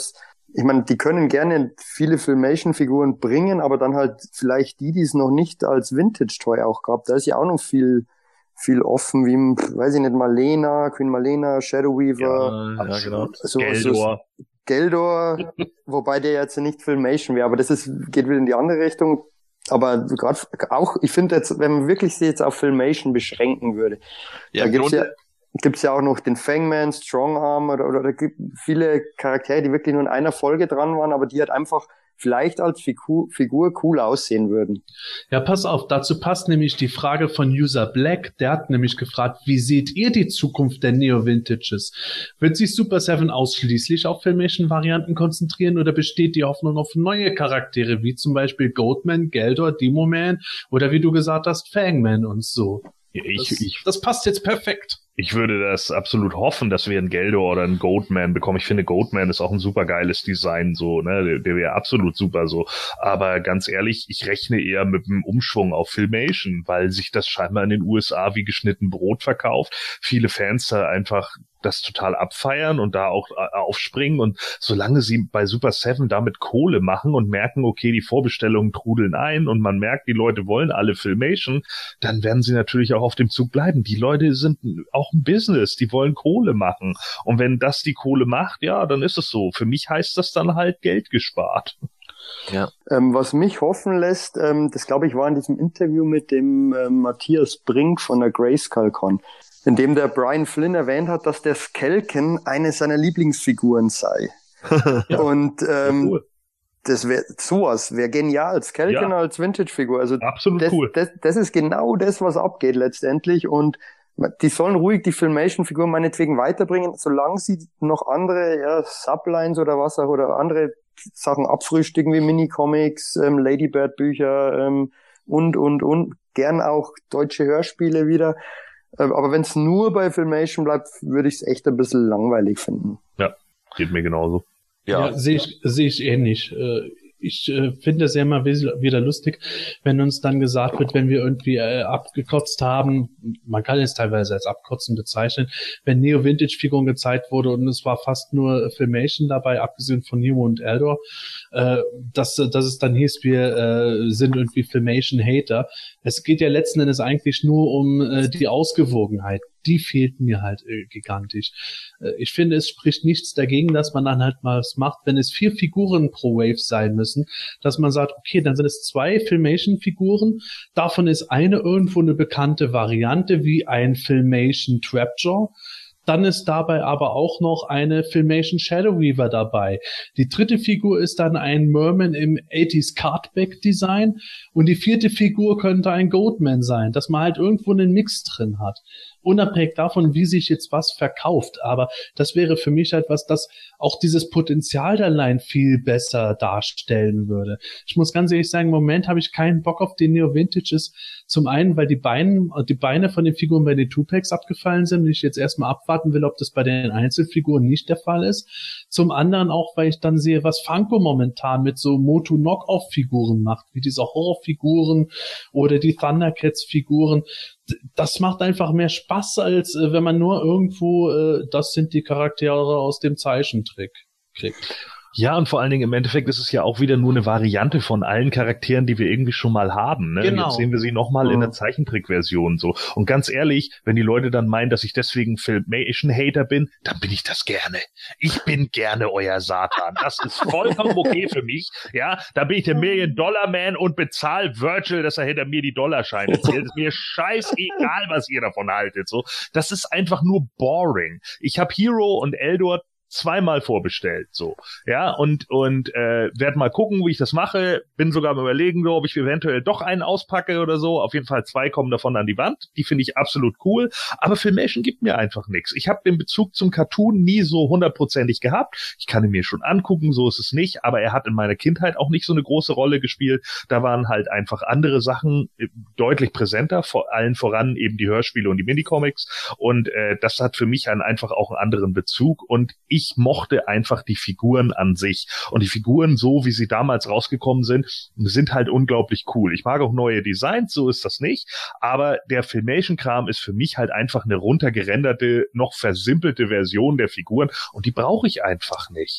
ich meine, die können gerne viele Filmation-Figuren bringen, aber dann halt vielleicht die, die es noch nicht als Vintage-Toy auch gab. Da ist ja auch noch viel viel offen, wie, weiß ich nicht, Malena, Queen Malena, Shadow Weaver. Ja, ja genau. So, Geldor. So Geldor, wobei der jetzt nicht Filmation wäre, aber das ist, geht wieder in die andere Richtung. Aber gerade auch, ich finde jetzt, wenn man wirklich sich jetzt auf Filmation beschränken würde, ja, da gibt's ja, gibt's ja auch noch den Fangman, Strongarm oder, oder da gibt viele Charaktere, die wirklich nur in einer Folge dran waren, aber die halt einfach vielleicht als Figur, Figur cool aussehen würden. Ja, pass auf, dazu passt nämlich die Frage von User Black, der hat nämlich gefragt, wie seht ihr die Zukunft der Neo-Vintages? Wird sich Super Seven ausschließlich auf Filmation-Varianten konzentrieren oder besteht die Hoffnung auf neue Charaktere, wie zum Beispiel Goatman, Geldor, Demoman oder wie du gesagt hast, Fangman und so? Ich, das, ich, das passt jetzt perfekt. Ich würde das absolut hoffen, dass wir einen Geldor oder einen Goatman bekommen. Ich finde, Goatman ist auch ein super geiles Design, so, ne, der, der wäre absolut super, so. Aber ganz ehrlich, ich rechne eher mit einem Umschwung auf Filmation, weil sich das scheinbar in den U S A wie geschnitten Brot verkauft. Viele Fans da einfach das total abfeiern und da auch äh, aufspringen, und solange sie bei Super Seven damit Kohle machen und merken, okay, die Vorbestellungen trudeln ein und man merkt, die Leute wollen alle Filmation, dann werden sie natürlich auch auf dem Zug bleiben. Die Leute sind auch ein Business, die wollen Kohle machen, und wenn das die Kohle macht, ja, dann ist es so. Für mich heißt das dann halt Geld gespart. Ja. Ähm, was mich hoffen lässt, ähm, das glaube ich war in diesem Interview mit dem ähm, Matthias Brink von der Grayskull-Con, in dem der Brian Flynn erwähnt hat, dass der Skelken eine seiner Lieblingsfiguren sei. Ja. Und ähm, cool. das wäre sowas, wäre genial. Skelken ja. als Vintage-Figur. Also absolut das, cool. Das, das ist genau das, was abgeht letztendlich. Und die sollen ruhig die Filmation-Figur meinetwegen weiterbringen, solange sie noch andere ja, Sublines oder was auch oder andere Sachen abfrühstücken wie Minicomics, ähm, Ladybird-Bücher ähm, und, und, und. Gern auch deutsche Hörspiele wieder. Aber wenn es nur bei Filmation bleibt, würde ich es echt ein bisschen langweilig finden. Ja, geht mir genauso. Ja, ja sehe ich, sehe ich ähnlich. Ich äh, finde es ja immer wieder lustig, wenn uns dann gesagt wird, wenn wir irgendwie äh, abgekotzt haben, man kann es teilweise als Abkotzen bezeichnen, wenn Neo-Vintage-Figuren gezeigt wurde und es war fast nur Filmation dabei, abgesehen von Nemo und Eldor, äh, dass, dass es dann hieß, wir äh, sind irgendwie Filmation-Hater. Es geht ja letzten Endes eigentlich nur um äh, die Ausgewogenheit. Die fehlt mir halt äh, gigantisch. Äh, ich finde, es spricht nichts dagegen, dass man dann halt mal was macht, wenn es vier Figuren pro Wave sein müssen, dass man sagt, okay, dann sind es zwei Filmation-Figuren, davon ist eine irgendwo eine bekannte Variante, wie ein Filmation Trapjaw. Dann ist dabei aber auch noch eine Filmation Shadow Weaver dabei. Die dritte Figur ist dann ein Merman im achtziger Cardback Design und die vierte Figur könnte ein Goatman sein, dass man halt irgendwo einen Mix drin hat. Unabhängig davon, wie sich jetzt was verkauft. Aber das wäre für mich halt was, das auch dieses Potenzial der Line viel besser darstellen würde. Ich muss ganz ehrlich sagen, im Moment habe ich keinen Bock auf die Neo-Vintages. Zum einen, weil die Beine, die Beine von den Figuren bei den Two-Packs abgefallen sind und ich jetzt erstmal abwarten will, ob das bei den Einzelfiguren nicht der Fall ist. Zum anderen auch, weil ich dann sehe, was Funko momentan mit so Motu-Knock-Off-Figuren macht, wie diese Horrorfiguren oder die Thundercats-Figuren. Das macht einfach mehr Spaß, als äh, wenn man nur irgendwo, äh, das sind die Charaktere aus dem Zeichentrick kriegt. Ja, und vor allen Dingen im Endeffekt ist es ja auch wieder nur eine Variante von allen Charakteren, die wir irgendwie schon mal haben. Ne? Genau. Jetzt sehen wir sie nochmal ja. in der Zeichentrickversion so. Und ganz ehrlich, wenn die Leute dann meinen, dass ich deswegen Filmation-Hater bin, dann bin ich das gerne. Ich bin gerne euer Satan. Das ist vollkommen okay für mich. Ja, da bin ich der Million-Dollar-Man und bezahle Virgil, dass er hinter mir die Dollarscheine zählt. Ist mir scheißegal, was ihr davon haltet. So, das ist einfach nur boring. Ich habe Hero und Eldor zweimal vorbestellt, so, ja, und und äh, werde mal gucken, wie ich das mache, bin sogar am Überlegen, so, ob ich eventuell doch einen auspacke oder so, auf jeden Fall zwei kommen davon an die Wand, die finde ich absolut cool, aber Filmation gibt mir einfach nichts. Ich habe den Bezug zum Cartoon nie so hundertprozentig gehabt, ich kann ihn mir schon angucken, so ist es nicht, aber er hat in meiner Kindheit auch nicht so eine große Rolle gespielt, da waren halt einfach andere Sachen deutlich präsenter, vor allen voran eben die Hörspiele und die Minicomics, und äh, das hat für mich einen einfach auch einen anderen Bezug, und ich Ich mochte einfach die Figuren an sich. Und die Figuren, so wie sie damals rausgekommen sind, sind halt unglaublich cool. Ich mag auch neue Designs, so ist das nicht. Aber der Filmation-Kram ist für mich halt einfach eine runtergerenderte, noch versimpelte Version der Figuren. Und die brauche ich einfach nicht.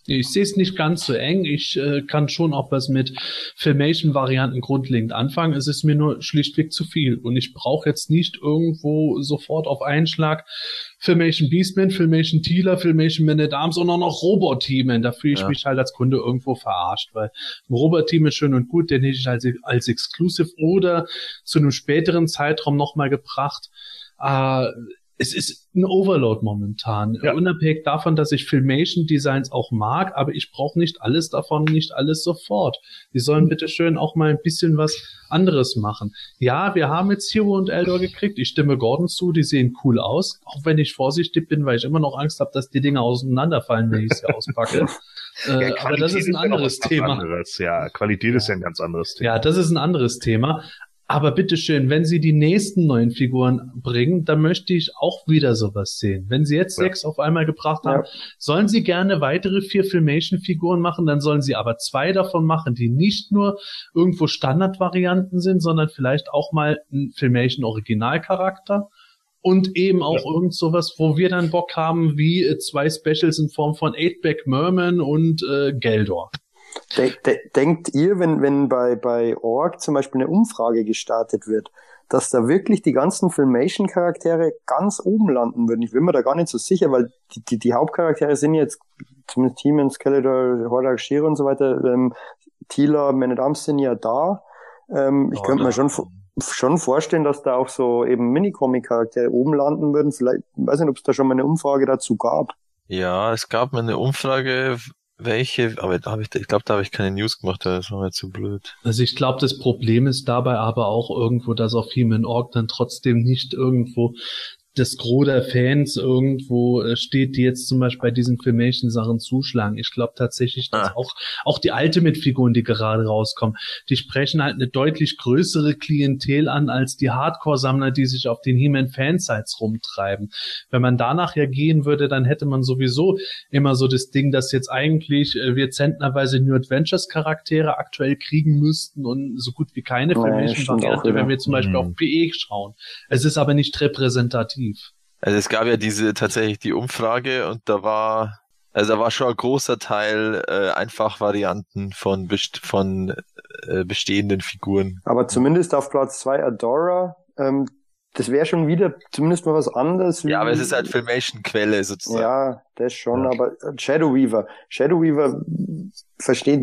Ich sehe es nicht ganz so eng. Ich äh, kann schon auch was mit Filmation-Varianten grundlegend anfangen. Es ist mir nur schlichtweg zu viel. Und ich brauche jetzt nicht irgendwo sofort auf einen Schlag Filmation Beastman, Filmation Teela, Filmation Man at Arms und auch noch Robot-Teamen. Da fühle ich ja. mich halt als Kunde irgendwo verarscht, weil ein Robot-Team ist schön und gut, den hätte ich als, als Exclusive oder zu einem späteren Zeitraum nochmal gebracht. Äh, Es ist ein Overload momentan. Ja. Unabhängig davon, dass ich Filmation-Designs auch mag, aber ich brauche nicht alles davon, nicht alles sofort. Die sollen bitte schön auch mal ein bisschen was anderes machen. Ja, wir haben jetzt Hero und Eldor gekriegt. Ich stimme Gordon zu, die sehen cool aus. Auch wenn ich vorsichtig bin, weil ich immer noch Angst habe, dass die Dinger auseinanderfallen, wenn ich sie auspacke. Ja, äh, aber das ist ein anderes Thema. Anderes. Ja, Qualität ist ja ein ganz anderes Thema. Ja, das ist ein anderes Thema. Aber bitteschön, wenn sie die nächsten neuen Figuren bringen, dann möchte ich auch wieder sowas sehen. Wenn sie jetzt ja. sechs auf einmal gebracht haben, ja. sollen sie gerne weitere vier Filmation-Figuren machen, dann sollen sie aber zwei davon machen, die nicht nur irgendwo Standardvarianten sind, sondern vielleicht auch mal ein Filmation-Originalcharakter und eben auch ja. irgend sowas, wo wir dann Bock haben, wie äh, zwei Specials in Form von Eightback Merman und äh, Geldor. De- de- denkt ihr, wenn, wenn bei, bei Org zum Beispiel eine Umfrage gestartet wird, dass da wirklich die ganzen Filmation-Charaktere ganz oben landen würden? Ich bin mir da gar nicht so sicher, weil die, die, die Hauptcharaktere sind jetzt, zumindest Team, Skeletor, Hordak, Shiro und so weiter, ähm, Teela, Man at Arms sind ja da. Ähm, ich oh, könnte mir schon, schon vorstellen, dass da auch so eben Minicomic-Charaktere oben landen würden. Vielleicht, ich weiß nicht, ob es da schon mal eine Umfrage dazu gab. Ja, es gab mal eine Umfrage, welche, aber da habe ich, ich glaube, da habe ich keine News gemacht, das war mir zu blöd. Also ich glaube, das Problem ist dabei aber auch irgendwo, dass auf He-Man Punkt org dann trotzdem nicht irgendwo das Gros der Fans irgendwo äh, steht, die jetzt zum Beispiel bei diesen Filmation-Sachen zuschlagen. Ich glaube tatsächlich, dass ah. auch auch die Ultimate-Figuren, die gerade rauskommen, die sprechen halt eine deutlich größere Klientel an als die Hardcore-Sammler, die sich auf den He-Man-Fansites rumtreiben. Wenn man danach ja gehen würde, dann hätte man sowieso immer so das Ding, dass jetzt eigentlich äh, wir zentnerweise New Adventures-Charaktere aktuell kriegen müssten und so gut wie keine Filmation-Variante, ja, wenn wir zum Beispiel mhm. auf P E schauen. Es ist aber nicht repräsentativ. Also es gab ja diese tatsächlich die Umfrage und da war also da war schon ein großer Teil äh, einfach Varianten von best- von äh, bestehenden Figuren. Aber zumindest auf Platz zwei Adora, ähm, das wäre schon wieder zumindest mal was anderes. Ja, aber es ist halt Filmation-Quelle sozusagen. Ja, das schon, ja. Aber Shadow Weaver, Shadow Weaver versteht,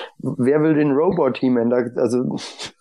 wer will den Robot-Team? Also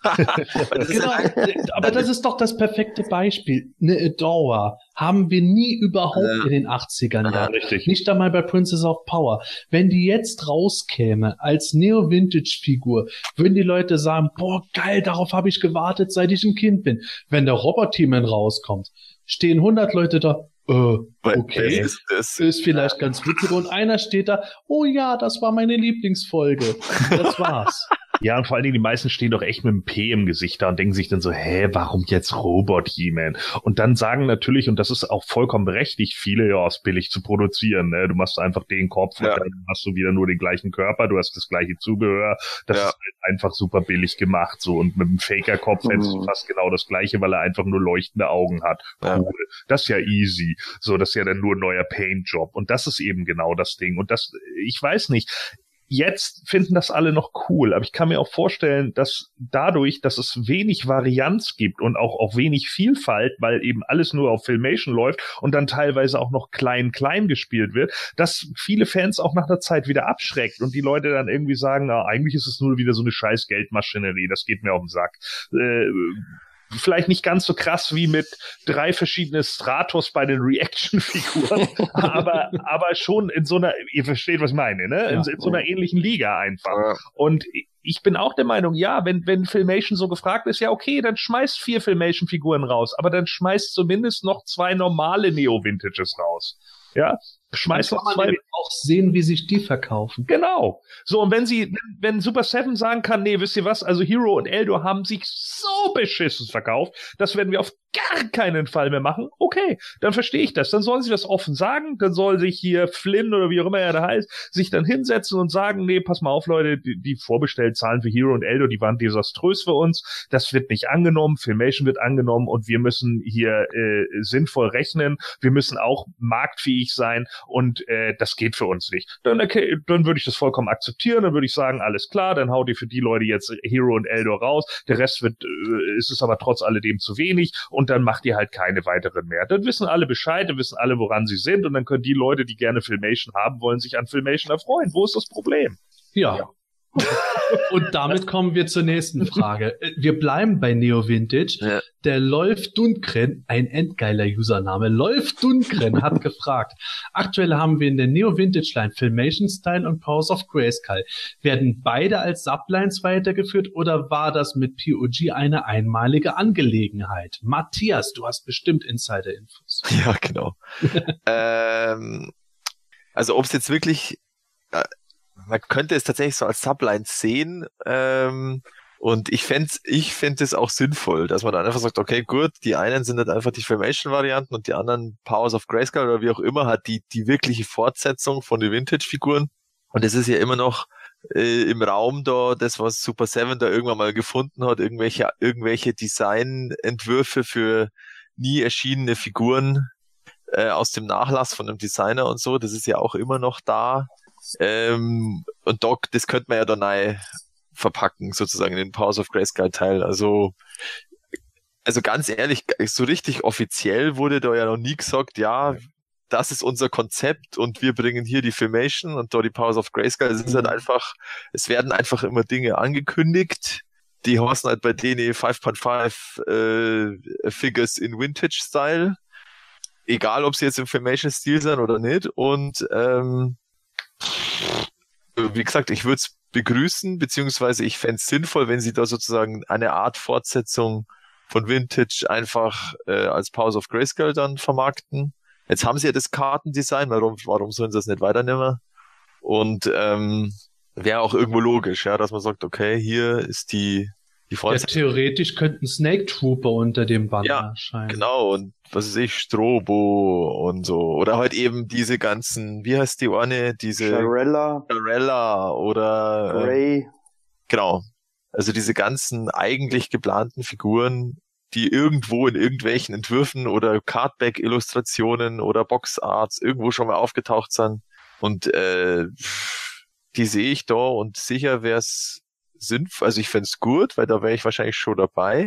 genau, aber das ist doch das perfekte Beispiel. Eine Adora haben wir nie überhaupt ja. in den achtzigern ja, richtig. Nicht einmal bei Princess of Power. Wenn die jetzt rauskäme als Neo-Vintage-Figur, würden die Leute sagen, boah, geil, darauf habe ich gewartet, seit ich ein Kind bin. Wenn der Robot-Team rauskommt, stehen hundert Leute da, äh, okay, ist, das, ist vielleicht ganz witzig. Und einer steht da, oh ja, das war meine Lieblingsfolge. Das war's. Ja, und vor allen Dingen, die meisten stehen doch echt mit einem P im Gesicht da und denken sich dann so, hä, warum jetzt Robot He-Man? Und dann sagen natürlich, und das ist auch vollkommen berechtigt, viele, ja, ist billig zu produzieren, ne? Du machst einfach den Kopf ja. und dann hast du wieder nur den gleichen Körper, du hast das gleiche Zubehör, das ja. ist halt einfach super billig gemacht, so. Und mit dem Faker-Kopf mhm. hättest du fast genau das Gleiche, weil er einfach nur leuchtende Augen hat. Cool. Ja. Das ist ja easy. So, das ist ja dann nur ein neuer Paint-Job. Und das ist eben genau das Ding. Und das, ich weiß nicht, jetzt finden das alle noch cool, aber ich kann mir auch vorstellen, dass dadurch, dass es wenig Varianz gibt und auch, auch wenig Vielfalt, weil eben alles nur auf Filmation läuft und dann teilweise auch noch klein-klein gespielt wird, dass viele Fans auch nach einer Zeit wieder abschreckt und die Leute dann irgendwie sagen, na, eigentlich ist es nur wieder so eine scheiß Geldmaschinerie, das geht mir auf den Sack. Äh, Vielleicht nicht ganz so krass wie mit drei verschiedene Stratos bei den Reaction-Figuren, aber aber schon in so einer, ihr versteht, was ich meine, ne? In, ja, in so einer ähnlichen Liga einfach. Ja. Und ich bin auch der Meinung, ja, wenn wenn Filmation so gefragt ist, ja okay, dann schmeißt vier Filmation-Figuren raus, aber dann schmeißt zumindest noch zwei normale Neo-Vintages raus. Ja, schmeißt noch zwei. Auch sehen, wie sich die verkaufen. Genau. So, und wenn sie, wenn Super Seven sagen kann, nee, wisst ihr was, also Hero und Eldor haben sich so beschissen verkauft, das werden wir auf gar keinen Fall mehr machen, okay, dann verstehe ich das. Dann sollen sie das offen sagen, dann soll sich hier Flynn oder wie auch immer er da heißt, sich dann hinsetzen und sagen, nee, pass mal auf, Leute, die, die Vorbestellzahlen für Hero und Eldor, die waren desaströs für uns, das wird nicht angenommen, Filmation wird angenommen und wir müssen hier äh, sinnvoll rechnen, wir müssen auch marktfähig sein und äh, das geht für uns nicht. Dann, okay, dann würde ich das vollkommen akzeptieren, dann würde ich sagen, alles klar, dann haut ihr für die Leute jetzt Hero und Eldor raus, der Rest wird, äh, ist es aber trotz alledem zu wenig und dann macht ihr halt keine weiteren mehr. Dann wissen alle Bescheid, dann wissen alle, woran sie sind und dann können die Leute, die gerne Filmation haben wollen, sich an Filmation erfreuen. Wo ist das Problem? Ja. ja. Und damit kommen wir zur nächsten Frage. Wir bleiben bei Neo Vintage. Ja. Der Lolf Dunkren, ein endgeiler Username, Lolf Dunkren hat gefragt. Aktuell haben wir in der Neo Vintage Line Filmation Style und Powers of Grayskull. Werden beide als Sublines weitergeführt oder war das mit P O G eine einmalige Angelegenheit? Matthias, du hast bestimmt Insider-Infos. Ja, genau. ähm, also ob es jetzt wirklich... Äh, man könnte es tatsächlich so als Sublines sehen, ähm, und ich fände ich fände es auch sinnvoll, dass man dann einfach sagt, okay, gut, die einen sind halt einfach die Filmation-Varianten und die anderen Powers of Grayskull oder wie auch immer, hat die die wirkliche Fortsetzung von den Vintage-Figuren. Und es ist ja immer noch äh, im Raum da, das, was Super Seven da irgendwann mal gefunden hat, irgendwelche irgendwelche Designentwürfe für nie erschienene Figuren äh, aus dem Nachlass von einem Designer und so, das ist ja auch immer noch da. Ähm, und Doc, das könnte man ja dann neu verpacken, sozusagen in den Powers of Grayskull Teil. Also, also ganz ehrlich, so richtig offiziell wurde da ja noch nie gesagt, ja, das ist unser Konzept und wir bringen hier die Filmation und da die Powers of Grayskull. Es ist halt einfach, es werden einfach immer Dinge angekündigt. Die heißen halt bei denen fünf Komma fünf äh, Figures in Vintage Style. Egal, ob sie jetzt im Filmation-Stil sind oder nicht. Und ähm, wie gesagt, ich würde es begrüßen, beziehungsweise ich fände es sinnvoll, wenn sie da sozusagen eine Art Fortsetzung von Vintage einfach äh, als Powers of Grayskull dann vermarkten. Jetzt haben sie ja das Kartendesign, warum, warum sollen sie das nicht weiternehmen? Und ähm, wäre auch irgendwo logisch, ja, dass man sagt, okay, hier ist die die Fortsetzung. Ja, theoretisch könnten Snake Trooper unter dem Banner ja, erscheinen. Genau, und was weiß ich, Strobo und so. Oder halt eben diese ganzen, wie heißt die eine, diese Sharella, Sharella oder Grey. Äh, genau. Also diese ganzen eigentlich geplanten Figuren, die irgendwo in irgendwelchen Entwürfen oder Cardback-Illustrationen oder Boxarts irgendwo schon mal aufgetaucht sind. Und äh, die sehe ich da und sicher wäre es sinnvoll, also ich fände es gut, weil da wäre ich wahrscheinlich schon dabei.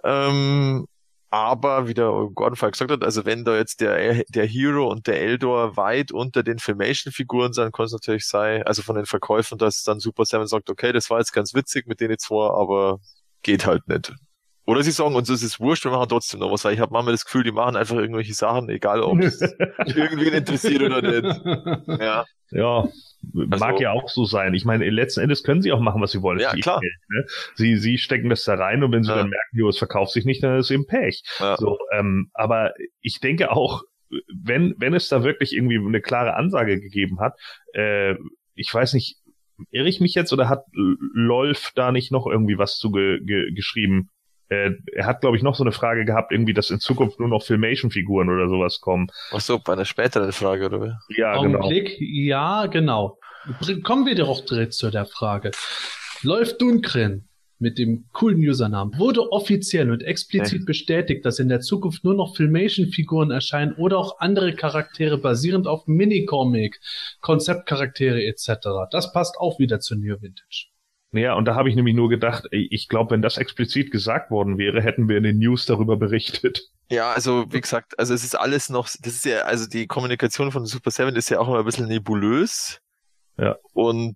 Ähm, aber, wie der Gordon vorher gesagt hat, also wenn da jetzt der der Hero und der Eldor weit unter den Filmation-Figuren sind, kann es natürlich sein, also von den Verkäufen, dass dann Super Seven sagt, okay, das war jetzt ganz witzig mit denen zwei, aber geht halt nicht. Oder sie sagen, uns ist es wurscht, wir machen trotzdem noch was, weil ich habe manchmal das Gefühl, die machen einfach irgendwelche Sachen, egal ob es irgendwen interessiert oder nicht. Ja. Ja, mag also, ja auch so sein. Ich meine, letzten Endes können sie auch machen, was sie wollen. Ja, klar. Geld, ne? Sie, sie stecken das da rein und wenn sie ja. dann merken, jo, es verkauft sich nicht, dann ist es eben Pech. Ja. So, ähm, aber ich denke auch, wenn, wenn es da wirklich irgendwie eine klare Ansage gegeben hat, äh, ich weiß nicht, irre ich mich jetzt oder hat Lolf da nicht noch irgendwie was zu ge, ge, geschrieben? Äh, er hat, glaube ich, noch so eine Frage gehabt, irgendwie, dass in Zukunft nur noch Filmation-Figuren oder sowas kommen. Ach so, bei einer späteren Frage, oder? Ja, Augenblick, genau. Ja, genau. Kommen wir doch direkt zu der Frage. Lolf Dunkren mit dem coolen Usernamen wurde offiziell und explizit okay. bestätigt, dass in der Zukunft nur noch Filmation-Figuren erscheinen oder auch andere Charaktere basierend auf Minicomic, Konzeptcharaktere et cetera. Das passt auch wieder zu Neo Vintage. Ja, und da habe ich nämlich nur gedacht, ich glaube, wenn das explizit gesagt worden wäre, hätten wir in den News darüber berichtet. Ja, also wie gesagt, also es ist alles noch, das ist ja, also die Kommunikation von Super Seven ist ja auch immer ein bisschen nebulös. Ja. Und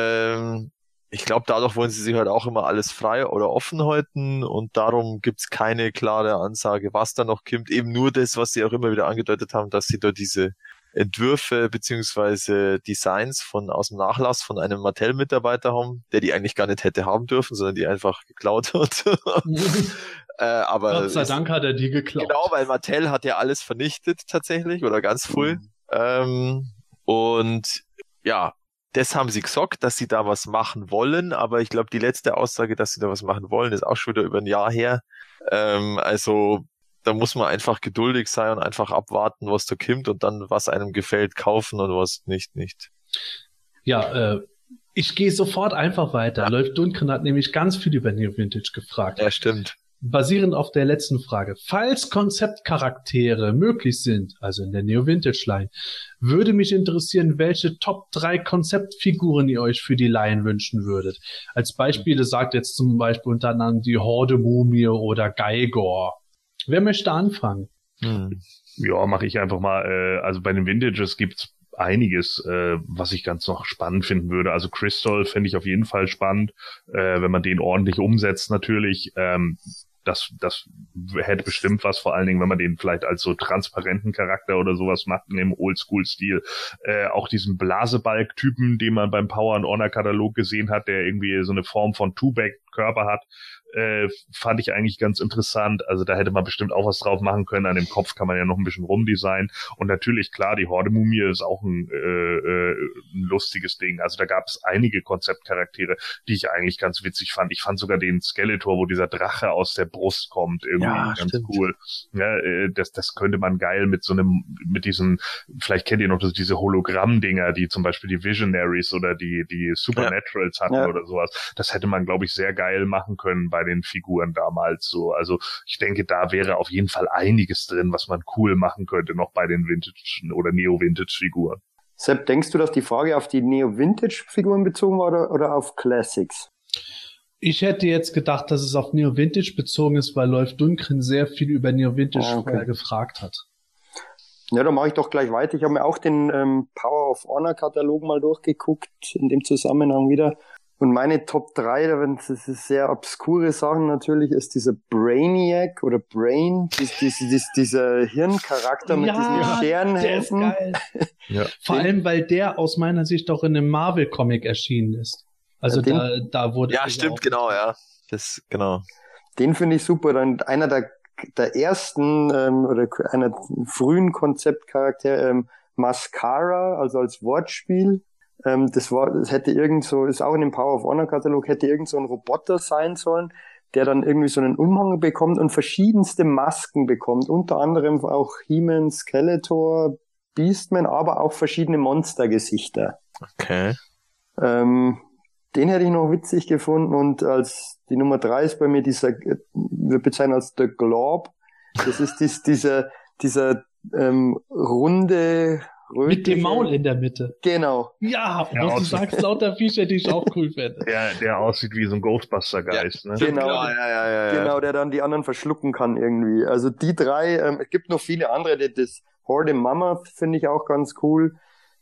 ähm, ich glaube, dadurch wollen sie sich halt auch immer alles frei oder offen halten und darum gibt's keine klare Ansage, was da noch kommt. Eben nur das, was sie auch immer wieder angedeutet haben, dass sie da diese Entwürfe beziehungsweise Designs von aus dem Nachlass von einem Mattel-Mitarbeiter haben, der die eigentlich gar nicht hätte haben dürfen, sondern die einfach geklaut hat. äh, aber Gott sei ist, Dank hat er die geklaut. Genau, weil Mattel hat ja alles vernichtet tatsächlich oder ganz voll. Mhm. Ähm, und ja, das haben sie gesagt, dass sie da was machen wollen, aber ich glaube, die letzte Aussage, dass sie da was machen wollen, ist auch schon wieder über ein Jahr her. Ähm, also da muss man einfach geduldig sein und einfach abwarten, was da kommt und dann, was einem gefällt, kaufen und was nicht, nicht. Ja, äh, ich gehe sofort einfach weiter. Ja. Lolf Dunkren hat nämlich ganz viel über Neo Vintage gefragt. Ja, stimmt. basierend auf der letzten Frage, falls Konzeptcharaktere möglich sind, also in der Neo-Vintage-Line, würde mich interessieren, welche Top drei Konzeptfiguren ihr euch für die Line wünschen würdet. Als Beispiele sagt jetzt zum Beispiel unter anderem die Horde-Mumie oder Gaigor. Wer möchte anfangen? Hm. Ja, mache ich einfach mal. Äh, also bei den Vintages gibt's einiges, äh, was ich ganz noch spannend finden würde. Also Crystal fände ich auf jeden Fall spannend, äh, wenn man den ordentlich umsetzt natürlich. Ähm, das, das hätte bestimmt was, vor allen Dingen, wenn man den vielleicht als so transparenten Charakter oder sowas macht in dem Oldschool-Stil. Äh, auch diesen Blasebalg-Typen, den man beim Power and Honor-Katalog gesehen hat, der irgendwie so eine Form von Two-Back-Körper hat, äh, fand ich eigentlich ganz interessant. Also da hätte man bestimmt auch was drauf machen können. An dem Kopf kann man ja noch ein bisschen rumdesignen. Und natürlich, klar, die Horde-Mumie ist auch ein, äh, äh, ein lustiges Ding. Also da gab es einige Konzeptcharaktere, die ich eigentlich ganz witzig fand. Ich fand sogar den Skeletor, wo dieser Drache aus der Brust kommt, irgendwie Ja, ganz stimmt. cool. Ja, äh, das, das könnte man geil mit so einem, mit diesen, vielleicht kennt ihr noch das, diese Hologramm-Dinger, die zum Beispiel die Visionaries oder die, die Supernaturals hatten Ja. oder sowas. Das hätte man, glaube ich, sehr geil machen können bei den Figuren damals so. Also ich denke, da wäre auf jeden Fall einiges drin, was man cool machen könnte, noch bei den Vintage- oder Neo-Vintage-Figuren. Sepp, denkst du, dass die Frage auf die Neo-Vintage-Figuren bezogen war oder, oder auf Classics? Ich hätte jetzt gedacht, dass es auf Neo-Vintage bezogen ist, weil Läuf Dunkrin sehr viel über Neo-Vintage Ah, okay. vorher gefragt hat. Ja, dann mache ich doch gleich weiter. Ich habe mir auch den ähm, Power of Honor Katalog mal durchgeguckt, in dem Zusammenhang wieder. Und meine Top drei, das ist sehr obskure Sachen natürlich, ist dieser Brainiac oder Brain, dies, dies, dies, dieser Hirncharakter mit diesen der ist Scherenhänden. geil. Ja. Vor allem, weil der aus meiner Sicht auch in einem Marvel-Comic erschienen ist. Also Ja, den- da, da wurde... Ja, er stimmt, auch- genau, ja. Das, genau. Den finde ich super. Dann einer der, der ersten ähm, oder einer frühen Konzeptcharakter, ähm, Mascara, also als Wortspiel. Ähm, das war, das hätte irgend so, ist auch in dem Power of Honor Katalog, hätte irgend so ein Roboter sein sollen, der dann irgendwie so einen Umhang bekommt und verschiedenste Masken bekommt. Unter anderem auch He-Man, Skeletor, Beastman, aber auch verschiedene Monstergesichter. Okay. Ähm, den hätte ich noch witzig gefunden und als die Nummer drei ist bei mir dieser, äh, wir bezeichnen als The Glob. Das ist dies, dieser, dieser ähm, runde, rötliche, Mit dem Maul in der Mitte. Genau. Ja, Ja, was du aus- sagst, lauter Viecher, die ich auch cool fände. Der, der aussieht wie so ein Ghostbuster-Geist, ne? Genau. Genau, ja, ja, ja, ja. Genau, der dann die anderen verschlucken kann irgendwie. Also die drei, ähm, es gibt noch viele andere, die- das Horde Mammoth finde ich auch ganz cool.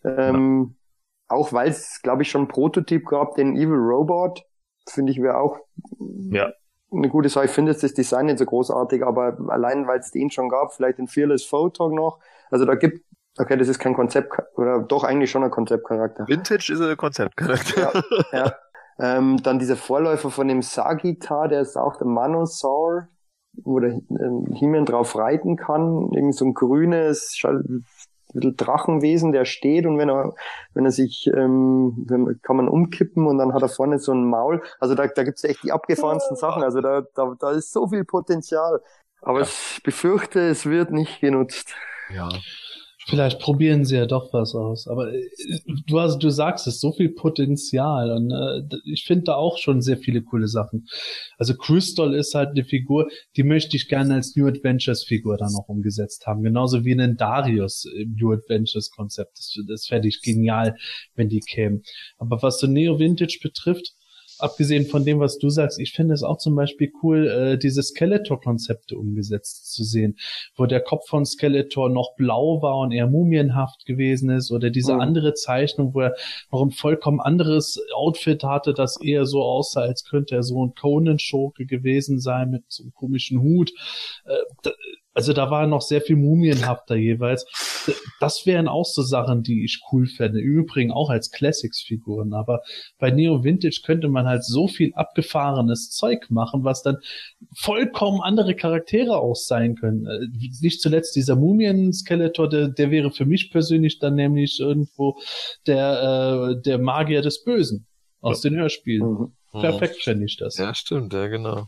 Ähm, Auch weil es, glaube ich, schon einen Prototyp gab, den Evil Robot, finde ich wäre auch Ja. eine gute Sache. Ich finde jetzt das Design nicht so großartig, aber allein, weil es den schon gab, vielleicht den Fearless Photog noch. Also da gibt, okay, das ist kein Konzept, oder doch eigentlich schon ein Konzeptcharakter. Vintage ist ein Konzeptcharakter. Ja. Ähm, dann dieser Vorläufer von dem Sagitar, der ist auch der Manosaur, wo der ähm, He-Man drauf reiten kann. Irgend so ein grünes Schall- bisschen Drachenwesen, der steht und wenn er wenn er sich ähm, wenn, kann man umkippen und dann hat er vorne so ein Maul. Also da da gibt's echt die abgefahrensten Sachen. Also da da da ist so viel Potenzial. Aber Ja. ich befürchte, es wird nicht genutzt. Ja. Vielleicht probieren sie ja doch was aus. Aber äh, du hast, du sagst es, so viel Potenzial. Und äh, ich finde da auch schon sehr viele coole Sachen. Also Crystal ist halt eine Figur, die möchte ich gerne als New Adventures Figur dann noch umgesetzt haben. Genauso wie einen Darius im New Adventures Konzept. Das, das fände ich genial, wenn die kämen. Aber was so Neo Vintage betrifft, abgesehen von dem, was du sagst, ich finde es auch zum Beispiel cool, äh, diese Skeletor-Konzepte umgesetzt zu sehen, wo der Kopf von Skeletor noch blau war und eher mumienhaft gewesen ist, oder diese Mhm. andere Zeichnung, wo er noch ein vollkommen anderes Outfit hatte, das eher so aussah, als könnte er so ein Conan-Schurke gewesen sein mit so einem komischen Hut. Äh, da, also da war noch sehr viel mumienhafter jeweils. Das wären auch so Sachen, die ich cool fände. Im Übrigen auch als Classics-Figuren. Aber bei Neo Vintage könnte man halt so viel abgefahrenes Zeug machen, was dann vollkommen andere Charaktere auch sein können. Äh, Nicht zuletzt dieser Mumien-Skeletor, der, der wäre für mich persönlich dann nämlich irgendwo der, äh, der Magier des Bösen aus den Hörspielen. Mhm. Perfekt fände ich das. Ja, stimmt, ja, genau.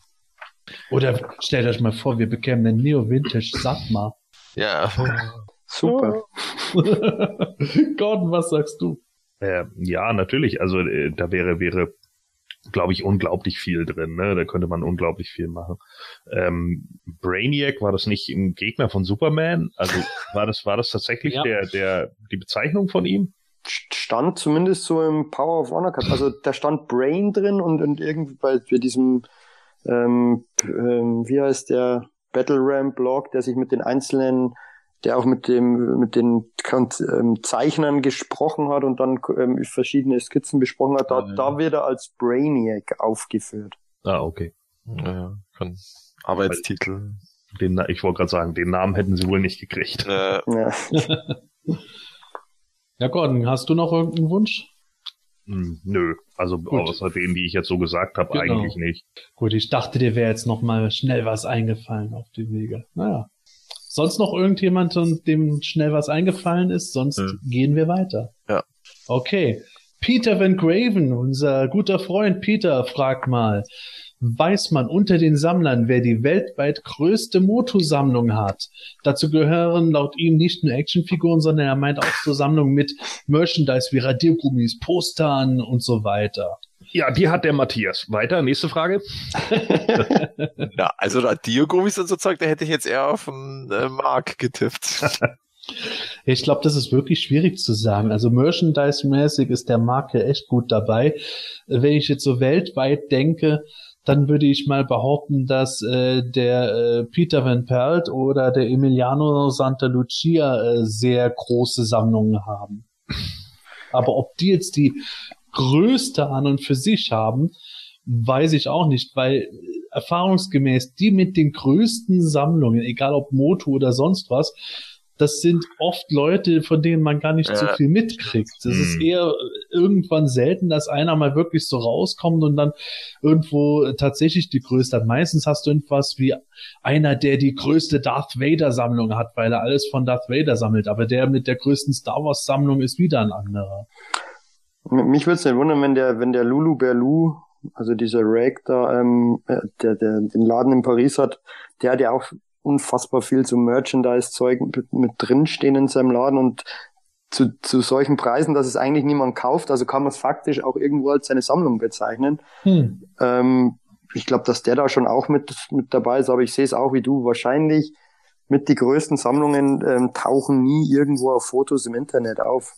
Oder stellt euch mal vor, wir bekämen einen Neo Vintage Satmar. Ja. Super. Gordon, was sagst du? Äh, ja, natürlich. Also äh, da wäre wäre glaube ich, unglaublich viel drin, ne? Da könnte man unglaublich viel machen. Ähm, Brainiac, war das nicht ein Gegner von Superman? Also war das, war das tatsächlich Ja. der, der, die Bezeichnung von ihm? Stand zumindest so im Power of Honor Card. Also da stand Brain drin und, und irgendwie bei, bei diesem, ähm, ähm, wie heißt der, Battle Ram Blog, der sich mit den einzelnen, der auch mit dem, mit den ähm, Zeichnern gesprochen hat und dann ähm, verschiedene Skizzen besprochen hat, da, ja. da wird er als Brainiac aufgeführt. Ah, okay. Ja, kann. Arbeitstitel. Den, ich wollte gerade sagen, den Namen hätten sie wohl nicht gekriegt. Äh, Ja. Ja, Gordon, hast du noch irgendeinen Wunsch? Hm, nö, also Gut. außer denen, die ich jetzt so gesagt habe, Genau. eigentlich nicht. Gut, ich dachte, dir wäre jetzt noch mal schnell was eingefallen auf dem Wege. Naja. Sonst noch irgendjemand, dem schnell was eingefallen ist? Sonst Hm. gehen wir weiter. Ja. Okay. Peter Van Graven, unser guter Freund Peter, fragt mal, weiß man unter den Sammlern, wer die weltweit größte Moto-Sammlung hat? Dazu gehören laut ihm nicht nur Actionfiguren, sondern er meint auch so Sammlungen mit Merchandise wie Radiergummis, Postern und so weiter. Ja, die hat der Matthias. Weiter, nächste Frage. ja, also Radiergummis und so Zeug, da hätte ich jetzt eher auf einen äh, Mark getippt. Ich glaube, das ist wirklich schwierig zu sagen. Also Merchandise-mäßig ist der Marke echt gut dabei. Wenn ich jetzt so weltweit denke, dann würde ich mal behaupten, dass äh, der äh, Peter Van Pelt oder der Emiliano Santa Lucia äh, sehr große Sammlungen haben. Aber ob die jetzt die größte an und für sich haben, weiß ich auch nicht, weil erfahrungsgemäß die mit den größten Sammlungen, egal ob Moto oder sonst was, das sind oft Leute, von denen man gar nicht Ja. so viel mitkriegt. Es Hm. ist eher irgendwann selten, dass einer mal wirklich so rauskommt und dann irgendwo tatsächlich die größte hat. Meistens hast du irgendwas wie einer, der die größte Darth Vader Sammlung hat, weil er alles von Darth Vader sammelt. Aber der mit der größten Star Wars Sammlung ist wieder ein anderer. Mich würde es nicht wundern, wenn der, wenn der Lulu Berlu, also dieser Rag da, ähm, äh, der, der den Laden in Paris hat, der hat ja auch unfassbar viel so Merchandise-Zeug mit, mit drinstehen in seinem Laden und zu, zu solchen Preisen, dass es eigentlich niemand kauft, also kann man es faktisch auch irgendwo als seine Sammlung bezeichnen. Hm. Ähm, ich glaube, dass der da schon auch mit, mit dabei ist, aber ich sehe es auch wie du, wahrscheinlich mit die größten Sammlungen ähm, tauchen nie irgendwo auf Fotos im Internet auf.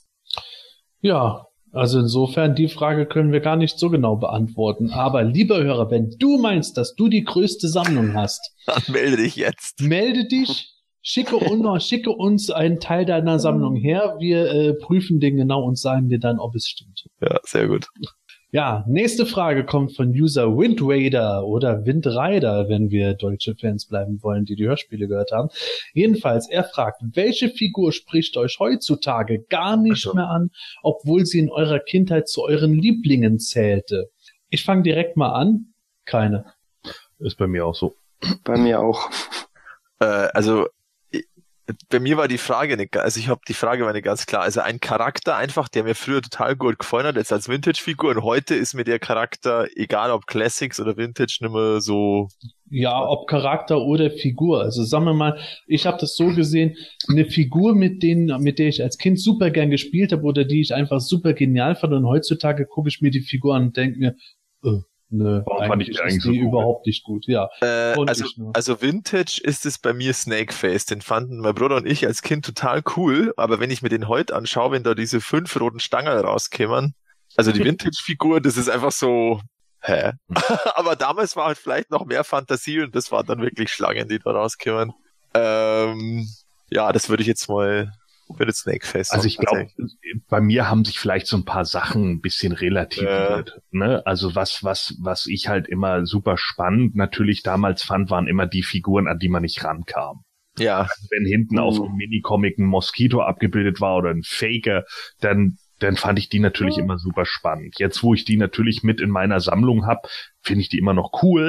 Ja, also insofern, die Frage können wir gar nicht so genau beantworten. Aber lieber Hörer, wenn du meinst, dass du die größte Sammlung hast, Dann melde dich jetzt. melde dich, schicke uns, schicke uns einen Teil deiner Sammlung her. Wir äh, prüfen den genau und sagen dir dann, ob es stimmt. Ja, sehr gut. Ja, nächste Frage kommt von User Wind Raider oder Wind Rider, wenn wir deutsche Fans bleiben wollen, die die Hörspiele gehört haben. Jedenfalls, er fragt, welche Figur spricht euch heutzutage gar nicht Also. mehr an, obwohl sie in eurer Kindheit zu euren Lieblingen zählte? Ich fange direkt mal an. Keine. Ist bei mir auch so. Bei mir auch. Äh, also ich- bei mir war die Frage nicht, ga- also ich habe die Frage war nicht ganz klar. Also ein Charakter einfach, der mir früher total gut gefallen hat, jetzt als Vintage-Figur und heute ist mir der Charakter, egal ob Classics oder Vintage, nicht mehr so. Ja, ob Charakter oder Figur. Also sagen wir mal, ich habe das so gesehen, eine Figur, mit denen, mit der ich als Kind super gern gespielt habe oder die ich einfach super genial fand und heutzutage gucke ich mir die Figur an und denke mir, äh, nö, Warum fand ich die ist eigentlich so die cool? überhaupt nicht gut. Ja. Äh, Und also, ich nur. also Vintage ist es bei mir Snakeface. Den fanden mein Bruder und ich als Kind total cool, aber wenn ich mir den heute anschaue, wenn da diese fünf roten Stangen rauskämen, also die Vintage-Figur, das ist einfach so, hä? Aber damals war halt vielleicht noch mehr Fantasie und das waren dann wirklich Schlangen, die da rauskämen. Ähm, ja, das würde ich jetzt mal, würde Snakeface Also sagen, ich glaube, tatsächlich. bei mir haben sich vielleicht so ein paar Sachen ein bisschen relativiert. Ne? Also was, was, was ich halt immer super spannend natürlich damals fand, waren immer die Figuren, an die man nicht rankam. Ja, Wenn hinten Mhm. auf einem Minicomic ein Moskito abgebildet war oder ein Faker, dann dann fand ich die natürlich immer super spannend. Jetzt, wo ich die natürlich mit in meiner Sammlung habe, finde ich die immer noch cool,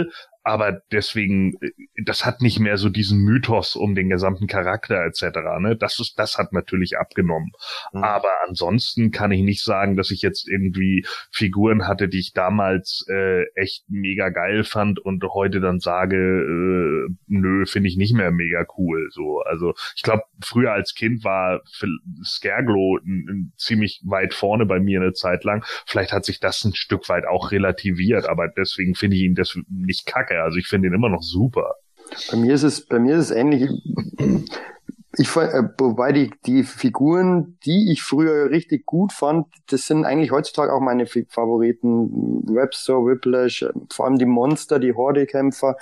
aber deswegen, das hat nicht mehr so diesen Mythos um den gesamten Charakter et cetera. Ne? Das ist, das hat natürlich abgenommen. Mhm. Aber ansonsten kann ich nicht sagen, dass ich jetzt irgendwie Figuren hatte, die ich damals äh, echt mega geil fand und heute dann sage, äh, nö, finde ich nicht mehr mega cool. So, also ich glaube, früher als Kind war Scareglow n- n- ziemlich weit vorne bei mir eine Zeit lang. Vielleicht hat sich das ein Stück weit auch relativiert, aber deswegen finde ich ihn das nicht kacke. Also ich finde ihn immer noch super. Bei mir ist es, bei mir ist es ähnlich. Ich, äh, wobei die, die Figuren, die ich früher richtig gut fand, das sind eigentlich heutzutage auch meine Favoriten. Webster, Whiplash, vor allem die Monster, die Horde-Kämpfer,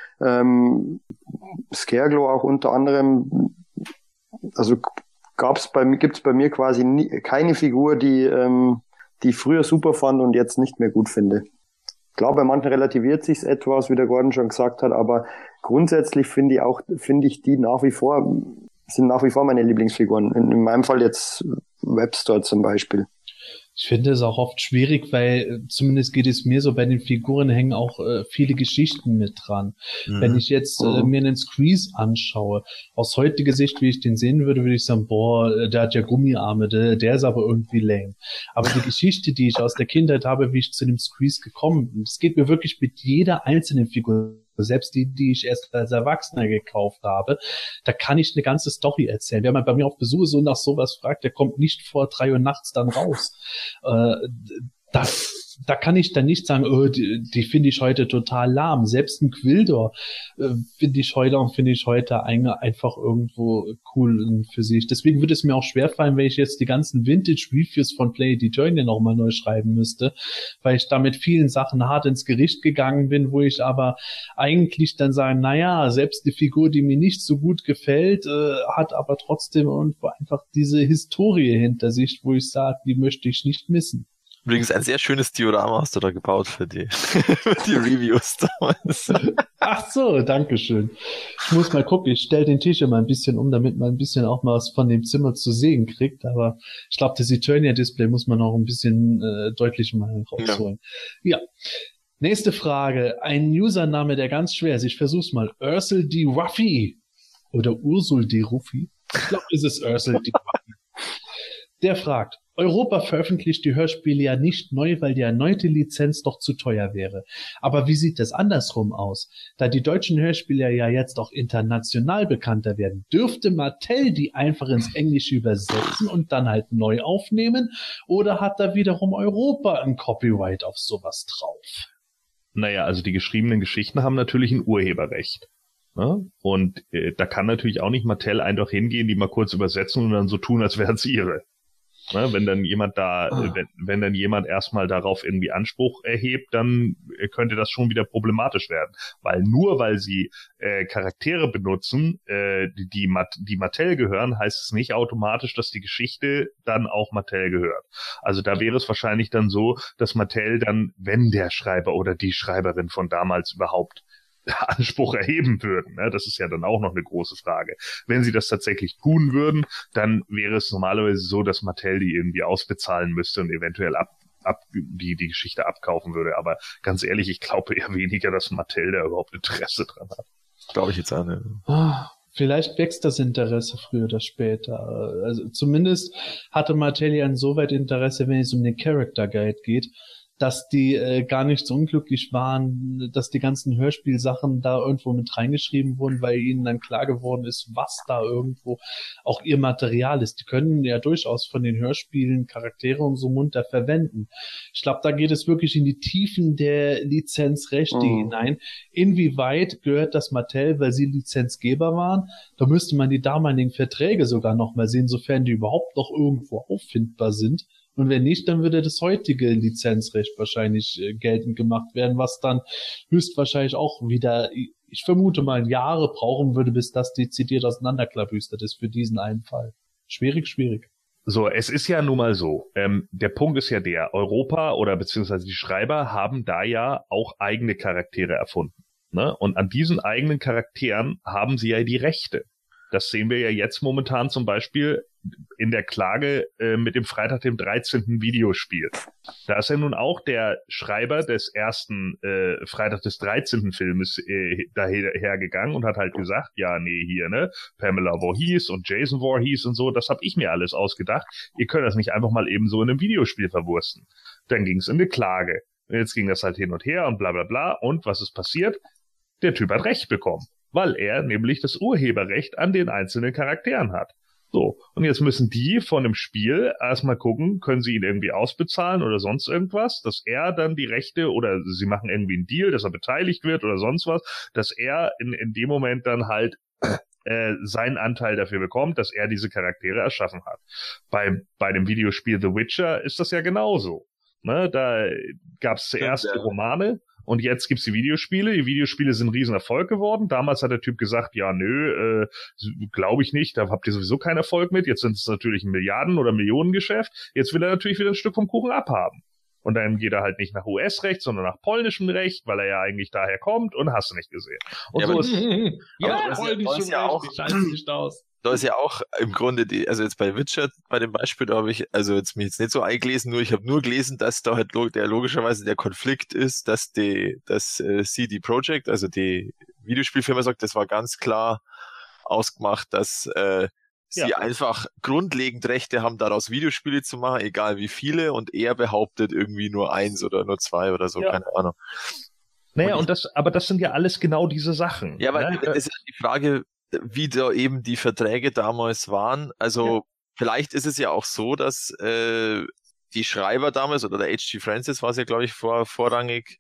ähm, Scareglow auch unter anderem. Also gab's bei mir, gibt's bei mir quasi nie, keine Figur, die, ähm, die ich früher super fand und jetzt nicht mehr gut finde. Ich glaube, bei manchen relativiert sich's etwas, wie der Gordon schon gesagt hat, aber grundsätzlich finde ich auch, finde ich die nach wie vor, sind nach wie vor meine Lieblingsfiguren. In, in meinem Fall jetzt Webster zum Beispiel. Ich finde es auch oft schwierig, weil zumindest geht es mir so, bei den Figuren hängen auch äh, viele Geschichten mit dran. Mhm. Wenn ich jetzt äh, mir einen Squeeze anschaue, aus heutiger Sicht, wie ich den sehen würde, würde ich sagen, boah, der hat ja Gummiarme, der, der ist aber irgendwie lame. Aber die Geschichte, die ich aus der Kindheit habe, wie ich zu dem Squeeze gekommen bin, das geht mir wirklich mit jeder einzelnen Figur. Selbst die, die ich erst als Erwachsener gekauft habe, da kann ich eine ganze Story erzählen. Wer mal bei mir auf Besuch so nach sowas fragt, der kommt nicht vor drei Uhr nachts dann raus. Äh, das, da kann ich dann nicht sagen, oh, die, die finde ich heute total lahm. Selbst ein Quildor äh, finde ich heute und finde ich heute ein, einfach irgendwo cool für sich. Deswegen würde es mir auch schwerfallen, wenn ich jetzt die ganzen Vintage-Reviews von Planet Eternia nochmal neu schreiben müsste, weil ich da mit vielen Sachen hart ins Gericht gegangen bin, wo ich aber eigentlich dann sage, naja, selbst die Figur, die mir nicht so gut gefällt, äh, hat aber trotzdem irgendwo einfach diese Historie hinter sich, wo ich sage, die möchte ich nicht missen. Übrigens ein sehr schönes Diorama hast du da gebaut für die, für die Reviews damals. Ach so, dankeschön. Ich muss mal gucken, ich stelle den Tisch immer ein bisschen um, damit man ein bisschen auch mal was von dem Zimmer zu sehen kriegt, aber ich glaube, das Eternia-Display muss man auch ein bisschen äh, deutlich mal rausholen. Ja. ja. Nächste Frage. Ein Username, der ganz schwer ist. Ich versuch's mal. Ursel D. Ruffy. Oder Ursul D. Ruffy. Ich glaube, es ist Ursel D. Ruffy. Der fragt, Europa veröffentlicht die Hörspiele ja nicht neu, weil die erneute Lizenz doch zu teuer wäre. Aber wie sieht es andersrum aus? Da die deutschen Hörspiele ja jetzt auch international bekannter werden, dürfte Mattel die einfach ins Englische übersetzen und dann halt neu aufnehmen? Oder hat da wiederum Europa ein Copyright auf sowas drauf? Naja, also die geschriebenen Geschichten haben natürlich ein Urheberrecht. Ne? Und äh, da kann natürlich auch nicht Mattel einfach hingehen, die mal kurz übersetzen und dann so tun, als wären es ihre. Ne, wenn dann jemand da, oh. wenn, wenn dann jemand erstmal darauf irgendwie Anspruch erhebt, dann könnte das schon wieder problematisch werden. Weil nur weil sie äh, Charaktere benutzen, äh, die, die, Mat- die Mattel gehören, heißt es nicht automatisch, dass die Geschichte dann auch Mattel gehört. Also da wäre es wahrscheinlich dann so, dass Mattel dann, wenn der Schreiber oder die Schreiberin von damals überhaupt Anspruch erheben würden. Ne? Das ist ja dann auch noch eine große Frage. Wenn sie das tatsächlich tun würden, dann wäre es normalerweise so, dass Mattel die irgendwie ausbezahlen müsste und eventuell ab, ab die die Geschichte abkaufen würde. Aber ganz ehrlich, ich glaube eher weniger, dass Mattel da überhaupt Interesse dran hat. Glaube ich jetzt auch nicht. Vielleicht wächst das Interesse früher oder später. Also zumindest hatte Mattel ja insoweit Interesse, wenn es um den Character Guide geht, dass die äh, gar nicht so unglücklich waren, dass die ganzen Hörspielsachen da irgendwo mit reingeschrieben wurden, weil ihnen dann klar geworden ist, was da irgendwo auch ihr Material ist. Die können ja durchaus von den Hörspielen Charaktere und so munter verwenden. Ich glaube, da geht es wirklich in die Tiefen der Lizenzrechte mhm. hinein. Inwieweit gehört das Mattel, weil sie Lizenzgeber waren? Da müsste man die damaligen Verträge sogar noch mal sehen, sofern die überhaupt noch irgendwo auffindbar sind. Und wenn nicht, dann würde das heutige Lizenzrecht wahrscheinlich äh, geltend gemacht werden, was dann höchstwahrscheinlich auch wieder, ich vermute mal, Jahre brauchen würde, bis das dezidiert auseinanderklabüstert ist für diesen einen Fall. Schwierig, schwierig. So, es ist ja nun mal so, ähm, der Punkt ist ja der, Europa oder beziehungsweise die Schreiber haben da ja auch eigene Charaktere erfunden. Ne? Und an diesen eigenen Charakteren haben sie ja die Rechte. Das sehen wir ja jetzt momentan zum Beispiel in der Klage äh, mit dem Freitag dem dreizehnten Videospiel. Da ist ja nun auch der Schreiber des ersten äh, Freitag des dreizehnten Filmes äh, dahergegangen und hat halt gesagt, ja, nee, hier, ne, Pamela Voorhees und Jason Voorhees und so, das hab ich mir alles ausgedacht. Ihr könnt das nicht einfach mal eben so in einem Videospiel verwursten. Dann ging es in eine Klage. Und jetzt ging das halt hin und her und bla bla bla. Und was ist passiert? Der Typ hat Recht bekommen, weil er nämlich das Urheberrecht an den einzelnen Charakteren hat. So, und jetzt müssen die von dem Spiel erstmal gucken, können sie ihn irgendwie ausbezahlen oder sonst irgendwas, dass er dann die Rechte oder sie machen irgendwie einen Deal, dass er beteiligt wird oder sonst was, dass er in, in dem Moment dann halt äh, seinen Anteil dafür bekommt, dass er diese Charaktere erschaffen hat. Bei, bei dem Videospiel The Witcher ist das ja genauso. Ne, da gab es zuerst die Romane und jetzt gibt's die Videospiele. Die Videospiele sind ein Riesenerfolg geworden. Damals hat der Typ gesagt, ja, nö, äh, glaube ich nicht, da habt ihr sowieso keinen Erfolg mit. Jetzt sind es natürlich ein Milliarden- oder Millionengeschäft. Jetzt will er natürlich wieder ein Stück vom Kuchen abhaben. Und dann geht er halt nicht nach U S-Recht, sondern nach polnischem Recht, weil er ja eigentlich daher kommt und hast du nicht gesehen. Und ja, so aber, ist Ja, aber polnischem ja Recht, auch, ich scheiße nicht aus. da ist ja auch im Grunde die, also jetzt bei Witcher, bei dem Beispiel, da habe ich, also jetzt mich jetzt nicht so eingelesen, nur ich habe nur gelesen, dass da halt log- der logischerweise der Konflikt ist, dass die, dass äh, C D Projekt, also die Videospielfirma sagt, das war ganz klar ausgemacht, dass äh, sie Ja. einfach grundlegend Rechte haben, daraus Videospiele zu machen, egal wie viele, und er behauptet irgendwie nur eins oder nur zwei oder so, Ja. keine Ahnung. Naja, Und und das, aber das sind ja alles genau diese Sachen. Ja, aber ne? das ist die Frage, wie da eben die Verträge damals waren. Also Ja. vielleicht ist es ja auch so, dass äh, die Schreiber damals, oder der H G Francis war es ja, glaube ich, vor, vorrangig,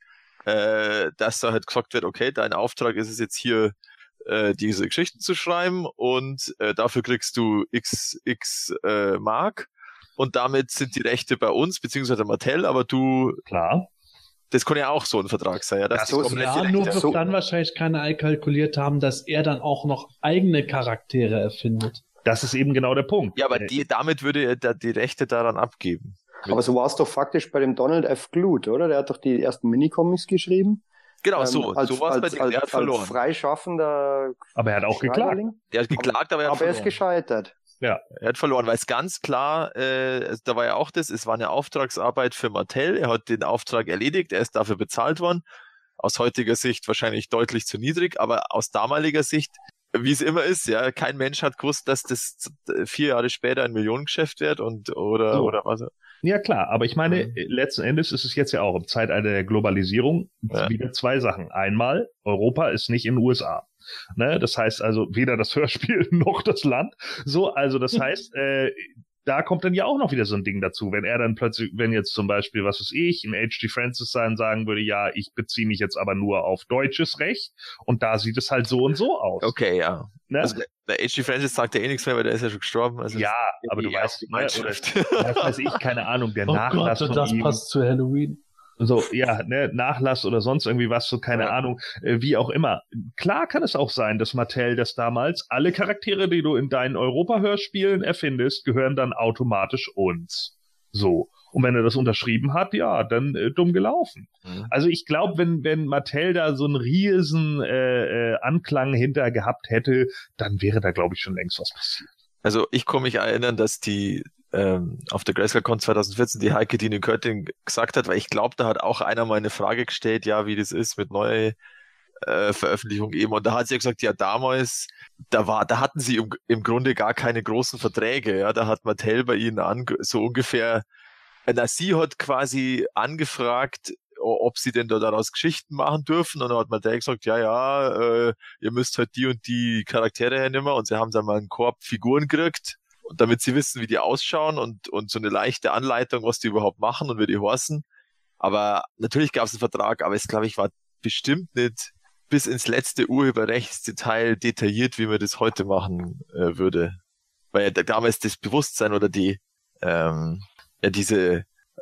äh, dass da halt gesagt wird, okay, dein Auftrag ist es jetzt hier, äh, diese Geschichten zu schreiben und äh, dafür kriegst du x, x äh, Mark und damit sind die Rechte bei uns, beziehungsweise Mattel, aber du, Klar. das kann ja auch so ein Vertrag sein, ja, dass Das die so- komplett Ja, die nur Rechte- wird so- dann wahrscheinlich keiner einkalkuliert haben, dass er dann auch noch eigene Charaktere erfindet. Das ist eben genau der Punkt. Ja, aber Äh, die, damit würde er da die Rechte daran abgeben. Aber so war es doch faktisch bei dem Donald F. Glut, oder? Der hat doch die ersten Minicomics geschrieben. Genau, Ähm, so, als, so war es bei als, dem, als, der hat als verloren. freischaffender aber er hat auch geklagt. Schreiberling. Der hat geklagt, aber er hat Aber er ist verloren. gescheitert. Er hat verloren, weil es ganz klar, äh, also da war ja auch das, es war eine Auftragsarbeit für Mattel, er hat den Auftrag erledigt, er ist dafür bezahlt worden. Aus heutiger Sicht wahrscheinlich deutlich zu niedrig, aber aus damaliger Sicht, wie es immer ist, ja, kein Mensch hat gewusst, dass das vier Jahre später ein Millionengeschäft wird und oder So. oder was. Ja, klar, aber ich meine, Mhm. äh, letzten Endes ist es jetzt ja auch im Zeitalter der Globalisierung Ja. wieder zwei Sachen. Einmal, Europa ist nicht in den U S A. Ne? Das heißt also weder das Hörspiel noch das Land. So, also das heißt, äh, da kommt dann ja auch noch wieder so ein Ding dazu, wenn er dann plötzlich, wenn jetzt zum Beispiel, was weiß ich, ein H G Francis sein sagen würde, ja, ich beziehe mich jetzt aber nur auf deutsches Recht und da sieht es halt so und so aus. Okay, ja. Ne? Also der, der H G Francis sagt ja eh nichts mehr, weil der ist ja schon gestorben. Also ja, es- aber du die weißt, ne, oder, Gemeinschaft. was weiß ich, keine Ahnung, der Oh Nachlass Gott, von das ihm. passt zu Halloween. So, ja, ne, Nachlass oder sonst irgendwie was, so keine Ja. Ahnung, äh, wie auch immer. Klar kann es auch sein, dass Mattel das damals, alle Charaktere, die du in deinen Europa-Hörspielen erfindest, gehören dann automatisch uns. So. Und wenn er das unterschrieben hat, ja, dann äh, dumm gelaufen. Mhm. Also ich glaube, wenn, wenn Mattel da so einen riesen äh, äh, Anklang hinter gehabt hätte, dann wäre da, glaube ich, schon längst was passiert. Also ich kann mich erinnern, dass die ähm, auf der GrayscaleCon zwanzig vierzehn die Heike Dine Körting gesagt hat, weil ich glaube, da hat auch einer mal eine Frage gestellt, ja, wie das ist mit neuer äh, Veröffentlichung eben. Und da hat sie ja gesagt, ja, damals, da war, da hatten sie im, im Grunde gar keine großen Verträge, ja, da hat Mattel bei ihnen an, so ungefähr, na, sie hat quasi angefragt, o- ob sie denn da daraus Geschichten machen dürfen, und dann hat Mattel gesagt, ja, ja, äh, ihr müsst halt die und die Charaktere hernehmen, und sie haben dann mal einen Korb Figuren gekriegt, und damit sie wissen, wie die ausschauen, und, und so eine leichte Anleitung, was die überhaupt machen und wie die heißen. Aber natürlich gab es einen Vertrag, aber es, glaube ich, war bestimmt nicht bis ins letzte Urheberrechtsdetail detailliert, wie man das heute machen äh, würde. Weil ja da- damals das Bewusstsein oder die, ähm, ja, diese,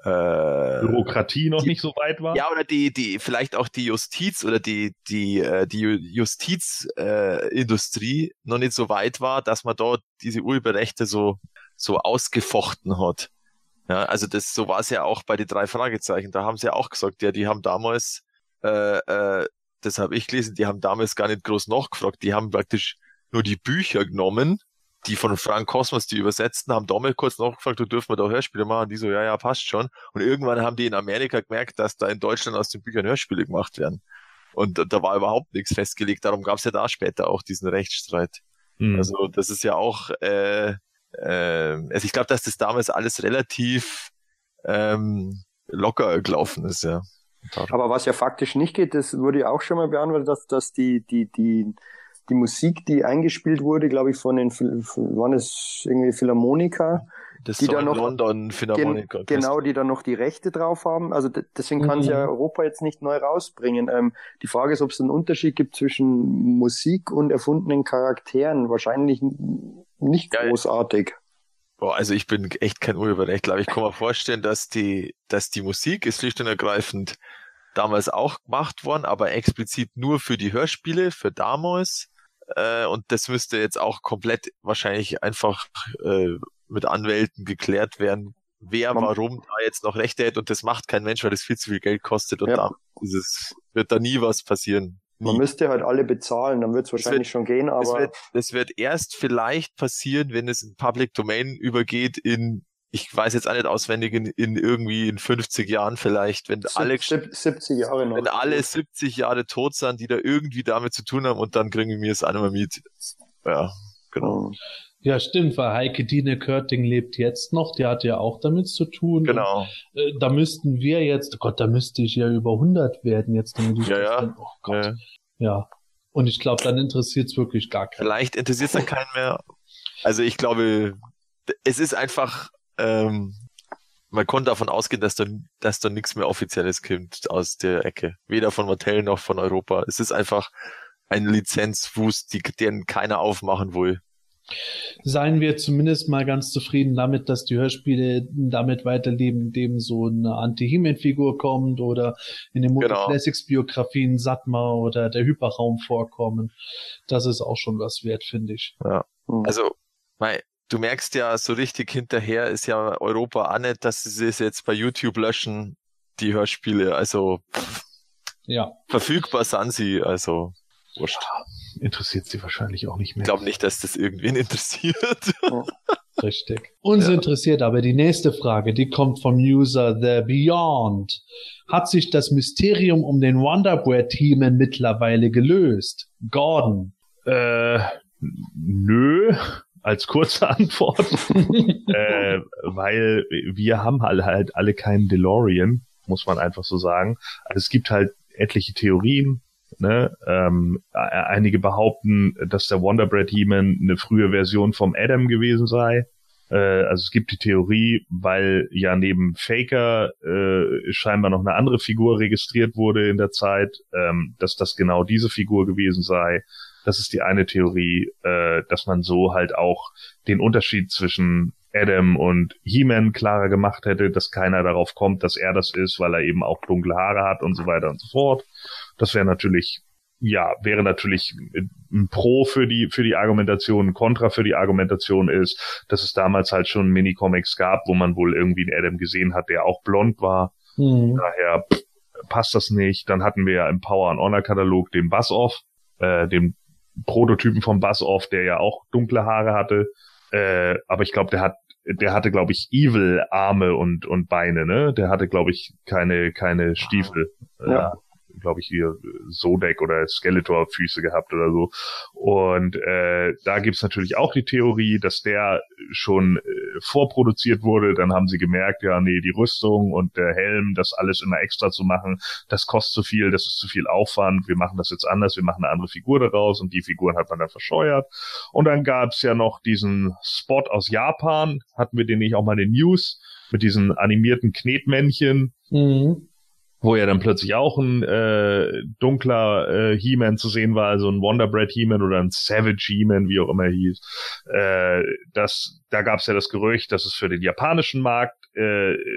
äh, Bürokratie noch die- nicht so weit war. ja, oder die, die, vielleicht auch die Justiz oder die, die, äh, die Justizindustrie äh, Industrie noch nicht so weit war, dass man dort diese Urheberrechte so, so ausgefochten hat. Ja, also das, so war es ja auch bei den drei Fragezeichen. Da haben sie ja auch gesagt, ja, die haben damals, äh, äh, das habe ich gelesen, die haben damals gar nicht groß nachgefragt. Die haben praktisch nur die Bücher genommen die von Frank Kosmos, die Übersetzten, haben Dommel kurz noch gefragt, du dürfen wir da Hörspiele machen? Die so, ja, ja, passt schon. Und irgendwann haben die in Amerika gemerkt, dass da in Deutschland aus den Büchern Hörspiele gemacht werden. Und da war überhaupt nichts festgelegt. Darum gab es ja da später auch diesen Rechtsstreit. Mhm. Also das ist ja auch, äh, äh, also ich glaube, dass das damals alles relativ ähm, locker gelaufen ist, ja. Aber was ja faktisch nicht geht, das wurde ja auch schon mal beantwortet, dass, dass die, die, die, die Musik, die eingespielt wurde, glaube ich, von den, waren es irgendwie Philharmoniker, das die da noch, London Philharmoniker. Gen, genau, die da noch die Rechte drauf haben. Also d- deswegen kann es mhm. ja Europa jetzt nicht neu rausbringen. Ähm, die Frage ist, ob es einen Unterschied gibt zwischen Musik und erfundenen Charakteren. Wahrscheinlich nicht ja, großartig. Boah, also ich bin echt kein Urheberrechtler, aber ich kann mir vorstellen, dass die, dass die Musik ist schlicht und ergreifend damals auch gemacht worden, aber explizit nur für die Hörspiele, für damals. Äh, und das müsste jetzt auch komplett wahrscheinlich einfach äh, mit Anwälten geklärt werden, wer, man, warum da jetzt noch Rechte hätte. Und das macht kein Mensch, weil das viel zu viel Geld kostet. Und ja. da ist es, wird da nie was passieren. Nie. Man müsste halt alle bezahlen, dann wird es wahrscheinlich wird, schon gehen. Aber das wird, das wird erst vielleicht passieren, wenn es in Public Domain übergeht in, ich weiß jetzt auch nicht auswendig, in, in irgendwie in fünfzig Jahren vielleicht, wenn sieb, alle siebzig Jahre noch. Wenn alle siebzig Jahre tot sind, die da irgendwie damit zu tun haben, und dann kriegen wir es einmal mit. Ja, genau. Ja, stimmt, weil Heike Dine Körting lebt jetzt noch, die hat ja auch damit zu tun. Genau. Und, äh, da müssten wir jetzt, Gott, da müsste ich ja über hundert werden jetzt. Damit ich ja, das ja. Dann, oh Gott. Ja. ja. Und ich glaube, dann interessiert es wirklich gar keinen. Vielleicht interessiert es dann keinen mehr. Also ich glaube, es ist einfach, ähm, man konnte davon ausgehen, dass da, dass da nichts mehr Offizielles kommt aus der Ecke. Weder von Mattel noch von Europa. Es ist einfach ein Lizenzwust, die, den keiner aufmachen will. Seien wir zumindest mal ganz zufrieden damit, dass die Hörspiele damit weiterleben, indem so eine Anti-He-Man-Figur kommt oder in den Multi-Classics-Biografien Satmar oder der Hyperraum vorkommen. Das ist auch schon was wert, finde ich. Ja, also, mei, du merkst ja, so richtig hinterher ist ja Europa auch nicht, dass sie es jetzt bei YouTube löschen, die Hörspiele. Also, pff, ja. Verfügbar sind sie, also wurscht. Ja, interessiert sie wahrscheinlich auch nicht mehr. Ich glaube nicht, dass das irgendwen interessiert. Oh, richtig. Uns ja. interessiert aber die nächste Frage, die kommt vom User The Beyond. Hat sich das Mysterium um den Wonder Bread He-Man mittlerweile gelöst? Gordon? Äh, nö. Als kurze Antwort. äh, weil wir haben halt, halt alle keinen DeLorean, muss man einfach so sagen. Also es gibt halt etliche Theorien. Ne? Ähm, einige behaupten, dass der Wonder Bread He-Man eine frühe Version vom Adam gewesen sei. Äh, also es gibt die Theorie, weil ja neben Faker äh, scheinbar noch eine andere Figur registriert wurde in der Zeit, ähm, dass das genau diese Figur gewesen sei. Das ist die eine Theorie, äh, dass man so halt auch den Unterschied zwischen Adam und He-Man klarer gemacht hätte, dass keiner darauf kommt, dass er das ist, weil er eben auch dunkle Haare hat und so weiter und so fort. Das wäre natürlich, ja, wäre natürlich ein Pro für die, für die Argumentation, ein Kontra für die Argumentation ist, dass es damals halt schon Minicomics gab, wo man wohl irgendwie einen Adam gesehen hat, der auch blond war. Mhm. Daher pff, passt das nicht. Dann hatten wir ja im Power and Honor Katalog den Buzz-Off, äh, den Prototypen vom Buzz-Off, der ja auch dunkle Haare hatte. Äh, aber ich glaube, der hat, der hatte, glaube ich, Evil Arme und und Beine, ne? Der hatte, glaube ich, keine keine Stiefel. Ja. Äh, glaube ich, hier Zodek oder Skeletor-Füße gehabt oder so. Und äh, da gibt's natürlich auch die Theorie, dass der schon äh, vorproduziert wurde. Dann haben sie gemerkt, ja, nee, die Rüstung und der Helm, das alles immer extra zu machen, das kostet zu viel, das ist zu viel Aufwand. Wir machen das jetzt anders, wir machen eine andere Figur daraus und die Figuren hat man dann verscheuert. Und dann gab's ja noch diesen Spot aus Japan, hatten wir den nicht auch mal in den News, mit diesen animierten Knetmännchen. Mhm. Wo ja dann plötzlich auch ein äh, dunkler äh, He-Man zu sehen war, also ein Wonder Bread He-Man oder ein Savage He-Man, wie auch immer er hieß. Äh, das, da gab es ja das Gerücht, dass es für den japanischen Markt äh,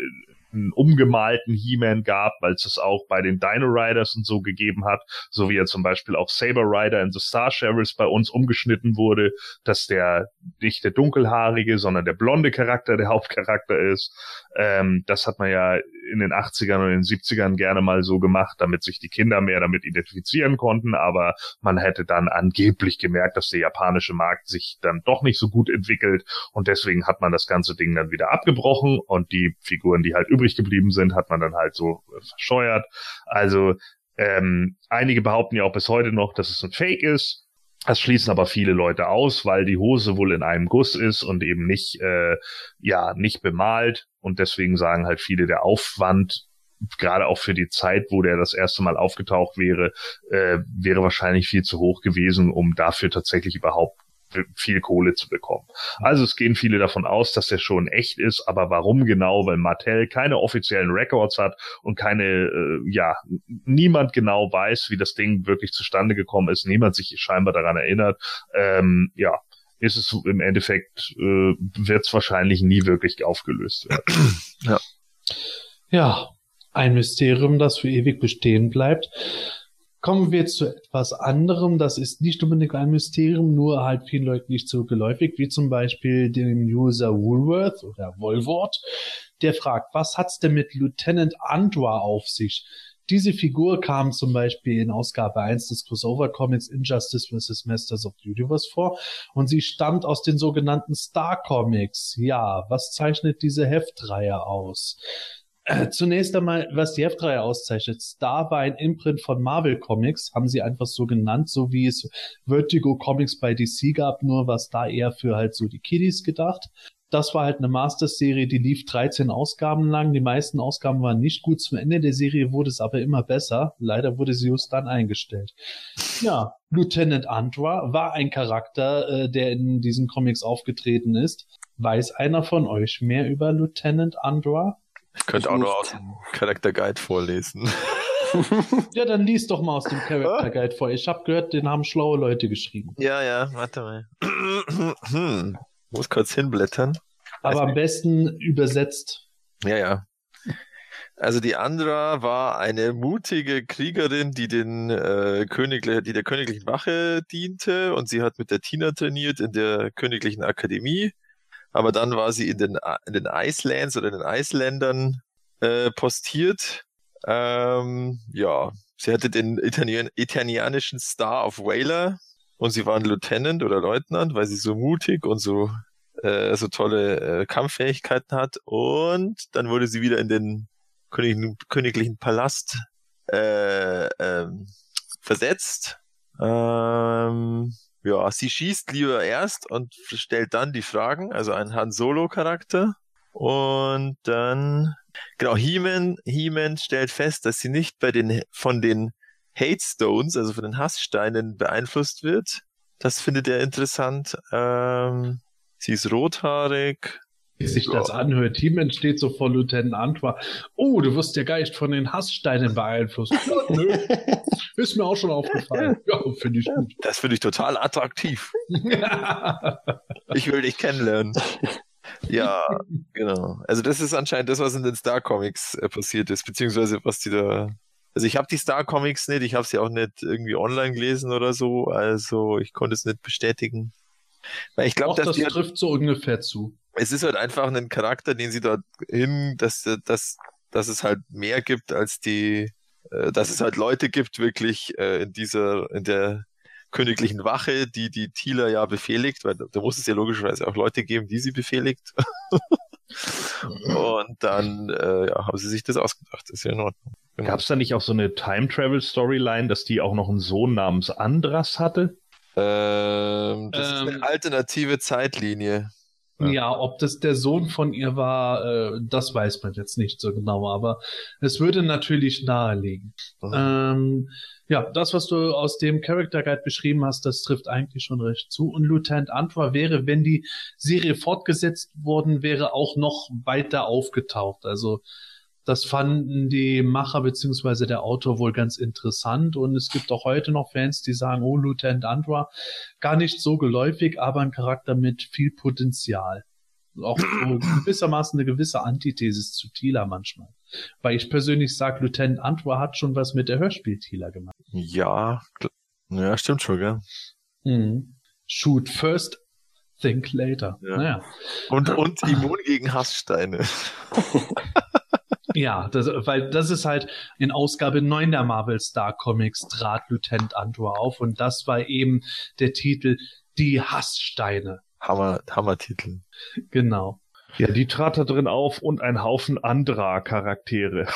einen umgemalten He-Man gab, weil es es auch bei den Dino Riders und so gegeben hat, so wie er zum Beispiel auch Saber Rider in The Star Sheriffs bei uns umgeschnitten wurde, dass der nicht der dunkelhaarige, sondern der blonde Charakter der Hauptcharakter ist. Ähm, das hat man ja in den achtzigern und in den siebzigern gerne mal so gemacht, damit sich die Kinder mehr damit identifizieren konnten, aber man hätte dann angeblich gemerkt, dass der japanische Markt sich dann doch nicht so gut entwickelt und deswegen hat man das ganze Ding dann wieder abgebrochen und die Figuren, die halt übrig geblieben sind, hat man dann halt so verscheuert. Also ähm, einige behaupten ja auch bis heute noch, dass es ein Fake ist. Das schließen aber viele Leute aus, weil die Hose wohl in einem Guss ist und eben nicht, äh, ja, nicht bemalt. Und deswegen sagen halt viele, der Aufwand, gerade auch für die Zeit, wo der das erste Mal aufgetaucht wäre, äh, wäre wahrscheinlich viel zu hoch gewesen, um dafür tatsächlich überhaupt viel Kohle zu bekommen. Also es gehen viele davon aus, dass der schon echt ist, aber warum genau? Weil Mattel keine offiziellen Records hat und keine, äh, ja, niemand genau weiß, wie das Ding wirklich zustande gekommen ist, niemand sich scheinbar daran erinnert, ähm, ja, ist es im Endeffekt, äh, wird es wahrscheinlich nie wirklich aufgelöst werden. Ja. Ja, ein Mysterium, das für ewig bestehen bleibt. Kommen wir jetzt zu etwas anderem. Das ist nicht unbedingt ein Mysterium, nur halt vielen Leuten nicht so geläufig, wie zum Beispiel dem User Woolworth oder Wolwort, der fragt, was hat's denn mit Lieutenant Andra auf sich? Diese Figur kam zum Beispiel in Ausgabe eins des Crossover Comics Injustice versus. Masters of the Universe vor und sie stammt aus den sogenannten Star Comics. Ja, was zeichnet diese Heftreihe aus? Äh, zunächst einmal, was die Heftreihe auszeichnet. Star war ein Imprint von Marvel Comics, haben sie einfach so genannt, so wie es Vertigo Comics bei D C gab, nur was da eher für halt so die Kiddies gedacht. Das war halt eine Master-Serie, die lief dreizehn Ausgaben lang. Die meisten Ausgaben waren nicht gut. Zum Ende der Serie wurde es aber immer besser. Leider wurde sie just dann eingestellt. Ja, Lieutenant Andra war ein Charakter, äh, der in diesen Comics aufgetreten ist. Weiß einer von euch mehr über Lieutenant Andra? Ich könnte auch nur aus dem Character Guide vorlesen. Ja, dann lies doch mal aus dem Character Guide vor. Ich habe gehört, den haben schlaue Leute geschrieben. Ja, ja, warte mal. Muss kurz hinblättern. Aber am besten übersetzt. Ja, ja. Also die Andra war eine mutige Kriegerin, die den äh, Königli- die der königlichen Wache diente und sie hat mit der Tina trainiert in der königlichen Akademie. Aber dann war sie in den, in den Icelands oder in den Eisländern äh, postiert. Ähm, ja, sie hatte den Italien- italienischen Star of Valor und sie war ein Lieutenant oder Leutnant, weil sie so mutig und so, äh, so tolle äh, Kampffähigkeiten hat. Und dann wurde sie wieder in den königlichen, königlichen Palast äh, ähm, versetzt. Ähm, Ja, sie schießt lieber erst und stellt dann die Fragen, also ein Han Solo-Charakter. Und dann, genau, He-Man, He-Man stellt fest, dass sie nicht bei den, von den Hate Stones, also von den Hasssteinen beeinflusst wird. Das findet er interessant. Ähm, sie ist rothaarig. Wie sich das anhört. He-Man steht so vor Lieutenant Andra. Oh, du wirst der Geist von den Hasssteinen beeinflusst. Ja, nö. Ist mir auch schon aufgefallen. Ja, finde ich gut. Das finde ich total attraktiv. Ich will dich kennenlernen. Ja, genau. Also das ist anscheinend das, was in den Star Comics äh, passiert ist, beziehungsweise was die da... Also ich habe die Star Comics nicht, ich habe sie auch nicht irgendwie online gelesen oder so, also ich konnte es nicht bestätigen. Weil ich glaube, das die trifft so ungefähr zu. Es ist halt einfach ein Charakter, den sie dort hin, dass, dass, dass es halt mehr gibt als die, äh, dass es halt Leute gibt wirklich äh, in dieser, in der königlichen Wache, die die Teela ja befehligt, weil da muss es ja logischerweise auch Leute geben, die sie befehligt. Und dann äh, ja, haben sie sich das ausgedacht. Das ist ja in Ordnung. Genau. Gab es da nicht auch so eine Time-Travel-Storyline, dass die auch noch einen Sohn namens Andras hatte? Ähm, das Ähm, ist eine alternative Zeitlinie. Ja. ja, ob das der Sohn von ihr war, äh, das weiß man jetzt nicht so genau, aber es würde natürlich nahelegen. Mhm. Ähm, ja, das, was du aus dem Character Guide beschrieben hast, das trifft eigentlich schon recht zu. Und Lieutenant Andra wäre, wenn die Serie fortgesetzt worden wäre, auch noch weiter aufgetaucht. Also das fanden die Macher beziehungsweise der Autor wohl ganz interessant und es gibt auch heute noch Fans, die sagen, oh, Lieutenant Andra, gar nicht so geläufig, aber ein Charakter mit viel Potenzial. Auch so gewissermaßen eine gewisse Antithesis zu Teela manchmal. Weil ich persönlich sage, Lieutenant Antwa hat schon was mit der Hörspiel-Teela gemacht. Ja, ja, stimmt schon, gell? Mhm. Shoot first, think later. Ja. Naja. Und, und immun gegen Hasssteine. Ja, das, weil das ist halt in Ausgabe neun der Marvel Star Comics trat Lieutenant Antwa auf und das war eben der Titel Die Hasssteine. Hammer, Hammertitel. Genau. Ja, die trat da drin auf und ein Haufen anderer Charaktere.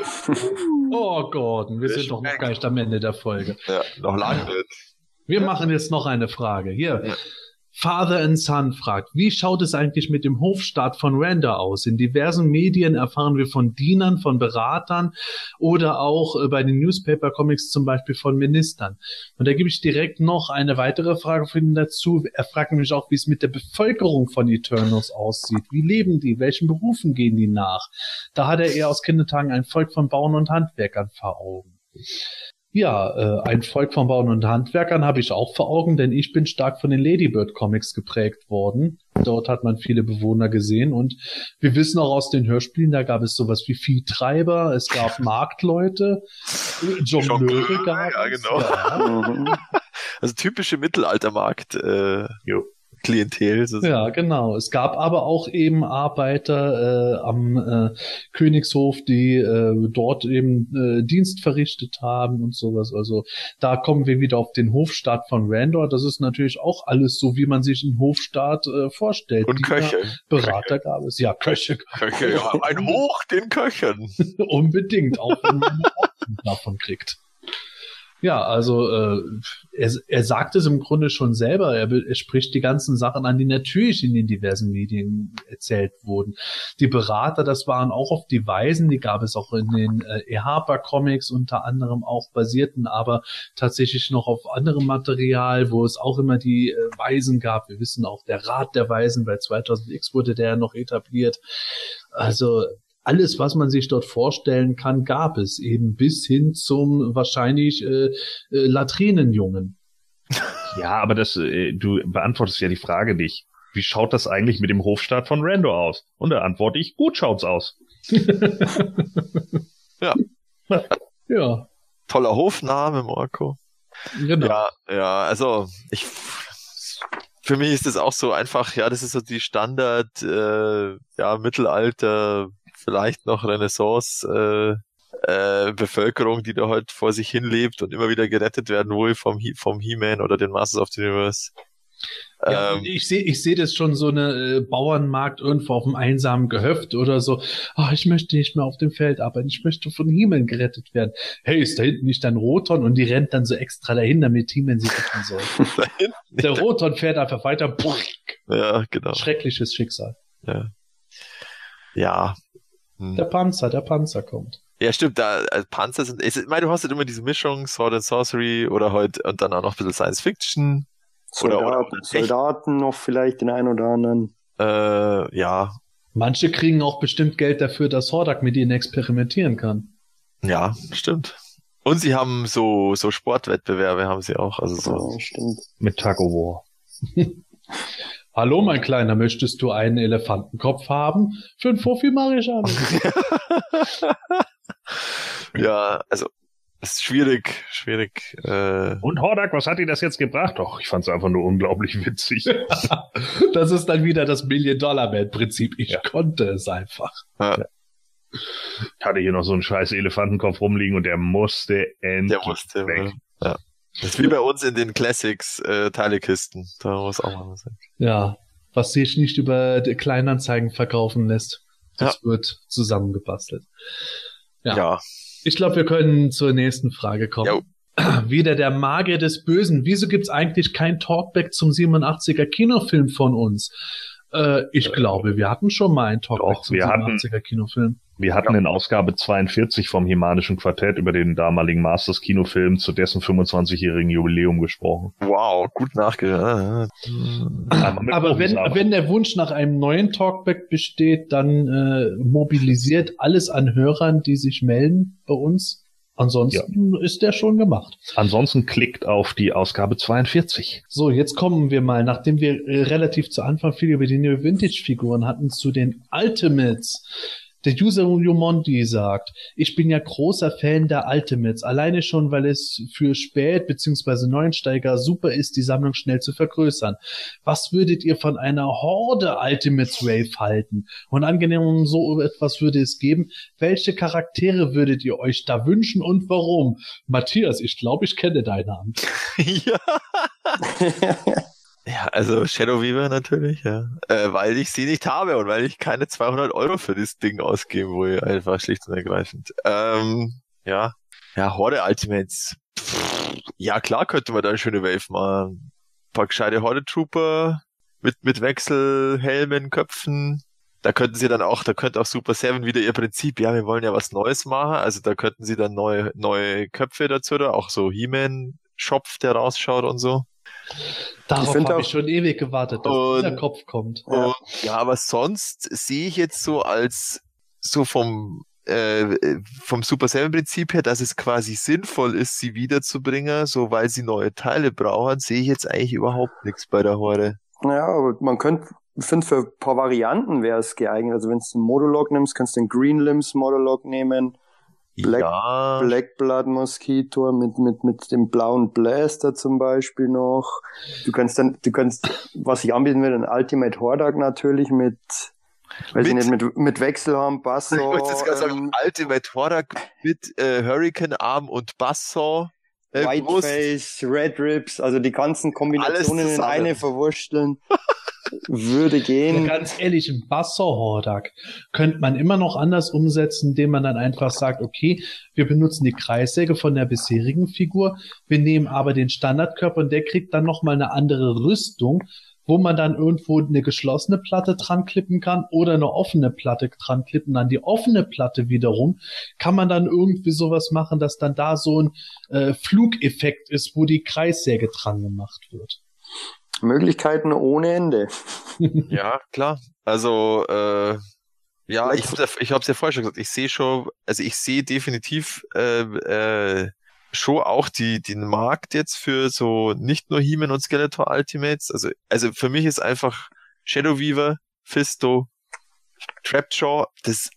Oh Gordon, wir Der sind doch noch schmeckt. gar nicht am Ende der Folge. Ja, noch lange nicht. Wir machen jetzt noch eine Frage. Hier. Ja. Father and Son fragt, wie schaut es eigentlich mit dem Hofstaat von Randa aus? In diversen Medien erfahren wir von Dienern, von Beratern oder auch äh, bei den Newspaper Comics zum Beispiel von Ministern. Und da gebe ich direkt noch eine weitere Frage für ihn dazu. Er fragt nämlich auch, wie es mit der Bevölkerung von Eternals aussieht. Wie leben die? Welchen Berufen gehen die nach? Da hat er eher aus Kindertagen ein Volk von Bauern und Handwerkern vor Augen. Ja, äh, ein Volk von Bauern und Handwerkern habe ich auch vor Augen, denn ich bin stark von den Ladybird Comics geprägt worden. Dort hat man viele Bewohner gesehen und wir wissen auch aus den Hörspielen, da gab es sowas wie Viehtreiber, es gab Marktleute, Jongleure gab ja, es. genau. Ja. Also typische Mittelaltermarkt äh, Jo. Klientel. So Ja, genau. Es gab aber auch eben Arbeiter äh, am äh, Königshof, die äh, dort eben äh, Dienst verrichtet haben und sowas. Also da kommen wir wieder auf den Hofstaat von Randor. Das ist natürlich auch alles so, wie man sich einen Hofstaat äh, vorstellt. Und Köche. Berater gab es. Ja, Köche. Köche, ja, ein Hoch den Köchen. Unbedingt, auch wenn man einen davon kriegt. Ja, also äh, er, er sagt es im Grunde schon selber. Er, er spricht die ganzen Sachen an, die natürlich in den diversen Medien erzählt wurden. Die Berater, das waren auch oft die Weisen, die gab es auch in den äh, E. Harper Comics unter anderem auch, basierten aber tatsächlich noch auf anderem Material, wo es auch immer die äh, Weisen gab. Wir wissen auch, der Rat der Weisen bei zweitausend X wurde der noch etabliert. Also alles, was man sich dort vorstellen kann, gab es eben bis hin zum wahrscheinlich äh, äh, Latrinenjungen. Ja, aber das, äh, du beantwortest ja die Frage nicht. Wie schaut das eigentlich mit dem Hofstaat von Randor aus? Und da antworte ich, gut schaut's aus. Ja. Ja, Toller Hofname, Marco. genau. Ja, ja, also ich für mich ist das auch so einfach, ja, das ist so die Standard, äh, ja, Mittelalter, vielleicht noch Renaissance, äh, äh, Bevölkerung, die da halt vor sich hin lebt und immer wieder gerettet werden will vom, He- vom He-Man oder den Masters of the Universe. Ja, Ähm, ich sehe ich sehe das schon so eine äh, Bauernmarkt irgendwo auf einem einsamen Gehöft oder so. Ah, ich möchte nicht mehr auf dem Feld arbeiten, ich möchte von He-Man gerettet werden. Hey, ist da hinten nicht dein Roton? Und die rennt dann so extra dahin, damit He-Man sie retten soll. da hinten nicht Der Roton fährt einfach weiter. Puh, ja, genau. schreckliches Schicksal. Ja. Ja. Hm. Der Panzer, der Panzer kommt. Ja, stimmt, da äh, Panzer sind, ich meine, du hast halt immer diese Mischung, Sword and Sorcery oder halt, und dann auch noch ein bisschen Science Fiction. Oder- oder- Soldaten, Soldaten noch vielleicht den einen oder anderen. Äh, ja, Manche kriegen auch bestimmt Geld dafür, dass Hordak mit ihnen experimentieren kann. ja, stimmt. Und sie haben so, so Sportwettbewerbe haben sie auch, also so. Ja, stimmt. Mit Tug of War. Hallo, mein Kleiner, möchtest du einen Elefantenkopf haben? Für ein Fuffi mache ich alles. Ja, also, es ist schwierig, schwierig, äh, Und Hordak, was hat dir das jetzt gebracht? Doch, ich fand's einfach nur unglaublich witzig. Das ist dann wieder das Million-Dollar-Man-Prinzip. Ich Ja. konnte es einfach. ja, Ich hatte hier noch so einen scheiß Elefantenkopf rumliegen und der musste endlich der musste, weg. ja. Das ist wie bei uns in den Classics, äh, Teilekisten. Da muss auch mal was sein. Ja, was sich nicht über die Kleinanzeigen verkaufen lässt, das wird zusammengebastelt. Ja. Ja, Ich glaube, wir können zur nächsten Frage kommen. Jo. Wieder der Magier des Bösen. Wieso gibt's eigentlich kein Talkback zum siebenundachtziger Kinofilm von uns? Äh, ich glaube, wir hatten schon mal ein Talkback Doch, zum wir hatten- siebenundachtziger Kinofilm. Wir hatten in Ausgabe zweiundvierzig vom Himanischen Quartett über den damaligen Masters Kinofilm zu dessen fünfundzwanzigjährigen Jubiläum gesprochen. wow, gut nachgedacht. Aber, mit Aber wenn, Bums, wenn der Wunsch nach einem neuen Talkback besteht, dann äh, mobilisiert alles an Hörern, die sich melden bei uns. Ansonsten ja. ist der schon gemacht. Ansonsten klickt auf die Ausgabe zweiundvierzig. So, jetzt kommen wir mal, nachdem wir relativ zu Anfang viel über die New Vintage-Figuren hatten, zu den Ultimates. Der User Yumondi sagt, ich bin ja großer Fan der Ultimates, alleine schon, weil es für Spät- bzw. Neuensteiger super ist, die Sammlung schnell zu vergrößern. Was würdet ihr von einer Horde Ultimates Wave halten? Und angenommen, so etwas würde es geben. Welche Charaktere würdet ihr euch da wünschen und warum? Matthias, ich glaube, ich kenne deinen Namen. Ja. Ja, also Shadow Weaver natürlich, ja. Äh, weil ich sie nicht habe und weil ich keine zweihundert Euro für das Ding ausgeben will, einfach schlicht und ergreifend. Ähm, ja. Ja, Horde Ultimates. Pff, ja, klar könnte man da eine schöne Wave machen. Ein paar gescheite Horde Trooper mit, mit Wechselhelmen, Köpfen. Da könnten sie dann auch, da könnte auch Super Seven wieder ihr Prinzip, ja, wir wollen ja was Neues machen. Also da könnten sie dann neue, neue Köpfe dazu, oder auch so He-Man-Schopf, der rausschaut und so. Darauf habe ich schon ewig gewartet, dass und, dieser Kopf kommt. Und, ja, aber sonst sehe ich jetzt so als so vom äh, vom Super Seven Prinzip her, dass es quasi sinnvoll ist, sie wiederzubringen, so weil sie neue Teile brauchen, sehe ich jetzt eigentlich überhaupt nichts bei der Horde. Ja, aber man könnte, ich finde, für ein paar Varianten wäre es geeignet. Also wenn du den Modulok nimmst, kannst du den Green Limbs Modulok nehmen. Black, ja. Black Blood Mosquito mit, mit, mit dem blauen Blaster zum Beispiel noch. Du kannst dann, du kannst, was ich anbieten will, ein Ultimate Hordak natürlich mit, weiß mit, ich nicht, mit, mit Wechselarm, Bassor. Ich wollte jetzt gerade sagen, Ultimate Hordak mit, äh, Hurricane Arm und Bassor. Äh, Whiteface, Red Ribs, also die ganzen Kombinationen in eine verwursteln. Würde gehen. Ja, ganz ehrlich, ein Bassor-Hordak könnte man immer noch anders umsetzen, indem man dann einfach sagt, okay, wir benutzen die Kreissäge von der bisherigen Figur, wir nehmen aber den Standardkörper und der kriegt dann nochmal eine andere Rüstung, wo man dann irgendwo eine geschlossene Platte dran klippen kann oder eine offene Platte dran klippen. Dann die offene Platte wiederum kann man dann irgendwie sowas machen, dass dann da so ein äh, Flugeffekt ist, wo die Kreissäge dran gemacht wird. Möglichkeiten ohne Ende. Ja, klar. Also, äh, ja, ich hab's ja, ich hab's ja vorher schon gesagt, ich sehe schon, also ich sehe definitiv äh, äh, schon auch die den Markt jetzt für so nicht nur He-Man und Skeletor Ultimates. Also, also für mich ist einfach Shadow Weaver, Fisto, Trapjaw, das,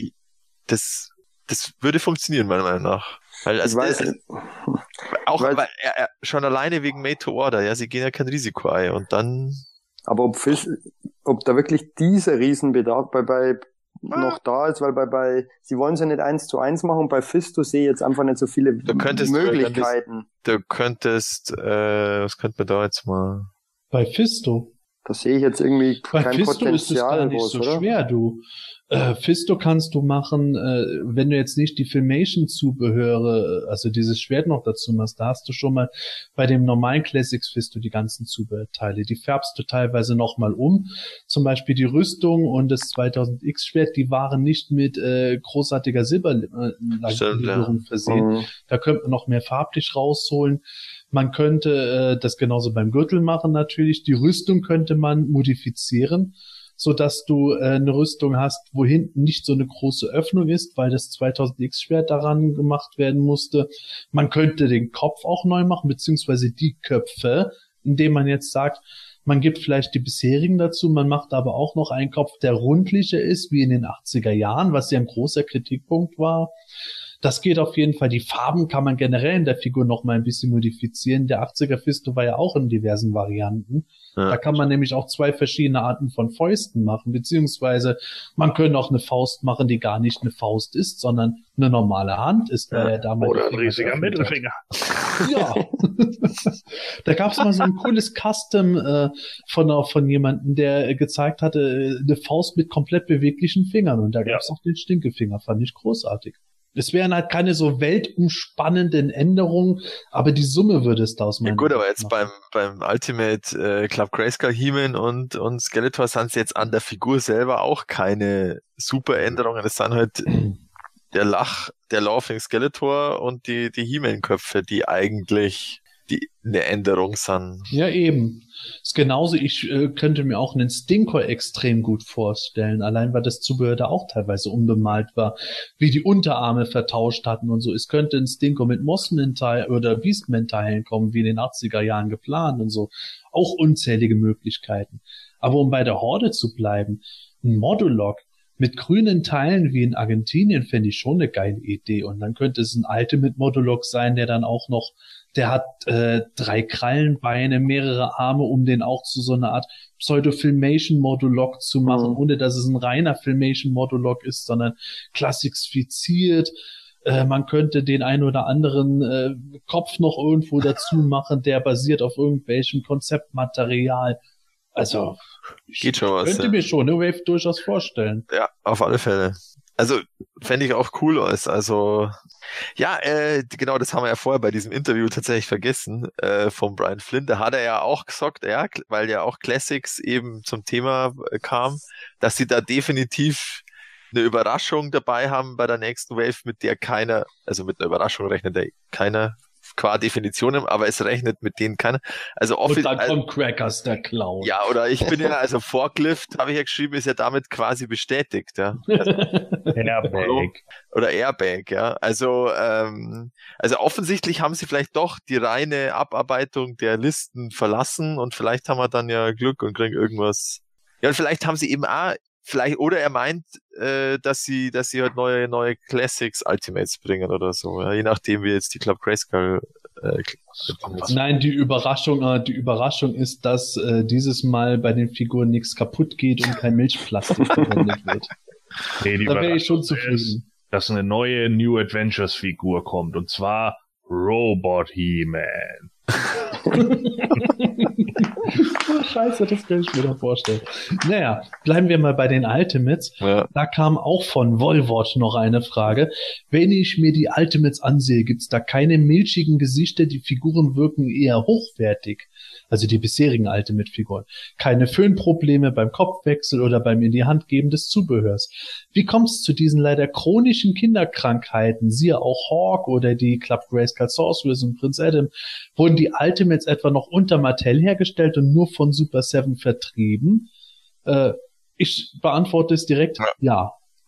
das, das würde funktionieren, meiner Meinung nach. Weil, also, ich weiß, das, auch weil, er, er, schon alleine wegen Made to Order, ja, sie gehen ja kein Risiko ein und dann. Aber ob Fisch, ob da wirklich dieser Riesenbedarf bei, bei ah. noch da ist, weil bei, bei, sie wollen es ja nicht eins zu eins machen, bei Fisto sehe ich jetzt einfach nicht so viele du könntest, Möglichkeiten. Du könntest, äh, was könnte man da jetzt mal? Bei Fisto? Da sehe ich jetzt irgendwie bei kein Fisto Potenzial ist es gar nicht groß, so oder? schwer, du. Äh, Fisto kannst du machen, äh, wenn du jetzt nicht die Filmation-Zubehöre, also dieses Schwert noch dazu machst, da hast du schon mal bei dem normalen Classics Fisto die ganzen Zubehörteile. Die färbst du teilweise nochmal um. Zum Beispiel die Rüstung und das zweitausend X Schwert, die waren nicht mit äh, großartiger Silberlegierung ja. versehen. Mhm. Da könnte man noch mehr farblich rausholen. Man könnte äh, das genauso beim Gürtel machen natürlich. Die Rüstung könnte man modifizieren, so dass du äh, eine Rüstung hast, wo hinten nicht so eine große Öffnung ist, weil das zweitausend X Schwert daran gemacht werden musste. Man könnte den Kopf auch neu machen, beziehungsweise die Köpfe, indem man jetzt sagt, man gibt vielleicht die bisherigen dazu, man macht aber auch noch einen Kopf, der rundlicher ist, wie in den achtziger Jahren, was ja ein großer Kritikpunkt war. Das geht auf jeden Fall. Die Farben kann man generell in der Figur noch mal ein bisschen modifizieren. Der achtziger Fisto war ja auch in diversen Varianten. Ja. Da kann man nämlich auch zwei verschiedene Arten von Fäusten machen, beziehungsweise man könnte auch eine Faust machen, die gar nicht eine Faust ist, sondern eine normale Hand ist. Ja. Ja damals oder ein riesiger Mittelfinger. Ja. Da gab es mal so ein cooles Custom äh, von, von jemandem, der gezeigt hatte, eine Faust mit komplett beweglichen Fingern. Und da gab es ja. auch den Stinkefinger. Fand ich großartig. Es wären halt keine so weltumspannenden Änderungen, aber die Summe würde es da aus meiner Ja gut, aber jetzt beim beim Ultimate äh, Club Grayskull He-Man und und Skeletor sind es jetzt an der Figur selber auch keine super Änderungen. Es sind halt der Lach, der Laughing Skeletor und die die He-Man Köpfe, die eigentlich die eine Änderung sind. Ja, eben. Ist genauso, ich äh, könnte mir auch einen Stinkor extrem gut vorstellen, allein weil das Zubehör da auch teilweise unbemalt war, wie die Unterarme vertauscht hatten und so. Es könnte ein Stinkor mit Mossman-Teilen oder Beastman-Teilen kommen, wie in den achtziger Jahren geplant und so. Auch unzählige Möglichkeiten. Aber um bei der Horde zu bleiben, ein Modulok mit grünen Teilen wie in Argentinien fände ich schon eine geile Idee. Und dann könnte es ein Ultimate Modulok sein, der dann auch noch, der hat äh, drei Krallenbeine, mehrere Arme, um den auch zu so einer Art Pseudo-Filmation Modulok zu machen, mhm. ohne dass es ein reiner Filmation Modulok ist, sondern klassifiziert. Äh, man könnte den ein oder anderen äh, Kopf noch irgendwo dazu machen, der basiert auf irgendwelchem Konzeptmaterial. Also, Geht schon was, könnte ja. mir schon eine Wave durchaus vorstellen. Ja, auf alle Fälle. Also, fände ich auch cool aus. Also, ja, äh, genau, das haben wir ja vorher bei diesem Interview tatsächlich vergessen, äh, von Brian Flynn. Da hat er ja auch gesagt, ja, weil ja auch Classics eben zum Thema äh, kam, dass sie da definitiv eine Überraschung dabei haben bei der nächsten Wave, mit der keiner, also mit einer Überraschung rechnet der keiner qua Definition, aber es rechnet mit denen keiner. Also Und dann kommt Crackers, der Clown. Ja, oder ich bin ja, also Forklift, habe ich ja geschrieben, ist ja damit quasi bestätigt, ja. Also, Airbag. Oder Airbag, ja. Also, ähm, also offensichtlich haben sie vielleicht doch die reine Abarbeitung der Listen verlassen und vielleicht haben wir dann ja Glück und kriegen irgendwas. Ja, und vielleicht haben sie eben auch, vielleicht, oder er meint, äh, dass sie, dass sie halt neue, neue Classics Ultimates bringen oder so, ja, je nachdem, wie jetzt die Club Grayskull, äh, Nein, die Überraschung, äh, die Überraschung ist, dass äh, dieses Mal bei den Figuren nichts kaputt geht und kein Milchplastik verwendet wird. Nee, die da wäre ich schon Überraschung zufrieden. ist, dass eine neue New Adventures Figur kommt, und zwar Robot He-Man. Scheiße, das kann ich mir da vorstellen. Naja, bleiben wir mal bei den Ultimates. Ja. Da kam auch von Volvot noch eine Frage. Wenn ich mir die Ultimates ansehe, gibt's da keine milchigen Gesichter, die Figuren wirken eher hochwertig. Also die bisherigen Ultimate-Figuren. Keine Föhnprobleme beim Kopfwechsel oder beim in die Hand geben des Zubehörs. Wie kommt's zu diesen leider chronischen Kinderkrankheiten? Siehe auch Hawk oder die Club Grayskull Sorceress und Prinz Adam. Wurden die Ultimates etwa noch unter Mattel hergestellt und nur von Super Seven vertrieben? Äh, ich beantworte es direkt, ja.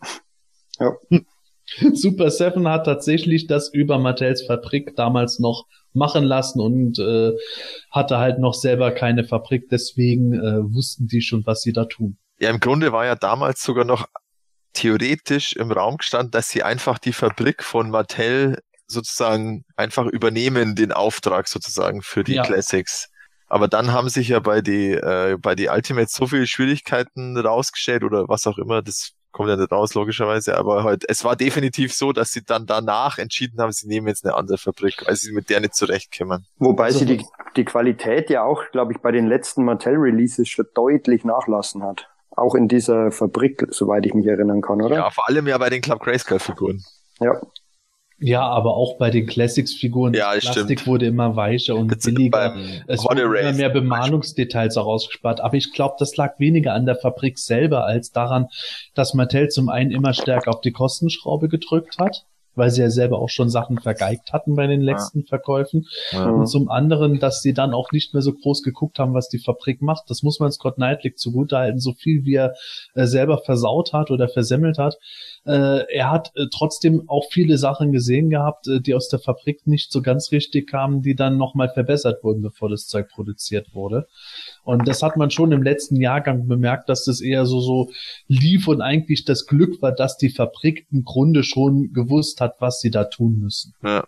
Ja. Super Seven hat tatsächlich das über Mattels Fabrik damals noch machen lassen und äh, hatte halt noch selber keine Fabrik, deswegen äh, wussten die schon, was sie da tun. Ja, im Grunde war ja damals sogar noch theoretisch im Raum gestanden, dass sie einfach die Fabrik von Mattel sozusagen einfach übernehmen, den Auftrag sozusagen für die Ja. Classics. Aber dann haben sich ja bei die äh, bei die Ultimates so viele Schwierigkeiten rausgestellt oder was auch immer, das kommt ja nicht raus, logischerweise, aber halt, es war definitiv so, dass sie dann danach entschieden haben, sie nehmen jetzt eine andere Fabrik, weil sie mit der nicht zurechtkommen. Wobei Also- sie die, die Qualität ja auch, glaube ich, bei den letzten Mattel-Releases schon deutlich nachlassen hat. Auch in dieser Fabrik, soweit ich mich erinnern kann, oder? Ja, vor allem ja bei den Club Grayskull-Figuren. Ja. Ja, aber auch bei den Classics-Figuren, Ja, das das Plastik stimmt. wurde immer weicher und Jetzt billiger. beim Es Horde wurden immer Race mehr zum Beispiel. Bemalungsdetails auch ausgespart. Aber ich glaube, das lag weniger an der Fabrik selber als daran, dass Mattel zum einen immer stärker auf die Kostenschraube gedrückt hat, weil sie ja selber auch schon Sachen vergeigt hatten bei den letzten Verkäufen. Ja. Und zum anderen, dass sie dann auch nicht mehr so groß geguckt haben, was die Fabrik macht. Das muss man Scott Knightley zugutehalten, so viel wie er äh, selber versaut hat oder versemmelt hat. Äh, er hat äh, trotzdem auch viele Sachen gesehen gehabt, äh, die aus der Fabrik nicht so ganz richtig kamen, die dann nochmal verbessert wurden, bevor das Zeug produziert wurde. Und das hat man schon im letzten Jahrgang bemerkt, dass das eher so so lief und eigentlich das Glück war, dass die Fabrik im Grunde schon gewusst hat, was sie da tun müssen. Ja.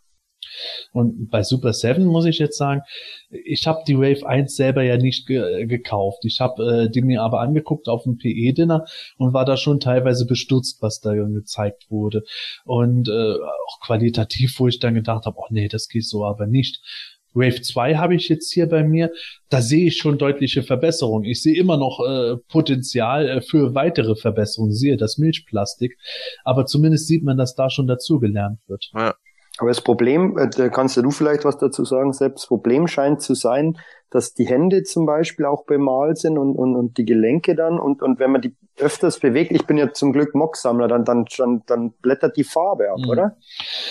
Und bei Super Seven muss ich jetzt sagen, ich habe die Wave eins selber ja nicht ge- gekauft. Ich habe äh, die mir aber angeguckt auf dem P E-Dinner und war da schon teilweise bestürzt, was da gezeigt wurde. Und äh, auch qualitativ, wo ich dann gedacht habe, oh nee, das geht so aber nicht. Wave zwei habe ich jetzt hier bei mir, da sehe ich schon deutliche Verbesserungen. Ich sehe immer noch äh, Potenzial äh, für weitere Verbesserungen, siehe das Milchplastik, aber zumindest sieht man, dass da schon dazugelernt wird. Ja. Aber das Problem, äh, da kannst du vielleicht was dazu sagen, selbst das Problem scheint zu sein, dass die Hände zum Beispiel auch bemalt sind und, und, und die Gelenke dann und, und wenn man die öfters bewegt, ich bin ja zum Glück Mock-Sammler, dann, dann, dann, dann blättert die Farbe ab, Mhm. oder?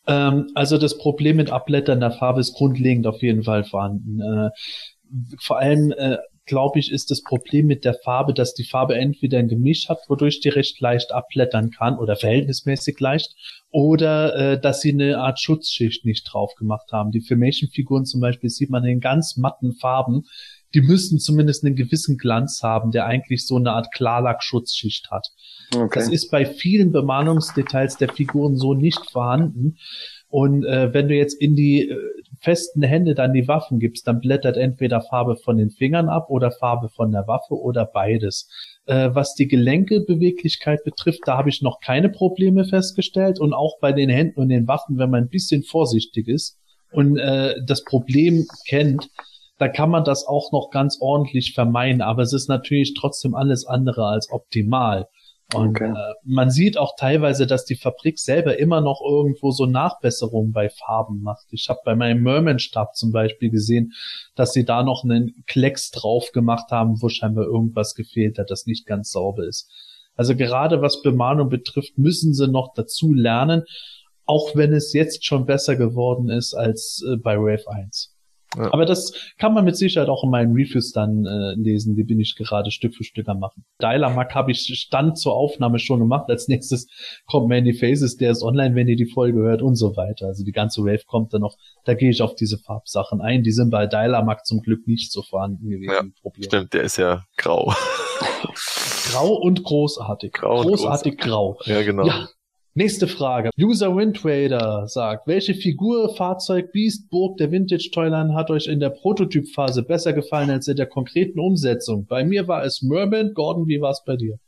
Ähm, also das Problem mit Abblättern der Farbe ist grundlegend auf jeden Fall vorhanden. Äh, vor allem, äh, glaube ich, ist das Problem mit der Farbe, dass die Farbe entweder ein Gemisch hat, wodurch die recht leicht abblättern kann oder verhältnismäßig leicht, oder äh, dass sie eine Art Schutzschicht nicht drauf gemacht haben. Die Filmation-Figuren zum Beispiel sieht man in ganz matten Farben, die müssen zumindest einen gewissen Glanz haben, der eigentlich so eine Art Klarlack-Schutzschicht hat. Okay. Das ist bei vielen Bemalungsdetails der Figuren so nicht vorhanden. Und äh, wenn du jetzt in die äh, festen Hände dann die Waffen gibst, dann blättert entweder Farbe von den Fingern ab oder Farbe von der Waffe oder beides. Äh, was die Gelenkebeweglichkeit betrifft, da habe ich noch keine Probleme festgestellt. Und auch bei den Händen und den Waffen, wenn man ein bisschen vorsichtig ist und äh, das Problem kennt, da kann man das auch noch ganz ordentlich vermeiden. Aber es ist natürlich trotzdem alles andere als optimal. Und okay. äh, man sieht auch teilweise, dass die Fabrik selber immer noch irgendwo so Nachbesserungen bei Farben macht. Ich habe bei meinem Merman-Stab zum Beispiel gesehen, dass sie da noch einen Klecks drauf gemacht haben, wo scheinbar irgendwas gefehlt hat, das nicht ganz sauber ist. Also gerade was Bemalung betrifft, müssen sie noch dazu lernen, auch wenn es jetzt schon besser geworden ist als äh, bei Wave eins. Ja. Aber das kann man mit Sicherheit auch in meinen Reviews dann äh, lesen, die bin ich gerade Stück für Stück am machen. Dialamag habe ich Stand zur Aufnahme schon gemacht, als nächstes kommt Many Faces, der ist online, wenn ihr die Folge hört und so weiter. Also die ganze Wave kommt dann noch, da gehe ich auf diese Farbsachen ein, die sind bei Dialamag zum Glück nicht so vorhanden gewesen. Ja, stimmt, der ist ja grau. Grau und großartig. Grau und großartig groß. grau. Ja, genau. Ja. Nächste Frage. User Windrader sagt, welche Figur, Fahrzeug, Beast, Burg der Vintage Toyline hat euch in der Prototypphase besser gefallen als in der konkreten Umsetzung? Bei mir war es Merman. Gordon, wie war es bei dir?